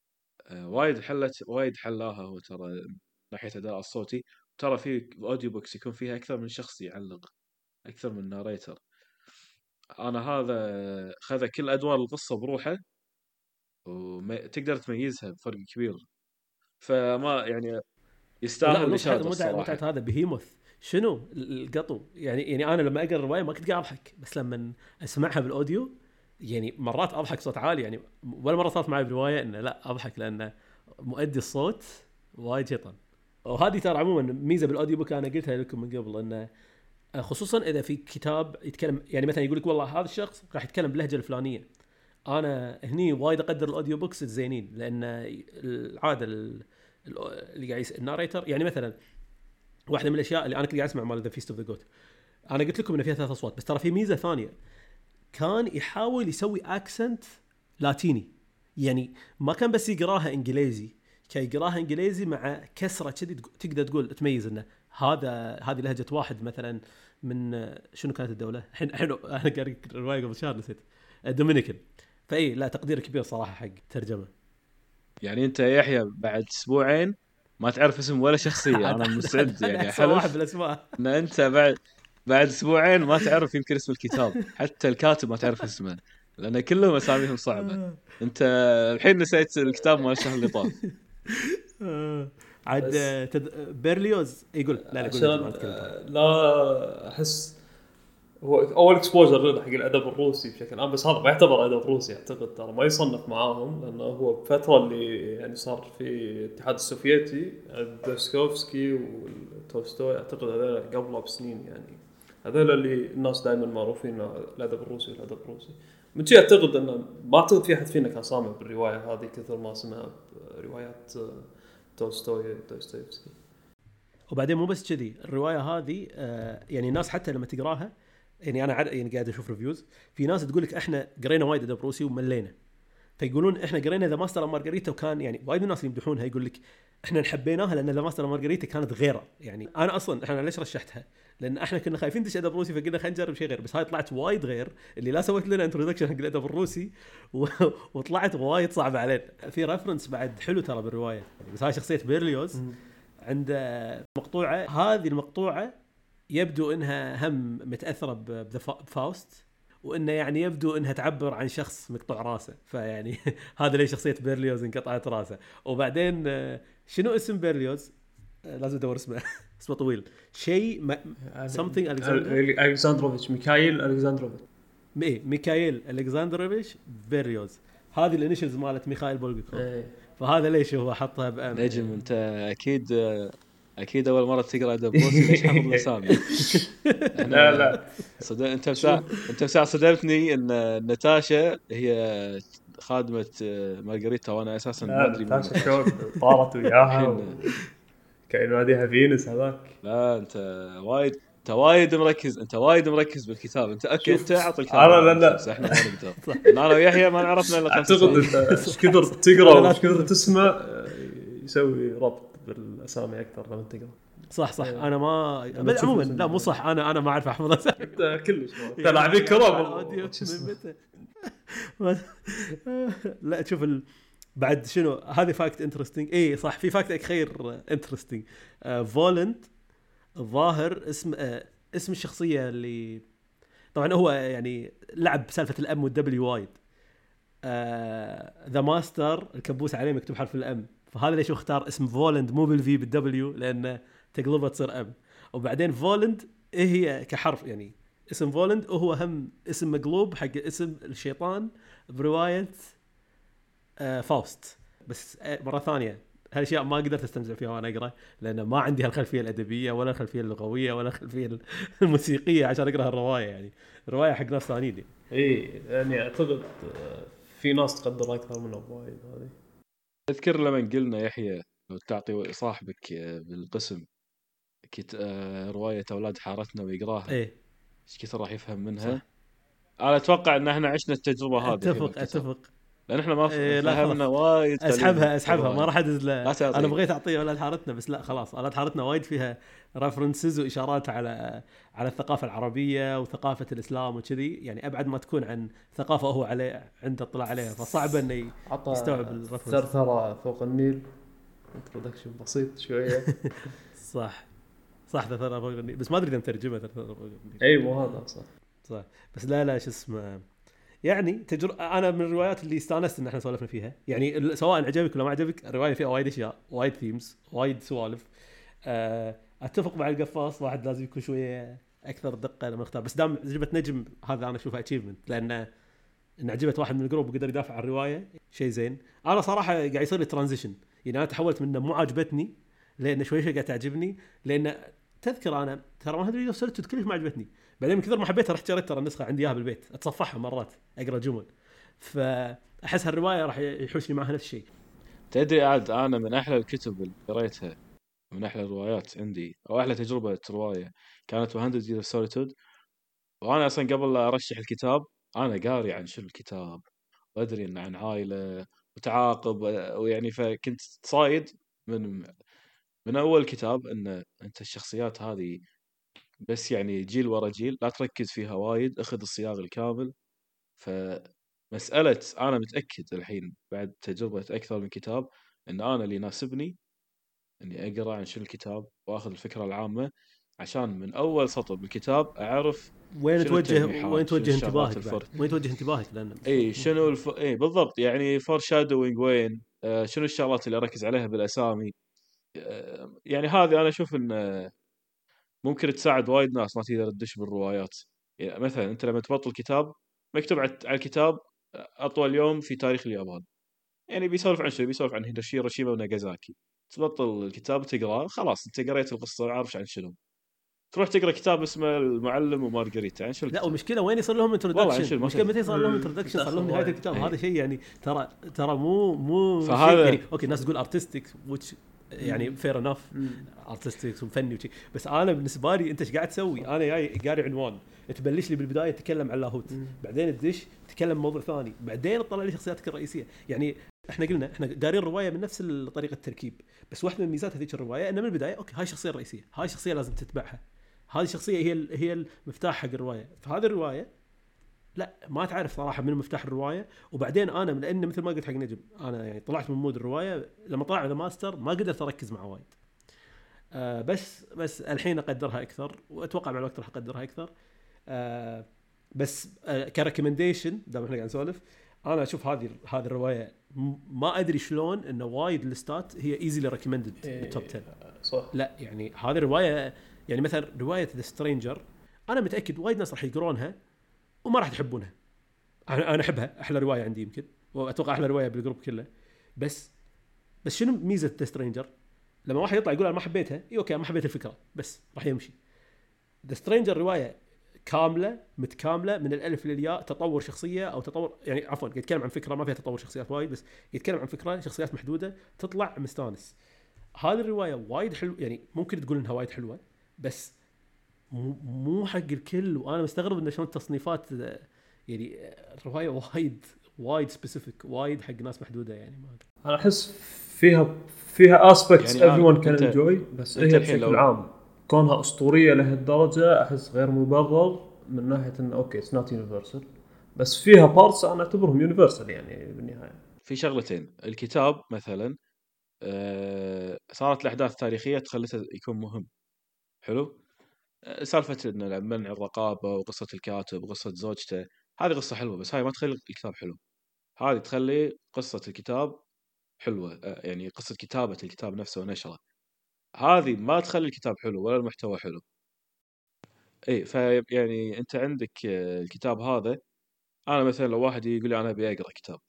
[SPEAKER 2] وايد حلاها هو ترى من ناحيه اداء الصوتي. ترى في اوديو بوكس يكون فيها اكثر من شخص يعلق، اكثر من ناريتر. انا هذا خذ كل ادوار القصه بروحه، وتقدر تميزها بفرق كبير. فما يعني يستاهل اللي شاده الصراحه.
[SPEAKER 1] متعة هذا بهيموث شنو القطو. يعني انا لما اقرا الروايه ما كنت قاعد اضحك، بس لما اسمعها بالاوديو يعني مرات اضحك صوت عالي. يعني ولا مره صارت معي بالروايه انه لا اضحك، لانه مؤدي الصوت وايد شيطان. وهذه ترى عموما ميزه بالاوديو بوك انا قلتها لكم من قبل، انه خصوصا اذا في كتاب يتكلم، يعني مثلا يقول لك والله هذا الشخص راح يتكلم باللهجه الفلانيه، انا هني وايد اقدر الاوديو بوكس الزينين، لان العاده اللي قاعد الناريتر يعني مثلا واحده من الاشياء اللي انا كنت قاعد اسمع مال ذا فيست اوف ذا جوت، انا قلت لكم ان فيها 3 اصوات، بس ترى في ميزه ثانيه، كان يحاول يسوي اكسنت لاتيني. يعني ما كان بس يقراها انجليزي، كان يقراها انجليزي مع كسره كذي تقدر تقول تميز انه هذه لهجه واحد مثلا من شنو كانت الدوله الحين انا قاري الروايه قبل شهر نسيت، دومينيكان. فاي لا تقدير كبير صراحه حق ترجمه.
[SPEAKER 2] يعني انت يا يحيى بعد اسبوعين ما تعرف اسم ولا شخصيه، انا مستعد يعني
[SPEAKER 1] احسن واحد
[SPEAKER 2] احلف
[SPEAKER 1] بالاسماء.
[SPEAKER 2] ان انت بعد اسبوعين ما تعرف يمكن اسم الكتاب، حتى الكاتب ما تعرف اسمه، لان كلهم اساميهم صعبه. انت الحين نسيت الكتاب مال الشهر اللي طاف.
[SPEAKER 1] عاد
[SPEAKER 3] بس
[SPEAKER 1] بيرليوز يقول لا قول انت،
[SPEAKER 3] عشان
[SPEAKER 1] ما تتكلم.
[SPEAKER 3] لا احس هو اول اكسبوجر لنا حق الادب الروسي بشكل عام، بس هذا ما يعتبر ادب روسي اعتقد، ترى ما يصنف معاهم، لانه هو بفتره اللي يعني صار في الاتحاد السوفيتي دوستويفسكي وتولستوي، اعتقد هذول قبله بسنين يعني، هذول اللي الناس دائما معروفين الادب الروسي والادب الروسي. من شيء اعتقد انه ما اعتقد في احد فينا كان سامع بالروايه هذه كثر ما سمع روايات تولستوي دوستويفسكي.
[SPEAKER 1] وبعدين مو بس كذي، الروايه هذه يعني الناس حتى لما تقراها، يعني انا يعني قاعد اشوف ريفيوز، في ناس تقول لك احنا قرينا وايد ادب روسي وملينا، فيقولون احنا قرينا ذا ماستر مارغريتا، وكان يعني وايد من الناس اللي يمدحونها يقول لك احنا حبيناها لان ذا ماستر مارغريتا كانت غيره. يعني انا اصلا احنا ليش رشحتها؟ لان احنا كنا خايفين ندش ادب روسي، فقلنا خلينا نجرب شيء غير، بس هاي طلعت وايد غير، اللي لا سويت لنا انتروداكشن حق الادب الروسي وطلعت وايد صعبه علينا. في ريفرنس بعد حلو ترى بالروايه يعني، بس هاي شخصيه بيرليوز عنده مقطوعه، هذه المقطوعه يبدو انها هم متاثره بفاوست، وانه يعني يبدو انها تعبر عن شخص مقطوع راسه، فيعني هذا ليش شخصيه بيرليوز انقطعت راسه. وبعدين شنو اسم بيرليوز؟ لازم ادور اسمه اسمه طويل، شيء something
[SPEAKER 3] الكساندروفيتش، ميخائيل الكساندروفيتش.
[SPEAKER 1] ميخائيل الكساندروفيتش بيرليوز، هذه الانيشلز مالت ميخائيل بولغاكوف،
[SPEAKER 3] ايه
[SPEAKER 1] فهذا ليش هو حطها بأم.
[SPEAKER 2] نجم انت اكيد اول مره تقرا ادب روسي ليش حافظ الاسامي؟
[SPEAKER 3] لا لا
[SPEAKER 2] انت بساعة صدمتني ان ناتاشا هي خادمه مارغريتا، وانا اساسا ما ادري من
[SPEAKER 3] ناتاشا شلون طارت وياها
[SPEAKER 2] الحين.
[SPEAKER 3] كان يناديها فينس هذاك.
[SPEAKER 2] لا انت وايد مركز بالكتاب. انت اوكي،
[SPEAKER 3] شوف،
[SPEAKER 2] انت اعطي الكتاب
[SPEAKER 3] انا
[SPEAKER 2] من خمسة، احنا ما نقدر، لان انا ويحيى ما عرفنا الا 5
[SPEAKER 3] اعتقد انت ايش كثر تقرا وايش كثر تسمع يسوي ربط بالاسامي اكثر لما تقرا.
[SPEAKER 1] صح
[SPEAKER 3] إيه.
[SPEAKER 1] انا ما
[SPEAKER 3] لما تشوف
[SPEAKER 1] عموما
[SPEAKER 3] اسم
[SPEAKER 1] لا مو صح، انا ما اعرف احفظ اسامي.
[SPEAKER 3] انت كلش انت لاعبين كره
[SPEAKER 1] من متى؟ لا شوف بعد شنو هذه فاكت انترستينج. اي صح، في فاكت اخير انترستينج. فولنت الظاهر اسم الشخصيه اللي طبعا هو يعني لعب سالفه الام والدبليو وايد. ذا ماستر الكبوس عليه مكتوب حرف الام، فهذا ليش اختار اسم فولند مو بالفي بالدبليو، لان تقلبها تصير ام. وبعدين فولند هي كحرف يعني اسم فولند وهو هم اسم مقلوب حق اسم الشيطان بروايه فاوست. بس مره ثانيه هالاشياء ما قدرت استمتع فيها وانا اقرا، لان ما عندي هالخلفيه الادبيه ولا الخلفيه اللغويه ولا الخلفيه الموسيقيه عشان اقرا الروايه. يعني الروايه حق ناس ثانيين.
[SPEAKER 3] اي يعني اعتقد في ناس تقدر اكثر من وايد هذه.
[SPEAKER 2] اذكر لما قلنا يحيى لو تعطي صاحبك بالقسم روايه اولاد حارتنا ويقراها
[SPEAKER 1] ايه
[SPEAKER 2] ايش كثر راح يفهم منها.
[SPEAKER 1] صح.
[SPEAKER 2] انا اتوقع ان احنا عشنا التجربه هذه في الكتاب،
[SPEAKER 1] اتفق
[SPEAKER 2] لان احنا ما
[SPEAKER 1] إيه لا
[SPEAKER 2] فهمنا
[SPEAKER 1] خلاص
[SPEAKER 2] وايد قليل
[SPEAKER 1] اسحبها ما راح ادز له.
[SPEAKER 2] لا تعطي.
[SPEAKER 1] انا بغيت اعطيه اولاد حارتنا، بس لا خلاص، اولاد حارتنا وايد فيها ريفرنسز واشارات على الثقافه العربيه وثقافه الاسلام وكذي، يعني ابعد ما تكون عن ثقافه هو عليه عنده اطلاع عليها، فصعب انه يستوعب الريفرنس.
[SPEAKER 3] ثرثرة فوق النيل انتروداكشن بسيط شويه.
[SPEAKER 1] صح ثرثرة فوق النيل، بس ما ادري اذا مترجمه ثرثرة فوق النيل.
[SPEAKER 3] اي مو هذا صح.
[SPEAKER 1] بس لا شو اسمه، يعني انا من الروايات اللي استانست ان احنا سولفنا فيها، يعني سواء عجبك ولا ما عجبك، الروايه فيها وايد اشياء، وايد ثيمز، وايد سوالف. اتفق مع القفاص، واحد لازم يكون شويه اكثر دقه لما يختار، بس دام عجبت نجم هذا انا اشوفه اتشيفمنت، لان ان عجبت واحد من الجروب وقدر يدافع عن الروايه شيء زين. انا صراحه قاعد يصير لي ترانزيشن، يعني انا تحولت من مو عجبتني لان شوي قاعد تعجبني، لان تذكر انا ترى ما ادري لو صرت كلش ما عجبتني، بعدين من كثر ما حبيتها رحت شريت ترى النسخه عندي اياها بالبيت اتصفحها مرات اقرا جمل، فاحس هالروايه راح يحوشني معها نفس الشيء.
[SPEAKER 2] تدري عاد انا من احلى الكتب اللي قريتها، من احلى الروايات عندي او احلى تجربه روايه كانت 100 Years of Solitude. وانا اصلا قبل لا ارشح الكتاب انا قاري عن شو الكتاب وادري انه عن عائله وتعاقب ويعني فكنت صايد من اول كتاب ان انت الشخصيات هذه بس يعني جيل ورا جيل، لا تركز فيها وايد، اخذ الصياغ الكامل. ف مساله انا متاكد الحين بعد تجربه اكثر من كتاب ان انا اللي يناسبني اني اقرا عن شنو الكتاب واخذ الفكره العامه، عشان من اول سطر بالكتاب اعرف
[SPEAKER 1] وين
[SPEAKER 2] شنو
[SPEAKER 1] توجه
[SPEAKER 2] التلميحات، شنو الشغلات
[SPEAKER 1] انتباهك بعد،
[SPEAKER 2] الفرق.
[SPEAKER 1] وين توجه انتباهك لان
[SPEAKER 2] اي شنو اي بالضبط، يعني فور شادوينج وين، شنو الشغلات اللي اركز عليها بالاسامي. يعني هذه انا اشوف ان ممكن تساعد وايد ناس ما تقدر تدش بالروايات. يعني مثلا انت لما تبطل كتاب مكتوب على الكتاب اطول يوم في تاريخ اليابان، يعني بيسولف عن شنو؟ بيسولف عن هيروشيما وناغازاكي. تبطل الكتاب تقراه، خلاص انت قريت القصه عارف عن شنو. تروح تقرا كتاب اسمه المعلم ومارغريتا، عن شنو
[SPEAKER 1] لا،
[SPEAKER 2] الكتاب؟
[SPEAKER 1] ومشكله وين يصير لهم
[SPEAKER 2] والله عن
[SPEAKER 1] انتروداكشن،
[SPEAKER 2] شنو ما
[SPEAKER 1] مشكله
[SPEAKER 2] تدري.
[SPEAKER 1] متى صار لهم انتروداكشن، صار لهم نهايه
[SPEAKER 3] تاخذ
[SPEAKER 1] الكتاب.
[SPEAKER 2] إيه.
[SPEAKER 1] هذا شيء يعني ترى مو شيء
[SPEAKER 2] فهذا
[SPEAKER 1] يعني اوكي الناس تقول ارتستيك وش يعني فير انف ارتستيك وفني وشي، بس انا بالنسبه لي انت ايش قاعد تسوي؟ انا جاي قاري عنوان، تبلش لي بالبدايه تتكلم عن لاهوت، بعدين تدش تتكلم موضوع ثاني، بعدين تطلع لي شخصياتك الرئيسيه. يعني احنا قلنا احنا قارين الروايه من نفس طريقه التركيب، بس واحده من ميزات هذيك الروايه انه من البدايه اوكي هاي الشخصيه الرئيسيه، هاي الشخصيه لازم تتبعها، هذه الشخصيه هي المفتاح حق الروايه. فهذه الروايه لا ما تعرف صراحه من مفتاح الروايه. وبعدين انا من لان مثل ما قلت حق نجم، انا يعني طلعت من مود الروايه لما طلع ذا ماستر ما قدرت اركز معه وايد. بس الحين اقدرها اكثر، واتوقع مع الوقت راح اقدرها اكثر. بس كريكومنديشن دام احنا قاعد نسولف، انا اشوف هذه الروايه ما ادري شلون انه وايد الستات هي ايزلي ريكومندد بالتوب 10.
[SPEAKER 3] صح.
[SPEAKER 1] لا يعني هذه الروايه، يعني مثلا روايه ذا سترينجر انا متاكد وايد ناس راح يقرونها وما راح تحبونها. انا احبها، احلى روايه عندي يمكن، واتوقع احلى روايه بالجروب كله. بس شنو ميزه ذا سترينجر؟ لما واحد يطلع يقول انا ما حبيتها، اي اوكي ما حبيت الفكره بس راح يمشي. ذا سترينجر روايه كامله متكامله من الالف للياء، تطور شخصيه او تطور يعني عفوا يتكلم عن فكره ما فيها تطور شخصيات وايد، بس يتكلم عن فكره شخصيات محدوده تطلع مستانس. هذه الروايه وايد حلو، يعني ممكن تقول انها وايد حلوه بس مو حق الكل. وانا مستغرب انه شلون التصنيفات يعني الروايه وايد سبيسيفيك، وايد حق ناس محدوده يعني ما أدري.
[SPEAKER 3] انا احس فيها aspects
[SPEAKER 2] يعني
[SPEAKER 3] everyone can
[SPEAKER 2] انت
[SPEAKER 3] enjoy، بس
[SPEAKER 2] انت
[SPEAKER 3] هي
[SPEAKER 2] الحين
[SPEAKER 3] بشكل
[SPEAKER 2] لو
[SPEAKER 3] عام كونها اسطوريه لهالدرجه احس غير مبرر من ناحيه انه اوكي it's not universal، بس فيها بارتس انا اعتبرهم universal يعني بالنهايه.
[SPEAKER 2] في شغلتين، الكتاب مثلا صارت الاحداث التاريخيه تخلته يكون مهم حلو. سالفه ان منع الرقابه وقصه الكاتب وقصه زوجته، هذه قصه حلوه بس هاي ما تخلي الكتاب حلو. هذه تخلي قصه الكتاب حلوه، يعني قصه كتابه الكتاب نفسه ونشره، هذه ما تخلي الكتاب حلو ولا المحتوى حلو. اي يعني انت عندك الكتاب هذا، انا مثلا لو واحد يقول لي انا ابي اقرا كتاب،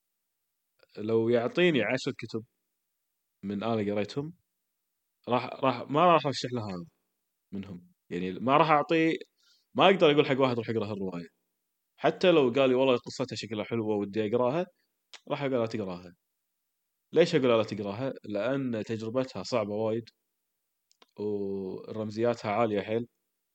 [SPEAKER 2] لو يعطيني 10 كتب من انا قريتهم ما راح ارشح له هذا منهم. يعني ما راح اعطيه، ما اقدر اقول حق واحد روح اقرا هالروايه. حتى لو قال لي والله قصتها شكلها حلوه ودي اقراها، راح اقول لا تقراها. ليش اقول لا تقراها؟ لان تجربتها صعبه وايد ورمزياتها عاليه حيل.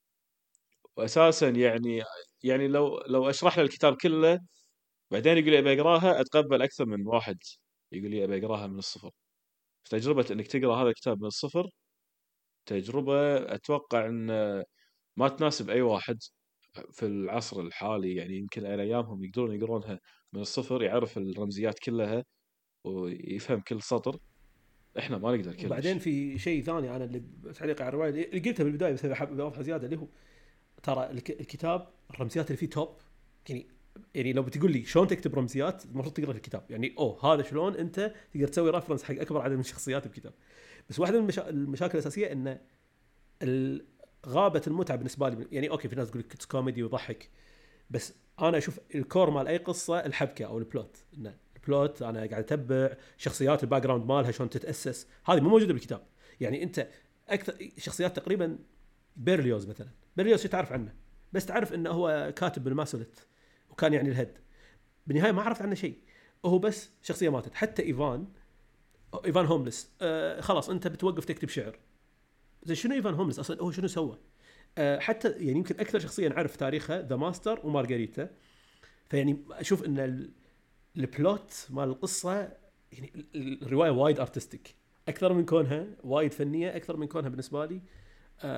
[SPEAKER 2] واساسا يعني لو اشرح له الكتاب كله بعدين يقول لي ابي اقراها، اتقبل اكثر من واحد يقول لي ابي اقراها من الصفر. تجربه انك تقرا هذا الكتاب من الصفر تجربه اتوقع ان ما تناسب اي واحد في العصر الحالي. يعني يمكن على ايامهم يقدرون يقرونها من الصفر، يعرف الرمزيات كلها ويفهم كل سطر. احنا ما نقدر
[SPEAKER 1] وبعدين
[SPEAKER 2] كلش.
[SPEAKER 1] في شيء ثاني انا اللي تعليق على الروايه اللي قلتها بالبدايه بس حاب اضيفها زياده، اللي هو ترى الكتاب الرمزيات اللي فيه توب. يعني لو بتقول لي شلون تكتب رمزيات المفروض تقرا الكتاب، يعني هذا شلون انت تقدر تسوي ريفرنس حق اكبر عدد من الشخصيات بكتاب. بس واحده من المشاكل الاساسيه ان غابه المتعه بالنسبه لي. يعني اوكي في ناس تقول لك كوميدي ويضحك، بس انا اشوف الكور مال اي قصه الحبكه او البلوت. إن البلوت انا قاعد اتبع شخصيات الباك جراوند مالها شلون تتاسس، هذه مو موجوده بالكتاب. يعني انت اكثر شخصيات تقريبا بيرليوز مثلا، بيرليوز شو تعرف عنه؟ بس تعرف انه هو كاتب بالماسولت وكان يعني الهيد. بالنهايه ما عرفت عنه شيء، هو بس شخصيه ماتت. حتى ايفان هوملس خلاص انت بتوقف تكتب شعر. زين شنو ايفان هوملس اصلا؟ هو شنو سوى؟ حتى يعني يمكن اكثر شخصيه نعرف تاريخها ذا ماستر ومارغريتا. فيعني اشوف ان البلوت مال القصه، يعني الروايه وايد ارتستيك اكثر من كونها وايد فنيه، اكثر من كونها بالنسبه لي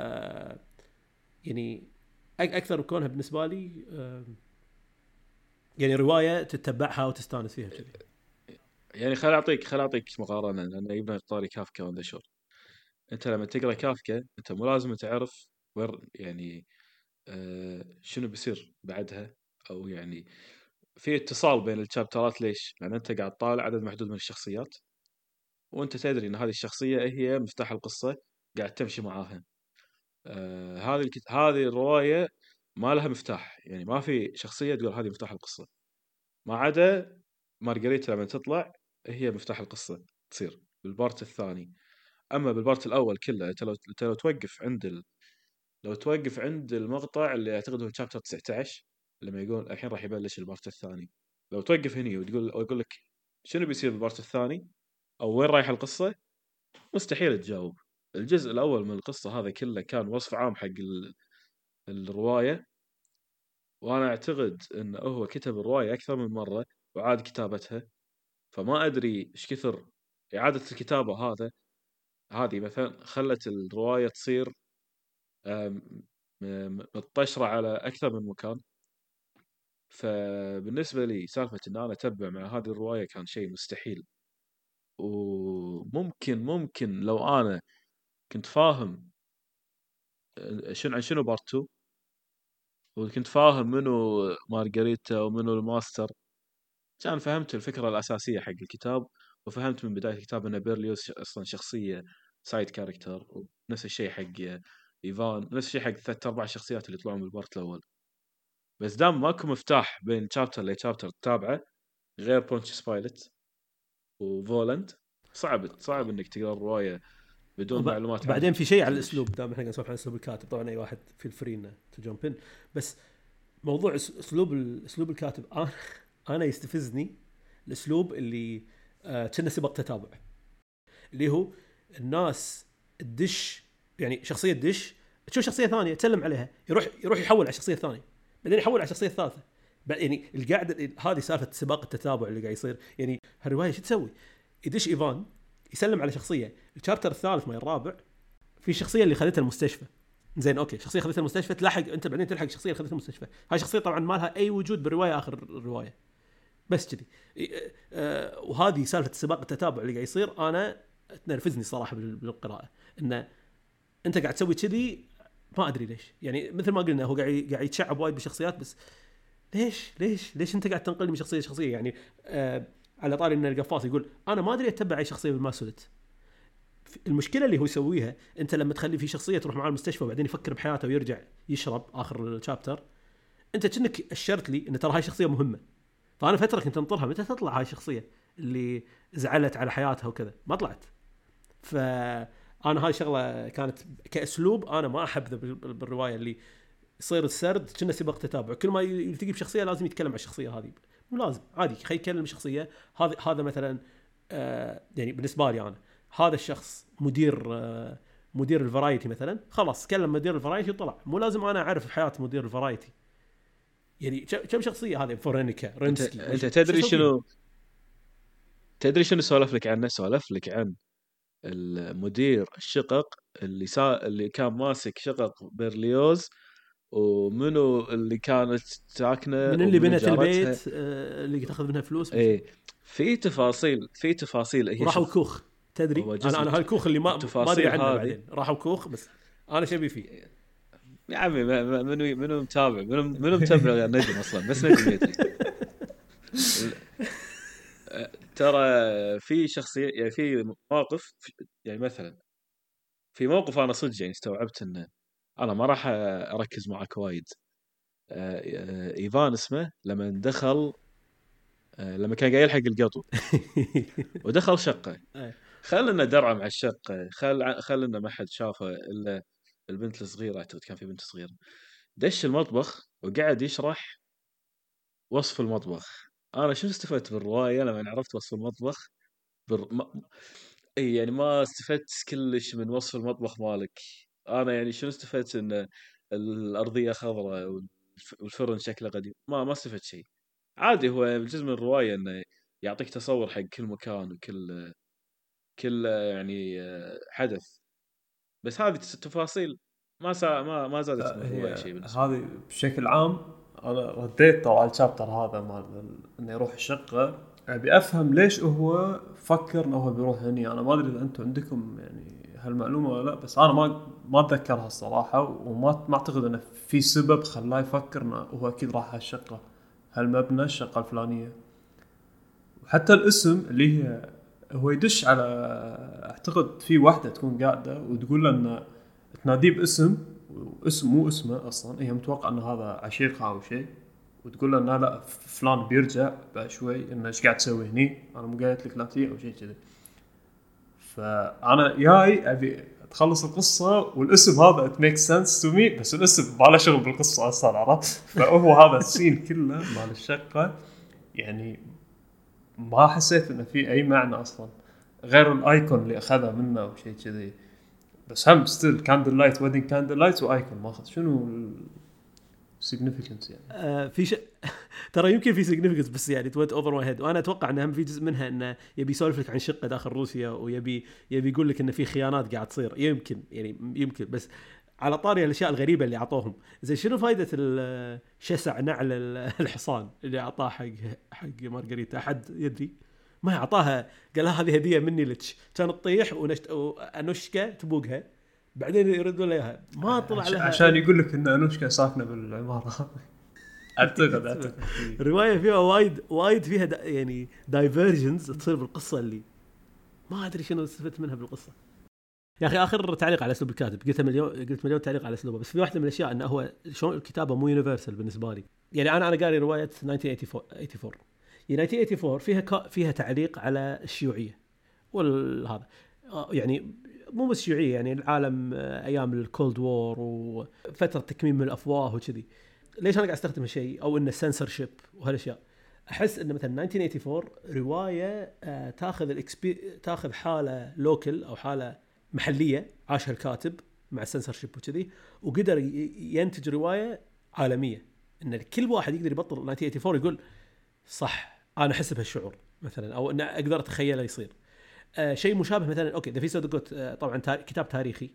[SPEAKER 1] يعني اكثر من كونها بالنسبه لي يعني روايه تتبعها وتستانس فيها كذي.
[SPEAKER 2] يعني خل اعطيك مقارنه، لان يبنى طاري كافكا وذا شور. انت لما تقرا كافكا انت مو لازم تعرف يعني شنو بيصير بعدها، او يعني في اتصال بين الشابترات. ليش؟ لان انت قاعد طالع عدد محدود من الشخصيات، وانت تدري ان هذه الشخصيه هي مفتاح القصه، قاعد تمشي معاها. هذه الروايه ما لها مفتاح، يعني ما في شخصيه تقول هذه مفتاح القصه، ما عدا مارغريتا لما تطلع هي مفتاح القصه تصير بالبارت الثاني. اما بالبارت الاول كله انت لو توقف عند لو توقف عند المقطع اللي اعتقد هو شابتر 19 لما يقول الحين راح يبلش البارت الثاني، لو توقف هني وتقول او يقول لك شنو بيصير بالبارت الثاني او وين رايح القصه، مستحيل تجاوب. الجزء الاول من القصه هذا كله كان وصف عام حق الروايه، وانا اعتقد انه هو كتب الروايه اكثر من مره وعاد كتابتها. فما ادري ايش كثر اعاده الكتابه هذه مثلا خلت الروايه تصير متطشره على اكثر من مكان. فبالنسبه لي سالفه ان انا اتبع مع هذه الروايه كان شيء مستحيل. وممكن لو انا كنت فاهم شنو بارت 2، وكنت فاهم منو مارغريتا ومنو الماستر، كان فهمت الفكره الاساسيه حق الكتاب، وفهمت من بدايه الكتاب ان بيرليوس اصلا شخصيه سايد كاركتر، ونفس الشيء حق ايفان، نفس الشيء حق ثلاث اربع شخصيات اللي يطلعون بالبارت الاول. بس دام ماكو مفتاح بين شابتر لشابتر تتابعه غير بونتشس بايلت وفولند، صعب انك تقرا الروايه بدون معلومات
[SPEAKER 1] وبعدين
[SPEAKER 2] عنهم
[SPEAKER 1] في شيء على
[SPEAKER 2] كلش.
[SPEAKER 1] الاسلوب، دام احنا قاعد نسولف عن اسلوب الكاتب، طبعا اي واحد في الفري تو جامب ان، بس موضوع اسلوب الكاتب انا يستفزني الاسلوب اللي كنا سبق تتابع، اللي هو الناس الدش، يعني شخصيه دش تشوف شخصيه ثانيه تسلم عليها، يروح يحول على الشخصيه الثانيه، بعدين يحول على الشخصيه الثالثه. يعني القاعده هذه سالفه سباق التتابع اللي قاعد يصير. يعني هالروايه شو تسوي؟ يدش ايفان يسلم على شخصيه، الشابتر الثالث ما الرابع في شخصيه اللي خذتها المستشفى، زين اوكي شخصيه خذتها المستشفى، تلحق انت بعدين تلحق الشخصيه اللي خذتها المستشفى. هاي الشخصيه طبعا ما لها اي وجود بالروايه اخر الروايه، بس كذي. وهذه سالفه سباق التتابع اللي قاعد يصير انا تنرفزني صراحه بالقراءه، ان انت قاعد تسوي كذي ما ادري ليش. يعني مثل ما قلنا هو قاعد يتشعب وايد بالشخصيات، بس ليش انت قاعد تنقل من شخصيه لشخصيه؟ يعني على طاري ان القفاص يقول انا ما ادري اتبع اي شخصيه بالماسولت. المشكله اللي هو يسويها انت لما تخلي في شخصيه تروح معاه المستشفى وبعدين يفكر بحياته ويرجع يشرب اخر الشابتر، انت كأنك اشرت لي ان ترى هاي شخصيه مهمه، فانا فتره كنت انطرها متى تطلع هاي الشخصيه اللي زعلت على حياتها وكذا، ما طلعت. فانا هاي شغله كانت كاسلوب انا ما احب بالروايه، اللي يصير السرد كنا سباق تتابع، كل ما يلتقي بشخصيه لازم يتكلم عن الشخصيه هذه. مو لازم، عادي خلي يكلم شخصيه. هذا مثلا يعني بالنسبه لي انا هذا الشخص مدير الفرايتي مثلا، خلاص كلم مدير الفرايتي وطلع، مو لازم انا اعرف حياه مدير الفرايتي. يعني كم شخصيه هذه فورينيكا رينسكي
[SPEAKER 2] انت تدري شنو سولف لك عنه؟ سولف لك عن المدير الشقق اللي كان ماسك شقق برليوز، ومنو اللي كانت ساكنه
[SPEAKER 1] من اللي
[SPEAKER 2] ومنو
[SPEAKER 1] بنت
[SPEAKER 2] جارتها.
[SPEAKER 1] البيت اللي تاخذ منها فلوس
[SPEAKER 2] ايه، في تفاصيل هي
[SPEAKER 1] وراحوا
[SPEAKER 2] شوف.
[SPEAKER 1] كوخ، تدري
[SPEAKER 2] هو
[SPEAKER 1] انا هالكوخ اللي ما ادري
[SPEAKER 2] التفاصيل
[SPEAKER 1] عنه،
[SPEAKER 2] هذه
[SPEAKER 1] بعدين راحوا كوخ بس انا شبي فيه.
[SPEAKER 2] يا عمي منو متابع، منو متابع ندم اصلا، بس ندم يدري. ترى في شخصيه، يعني في مواقف، يعني مثلا في موقف انا صدق يعني استوعبت انه انا ما راح اركز معك وايد. ايفان اسمه لما دخل، لما كان قاعد يلحق القطو ودخل شقه، خلنا درعه مع الشقه، خلنا ما حد شافه الا البنت الصغيره، اعتقد كان في بنت صغيره. دش المطبخ وقعد يشرح وصف المطبخ. انا شو استفدت بالروايه لما عرفت وصف المطبخ؟ اي يعني ما استفدت كلش من وصف المطبخ مالك. انا يعني شنو استفدت ان الارضيه خضراء والفرن شكله قديم؟ ما استفدت شيء. عادي، هو جزء من الروايه انه يعطيك تصور حق كل مكان وكل يعني حدث. بس هذه التفاصيل ما زادت من الروايه
[SPEAKER 3] هي
[SPEAKER 2] شيء بالنسبه لي.
[SPEAKER 3] هذه بشكل عام انا رديت طبعا على الشابتر هذا مال انه يروح الشقه، ابي افهم ليش هو فكر انه هو بيروح هني. انا ما ادري اذا انتم عندكم يعني هالمعلومه ولا لا، بس انا ما اتذكرها الصراحه، ما اعتقد انه في سبب خلاه يفكر انه هو اكيد راح هالشقه، هالمبنى الشقه الفلانيه. وحتى الاسم اللي هي هو يدش على، اعتقد في واحده تكون قاعده وتقول له انه تناديه باسم، واسم مو اسمه اصلا، هي متوقع انه هذا عشيقها او شيء، وتقول له انه لا فلان بيرجع بعد شوي، انه ايش قاعد تسوي هني، انا مو قايل لك لا تجي او شيء كذا. فانا جاي ابي تخلص القصه والاسم هذا it makes sense to me، بس الاسم ما له شغل بالقصه اصلا، عرفت؟ فهو هذا السين كله مال الشقه يعني ما حسيت انه في اي معنى اصلا غير الايكون اللي اخذها منه او شيء كذي. بس هم ستيل كاندل لايت ويدنج كاندل لايت وايكون، ما اخذ شنو السيجنيفيكانس يعني.
[SPEAKER 1] في ترى يمكن في significance، بس يعني تويت اوفر ماي هيد. وانا اتوقع ان هم في جزء منها انه يبي يسولف لك عن شقه داخل روسيا، ويبي يقول لك ان في خيانات قاعد تصير، يمكن بس. على طاري الاشياء الغريبه اللي اعطوهم، زي شنو فائده شسع نعل الحصان اللي اعطاه حق مارغريتا؟ احد يدري؟ ما اعطاها، قال لها هذه هديه مني لك، كانت تطيح وانوشكا تبوقها، بعدين يردوا لها اياها، ما طلع لها
[SPEAKER 3] عشان يقول لك ان انوشكا ساكنه بالعماره. اعتقد
[SPEAKER 1] الروايه فيها وايد فيها يعني دايفرجنز تصير بالقصه، اللي ما ادري شنو استفدت منها بالقصه. يا اخي اخر تعليق على اسلوب الكاتب، قلت مليون تعليق على اسلوبه، بس في واحده من الاشياء انه هو شلون الكتابه مو يونيفرسال بالنسبه لي. يعني انا قاري روايه 1984 يعني 1984 فيها تعليق على الشيوعيه والهذا، يعني مو بس الشيوعيه، يعني العالم ايام الكولد وور وفتره تكميم الافواه وكذي. ليش انا قاعد استخدم هالشيء او ان السنسورشيب وهالاشياء؟ احس ان مثلا 1984 روايه تاخذ حاله لوكل او حاله محليه عاشها الكاتب مع السنسورشيب وكذي، وقدر ينتج روايه عالميه، ان كل واحد يقدر يبطل 1984 يقول صح انا احس بهالشعور مثلا، او ان اقدر اتخيله يصير. شيء مشابه مثلا اوكي ذا فيس اوف ذا جوت، طبعا كتاب تاريخي،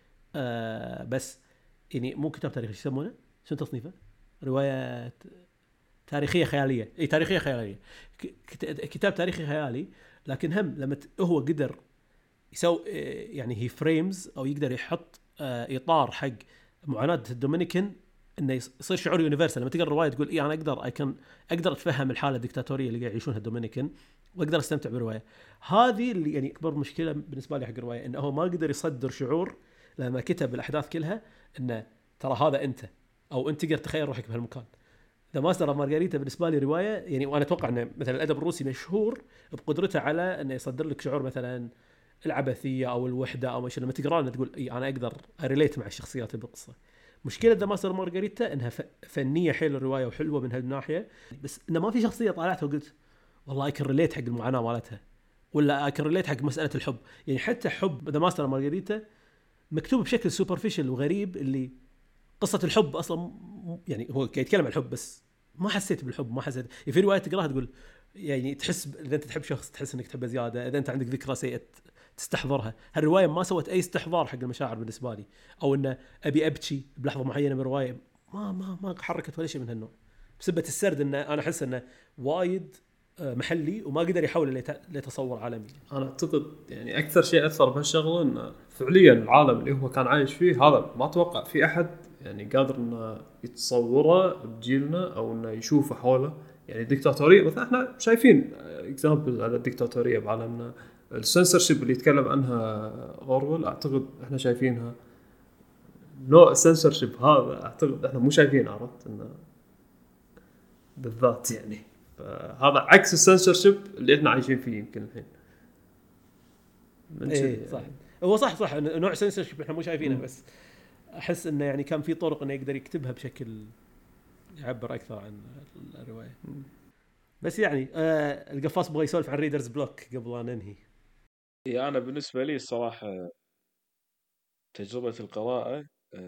[SPEAKER 1] بس يعني مو كتاب تاريخي، شو يسمونه، شو تصنيفه؟ روايه تاريخيه خياليه، اي تاريخيه خياليه، كتاب تاريخي خيالي، لكن هم لما هو قدر يسوي يعني هي فريمز او يقدر يحط اطار حق معاناه الدومينيكان، انه يصير شعور يونيفرسال. لما تقرا الروايه تقول انا اقدر اتفهم الحاله الدكتاتوريه اللي قاعد يعيشونها الدومينيكان، واقدر استمتع بالروايه. هذه اللي يعني اكبر مشكله بالنسبه لي حق الروايه، انه هو ما قدر يصدر شعور لما كتب الاحداث كلها، انه ترى هذا انت، او انت تقدر تخيل روحك بهالمكان. ذا ماستر اوف مارغريتا بالنسبه لي روايه يعني، وانا اتوقع ان مثلا الادب الروسي مشهور بقدرته على انه يصدر لك شعور مثلا العبثيه او الوحده او ما شنو، لما تقرا تقول انا اقدر اريليت مع الشخصيات بالقصه. مشكله ذا ماستر مارغريتا انها فنيه حيل الروايه وحلوه من هالناحيه، بس انه ما في شخصيه طالعتها وقلت والله اي كان ريليت حق المعاناه مالتها، ولا اي كان ريليت حق مساله الحب. يعني حتى حب ذا ماستر مارغريتا مكتوب بشكل سوبرفيشل وغريب، اللي قصه الحب اصلا يعني هو قاعد يتكلم عن الحب، بس ما حسيت بالحب، ما حسيت. يعني في روايه تقراها تقول يعني تحس اذا انت تحب شخص تحس انك تحبه زياده، اذا انت عندك ذكرى سيئه تستحضرها. هالروايه ما سوت اي استحضار حق المشاعر بالنسبه لي، او انه ابي ابكي بلحظه معينه من الروايه، ما حركت ولا شيء من هالنوع، بسبه السرد. انه انا احس انه وايد محلي وما قدر يحول لتصور عالمي.
[SPEAKER 3] انا اعتقد يعني اكثر شيء اثر بهالشغله انه فعليا العالم اللي هو كان عايش فيه هذا ما اتوقع في احد يعني قادر انه يتصوره بجيلنا او انه يشوفه حوله. يعني ديكتاتوريه مثلا احنا شايفين اكزامبل على الديكتاتوريه بعالمنا، السنسورشيب اللي يتكلم عنها اورول اعتقد احنا شايفينها. نوع السنسورشيب هذا اعتقد احنا مو شايفينه، عرفت انه بالذات يعني. فهذا عكس السنسورشيب اللي احنا عايشين فيه يمكن الحين.
[SPEAKER 1] ايه صح، هو صح نوع سنسورشيب احنا مو شايفينه، بس احس انه يعني كان في طرق انه يقدر يكتبها بشكل يعبر اكثر عن الروايه. بس يعني القفاص بغى يسولف عن ريدرز بلوك قبل ان ننهي.
[SPEAKER 2] انا بالنسبه لي الصراحه تجربه القراءه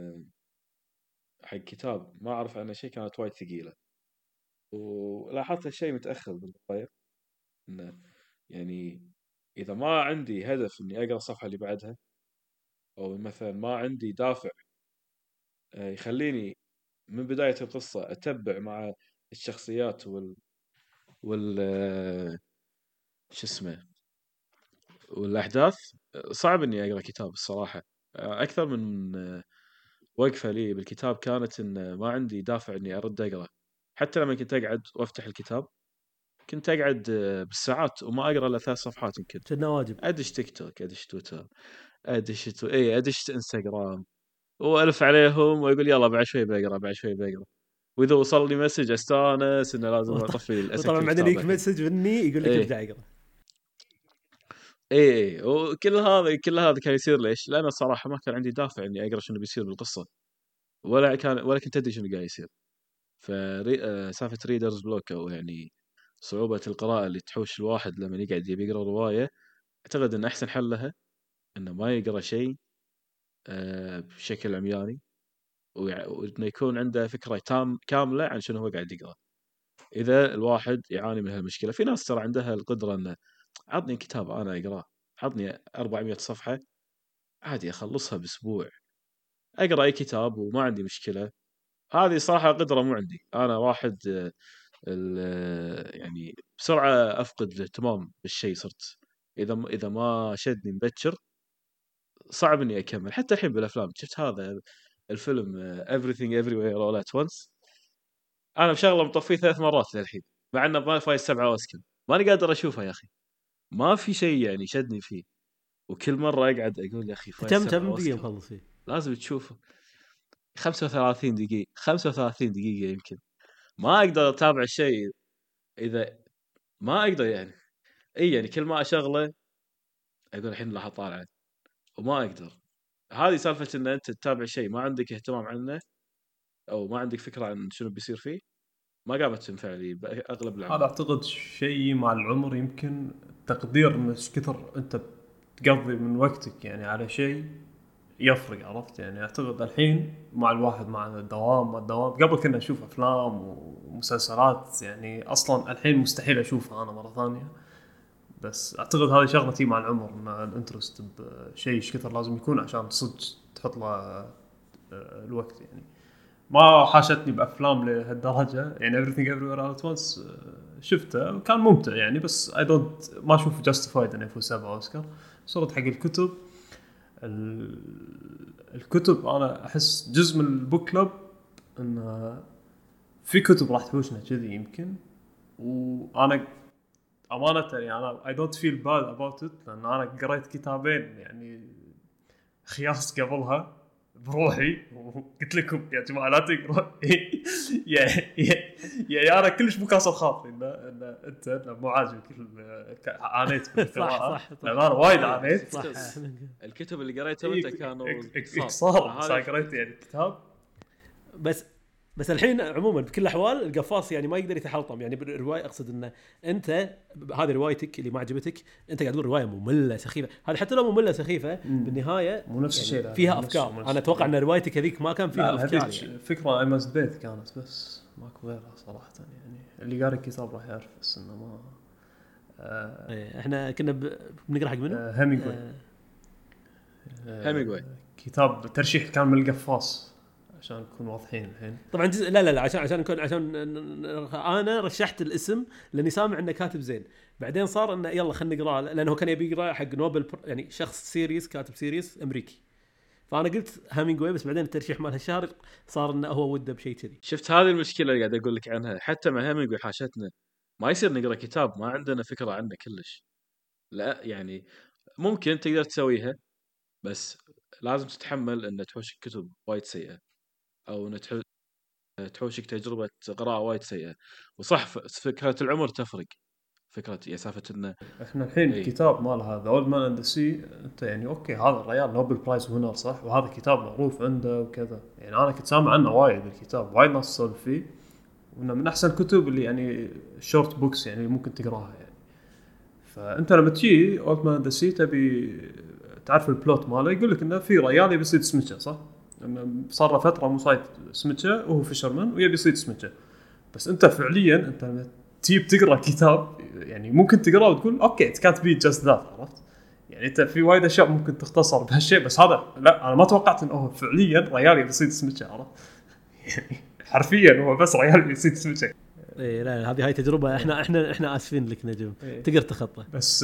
[SPEAKER 2] حق كتاب ما اعرف عنه شيء كانت وايد ثقيله، ولاحظت هالشيء متاخر بالروايه، انه يعني اذا ما عندي هدف اني اقرا الصفحه اللي بعدها، او مثلا ما عندي دافع يخليني من بداية القصة أتبع مع الشخصيات وال شو اسمه والأحداث، صعب إني أقرأ كتاب الصراحة. أكثر من وقفة لي بالكتاب كانت إن ما عندي دافع إني أرد أقرأ. حتى لما كنت أقعد وأفتح الكتاب كنت أقعد بالساعات وما أقرأ إلا 3 صفحات يمكن.
[SPEAKER 1] كنا واجب.
[SPEAKER 2] أدش تيك توك، أدش تويتر، أدش إنستغرام، وألف عليهم ويقول يلا بعد شوي بقرأ، بعد شوي بقرأ. وإذا وصل لي مسج أستانس إنه لازم أطفي الأسك
[SPEAKER 1] وطبعا بعدين
[SPEAKER 2] الكتاب
[SPEAKER 1] يجيك
[SPEAKER 2] الحين.
[SPEAKER 1] مسج مني يقول لك
[SPEAKER 2] إيه.
[SPEAKER 1] ابدا اقرا.
[SPEAKER 2] اي وكل هذا كان يصير ليش؟ لأن الصراحة ما كان عندي دافع إني أقرأ شنو بيصير بالقصة، ولا كنت أدري شنو قاعد يصير. سالفة ريدرز بلوك أو يعني صعوبة القراءة اللي تحوش الواحد لما يقعد يبي يقرأ رواية، أعتقد إن أحسن حل لها إنه ما يقرأ شيء بشكل عمياني، وإنه يكون عنده فكرة كاملة عن شنو هو قاعد يقرأ. إذا الواحد يعاني من هالمشكلة، في ناس ترى عندها القدرة إنه عطني كتاب أنا أقرأه، عطني 400 صفحة عادي أخلصها بأسبوع، أقرأ أي كتاب وما عندي مشكلة. هذه صراحة قدرة مو عندي. أنا واحد يعني بسرعة أفقد الاهتمام بالشيء. صرت إذا ما شدني مبكر صعب إني أكمل. حتى الحين بالأفلام شفت هذا الفيلم Everything Everywhere All at Once، أنا بشغله مطفيه 3 مرات للحين مع إنه ما فايز 7 أوسكار، ماني قادر أشوفه يا أخي. ما في شيء يعني شدني فيه، وكل مرة أقعد أقول يا أخي فايز 7
[SPEAKER 1] كم دقيقه
[SPEAKER 2] أوسكار
[SPEAKER 1] مخلص فيه؟
[SPEAKER 2] لازم تشوفه. 35 دقيقة، 35 دقيقة يمكن. ما أقدر أتابع الشيء إذا ما أقدر يعني. يعني كل ما أشغله أقول الحين راح أطالعه وما أقدر. هذه سالفة إن أنت تتابع شيء ما عندك اهتمام عنه أو ما عندك فكرة عن شنو بيصير فيه، ما قامت تنفع لي بأغلب
[SPEAKER 3] هذا
[SPEAKER 2] العمر.
[SPEAKER 3] اعتقد شيء مع العمر، يمكن تقدير ان ايش كثر انت تقضي من وقتك يعني على شيء يفرق، عرفت يعني. اعتقد الحين مع الواحد مع الدوام قبل كنا نشوف افلام ومسلسلات يعني اصلا الحين مستحيل اشوفها انا مره ثانيه. بس اعتقد هذه شغلتي مع العمر، ان الانترست بشيء ايش كثر لازم يكون عشان صدق تحط له الوقت يعني. ما حاشتني بافلام لهالدرجه يعني. Everything Everywhere All at Once شفته وكان ممتع يعني، بس ما اشوف justified انه يفوز 7 اوسكار. صرت حق الكتب، الكتب انا احس جزء من البوك كلوب ان في كتب راح تحوشنا كذي يمكن. وانا امانه يعني انا I don't feel bad about it، لان انا قريت كتابين يعني خياس قبلها بروحي وقلت لكم يا جماعه لا تقروا. يعني انا كلش مكاسر خاطري ان انت مو عاجبك عانيت بالقراءه.
[SPEAKER 1] صح
[SPEAKER 3] لان انا وايد عانيت.
[SPEAKER 1] صح.
[SPEAKER 2] الكتب اللي قريتها أنت كانوا
[SPEAKER 3] اكسار قريت يعني كتاب.
[SPEAKER 1] بس الحين عموما بكل الاحوال القفاص يعني ما يقدر يتحلطم يعني بالروايه. اقصد ان انت هذه روايتك اللي ما عجبتك، انت قاعد تقول روايه ممله سخيفه. هذه حتى لو ممله سخيفه بالنهايه
[SPEAKER 3] مو نفس الشيء
[SPEAKER 1] يعني فيها افكار. انا اتوقع ان روايتك هذيك ما كان فيها افكار يعني.
[SPEAKER 3] فكره اي ماست بيت كانت، بس ماكو غيرها صراحه يعني. اللي قاري الكتاب راح يعرف، بس انه ما
[SPEAKER 1] احنا كنا بنقرا حق منو؟
[SPEAKER 2] هيمينغوي.
[SPEAKER 3] كتاب ترشيح كان من القفاص عشان نكون واضحين الحين.
[SPEAKER 1] طبعا لا عشان نكون، عشان انا رشحت الاسم لاني سامع انه كاتب زين. بعدين صار انه يلا خلينا نقراه لانه كان يبي يقرا حق نوبل يعني شخص سيريس، كاتب سيريس امريكي. فانا قلت هامينغوي، بس بعدين الترشيح مال هالشهر صار انه هو وده بشيء كذي.
[SPEAKER 2] شفت هذه المشكله اللي قاعد اقول لك عنها. حتى مع هيمينغوي حاشتنا ما يصير نقرا كتاب ما عندنا فكره عنه كلش. لا يعني ممكن تقدر تسويها، بس لازم تتحمل ان تحوشك كتب وايد سيئه او ان تحوشك تجربه قراءه وايد سيئه. وصح فكره العمر تفرق. فكره يا سالفه انه
[SPEAKER 3] احنا الحين الكتاب مال هذا اولد مان اند ذا سي، انت يعني اوكي هذا الرجال نوبل برايز وينر صح، وهذا كتاب معروف عنده وكذا يعني. انا كنت سامع عنه وايد الكتاب، وايد ناس صار فيه، وانه من احسن الكتب اللي يعني شورت بوكس يعني ممكن تقراها يعني. فانت لما تجي اولد مان اند ذا سي تبي تعرف البلوت ماله، يقول لك انه في رجال يبي يصيد سمكه صح، انه صار له فتره مو صايد سمكه وهو فيشرمان ويبي يصيد سمكه. بس انت فعليا انت لما تجيب تقرا كتاب يعني ممكن تقراه وتقول اوكي ات كانت بي جاست ذات، عرفت يعني. انت في وايد اشياء ممكن تختصر بهالشيء، بس هذا لا، انا ما توقعت انه فعليا رجال يبي يصيد سمكه، عرفت يعني. حرفيا هو بس ريال يصيد سمكه.
[SPEAKER 1] اي لا هذه هاي تجربه، احنا اسفين لك نجم،
[SPEAKER 3] إيه.
[SPEAKER 1] تقدر تخطى.
[SPEAKER 3] بس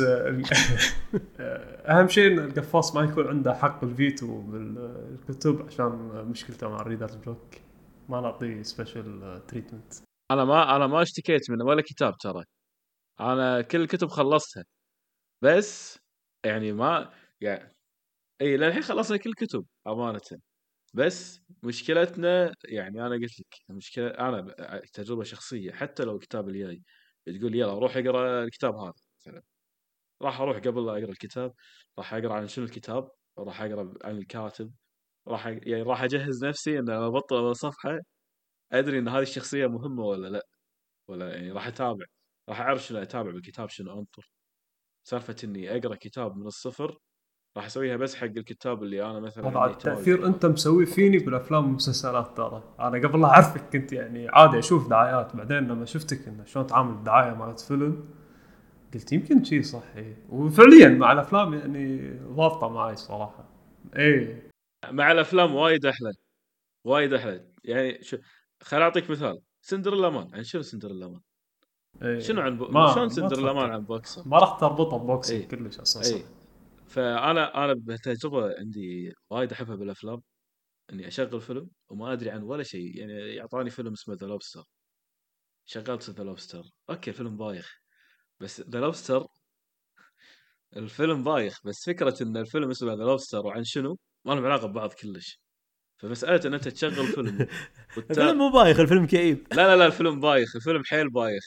[SPEAKER 3] اهم شيء ان القفاص ما يكون عنده حق الفيتو بالكتب، عشان مشكلته مع الريدرز بلوك ما نعطيه سبيشال تريتمنت.
[SPEAKER 2] انا ما اشتكيت منه ولا كتاب، ترى انا كل الكتب خلصتها، بس يعني ما يعني اي للحين خلصنا كل الكتب امانه. بس مشكلتنا يعني انا قلت لك المشكله، انا تجربه شخصيه، حتى لو الكتاب اللي جاي تقول لي يلا روح اقرا الكتاب هذا مثلا، راح اروح قبل لا اقرا الكتاب راح اقرا عن شنو الكتاب، راح اقرا عن الكاتب، يعني راح اجهز نفسي ان انا ابطل اول صفحه ادري ان هذه الشخصيه مهمه ولا لا، ولا يعني راح اتابع، راح اعرف شنو اتابع بالكتاب، شنو انطر. سالفه اني اقرا كتاب من الصفر راح اسويها بس حق الكتاب اللي انا مثلا
[SPEAKER 3] هذا
[SPEAKER 2] عندي
[SPEAKER 3] التأثير انت مسوي فيني بالافلام والمسلسلات. ترى انا قبل لا اعرفك كنت يعني عادي اشوف دعايات، بعدين لما شفتك انه شلون تعامل الدعايه مالت فيلم قلت يمكن شيء صحي، وفعليا مع الافلام يعني ضابطه معي صراحه. ايه
[SPEAKER 2] مع الافلام وايد احلى، وايد احلى. يعني خل اعطيك مثال، سندريلا مان، عن شنو سندريلا مان؟
[SPEAKER 3] إيه.
[SPEAKER 2] شنو عن
[SPEAKER 3] ما
[SPEAKER 2] شلون سندريلا مان
[SPEAKER 3] تفكر،
[SPEAKER 2] عن بوكسر؟
[SPEAKER 3] ما راح تربطها ببوكسينج
[SPEAKER 2] اي
[SPEAKER 3] كلش اساسا.
[SPEAKER 2] اي فانا بتجربه عندي وايد احبها بالافلام، اني اشغل فيلم وما ادري عن ولا شيء. يعني يعطاني فيلم اسمه ذا لوبستر، شغلت ذا لوبستر، اوكي الفيلم بايخ، بس ذا لوبستر الفيلم بايخ، بس فكره ان الفيلم اسمه ذا لوبستر وعن شنو ما لهم علاقه ببعض كلش. فمساله ان انت تشغل فيلم
[SPEAKER 1] الفيلم مو بايخ، الفيلم كئيب.
[SPEAKER 2] لا الفيلم بايخ، الفيلم حيل بايخ.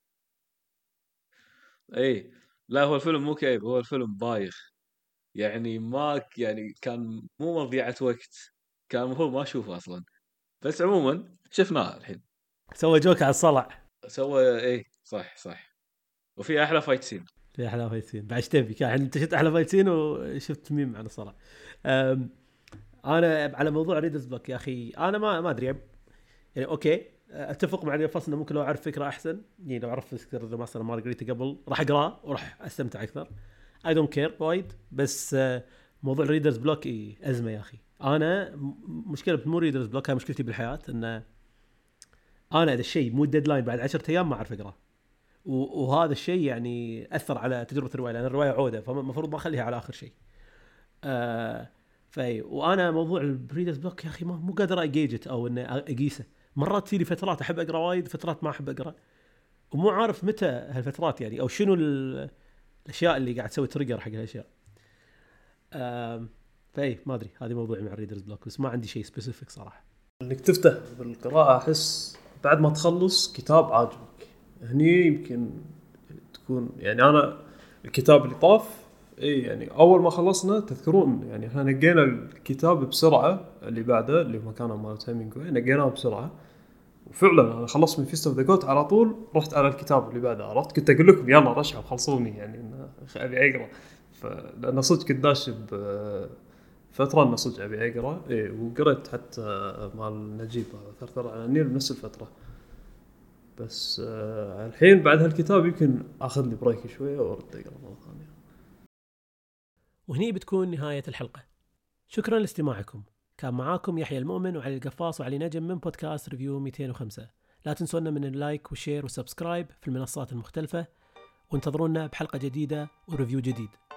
[SPEAKER 2] اي لا هو الفيلم مو كئيب، هو الفيلم بايخ. يعني ما يعني كان مو مضيعة وقت، كان المفروض ما اشوفه اصلا، بس عموما شفناه الحين.
[SPEAKER 1] سوى جوك على الصلع.
[SPEAKER 2] سوى ايه صح وفي احلى فايت سين.
[SPEAKER 1] في احلى فايت سين بعد تبي كان انت شفت احلى فايت سين وشفت ميم على الصلع. انا على موضوع ريدرز بلوك يا اخي انا ما ادري يعني اوكي اتفق مع الفصل انه ممكن لو اعرف فكره احسن، يعني لو اعرف فكره ذا ماستر مارغريتا قبل راح اقراه وراح استمتع اكثر. اي دونت كير وايد. بس موضوع الريدرز بلوك ازمه يا اخي. انا مشكله بمو ريدرز بلوك، هاي مشكلتي بالحياه، ان انا اذا الشيء مو ديدلاين بعد 10 ايام ما اعرف اقراه، وهذا الشيء يعني اثر على تجربه الروايه، لان الروايه عوده فالمفروض ما اخليها على اخر شيء. وانا موضوع الريدرز بلوك يا اخي مو قادر اجيجت او ان اقيسه. مرات تجي فترات احب اقرا وايد، فترات ما احب اقرا، ومو عارف متى هالفترات يعني، او شنو الاشياء اللي قاعد تسوي تريجر حق هالاشياء. ما ادري، هذه موضوعي مع الريدرز بلوك، بس ما عندي شيء سبيسيفيك صراحه.
[SPEAKER 3] انك تفتح بالقراءه احس بعد ما تخلص كتاب عاجبك هني يمكن تكون يعني انا الكتاب اللي طاف اي يعني اول ما خلصنا تذكرون يعني احنا نقينا الكتاب بسرعه، اللي بعده اللي هو مكانه مال هيمنجواي نقيناه بسرعه، وفعلا انا خلصت من فيست اوف ذا جوت على طول رحت على الكتاب اللي بعده. عرفت كنت اقول لكم يلا رشحوا خلصوني يعني ابي اقرا، فلان صدق كنت داش فتره انه صدق ابي اقرا. اي وقريت حتى مال نجيب ثرثر على النيل بنفس الفتره. بس الحين بعد هالكتاب يمكن اخذ لي بريك شويه وارد اقرا مره ثانيه.
[SPEAKER 1] وهني بتكون نهايه الحلقه. شكرا لاستماعكم. كان معاكم يحيى المؤمن وعلي القفاص وعلي نجم من بودكاست ريفيو 205. لا تنسونا من اللايك والشير والسبسكرايب في المنصات المختلفه، وانتظرونا بحلقه جديده وريفيو جديد.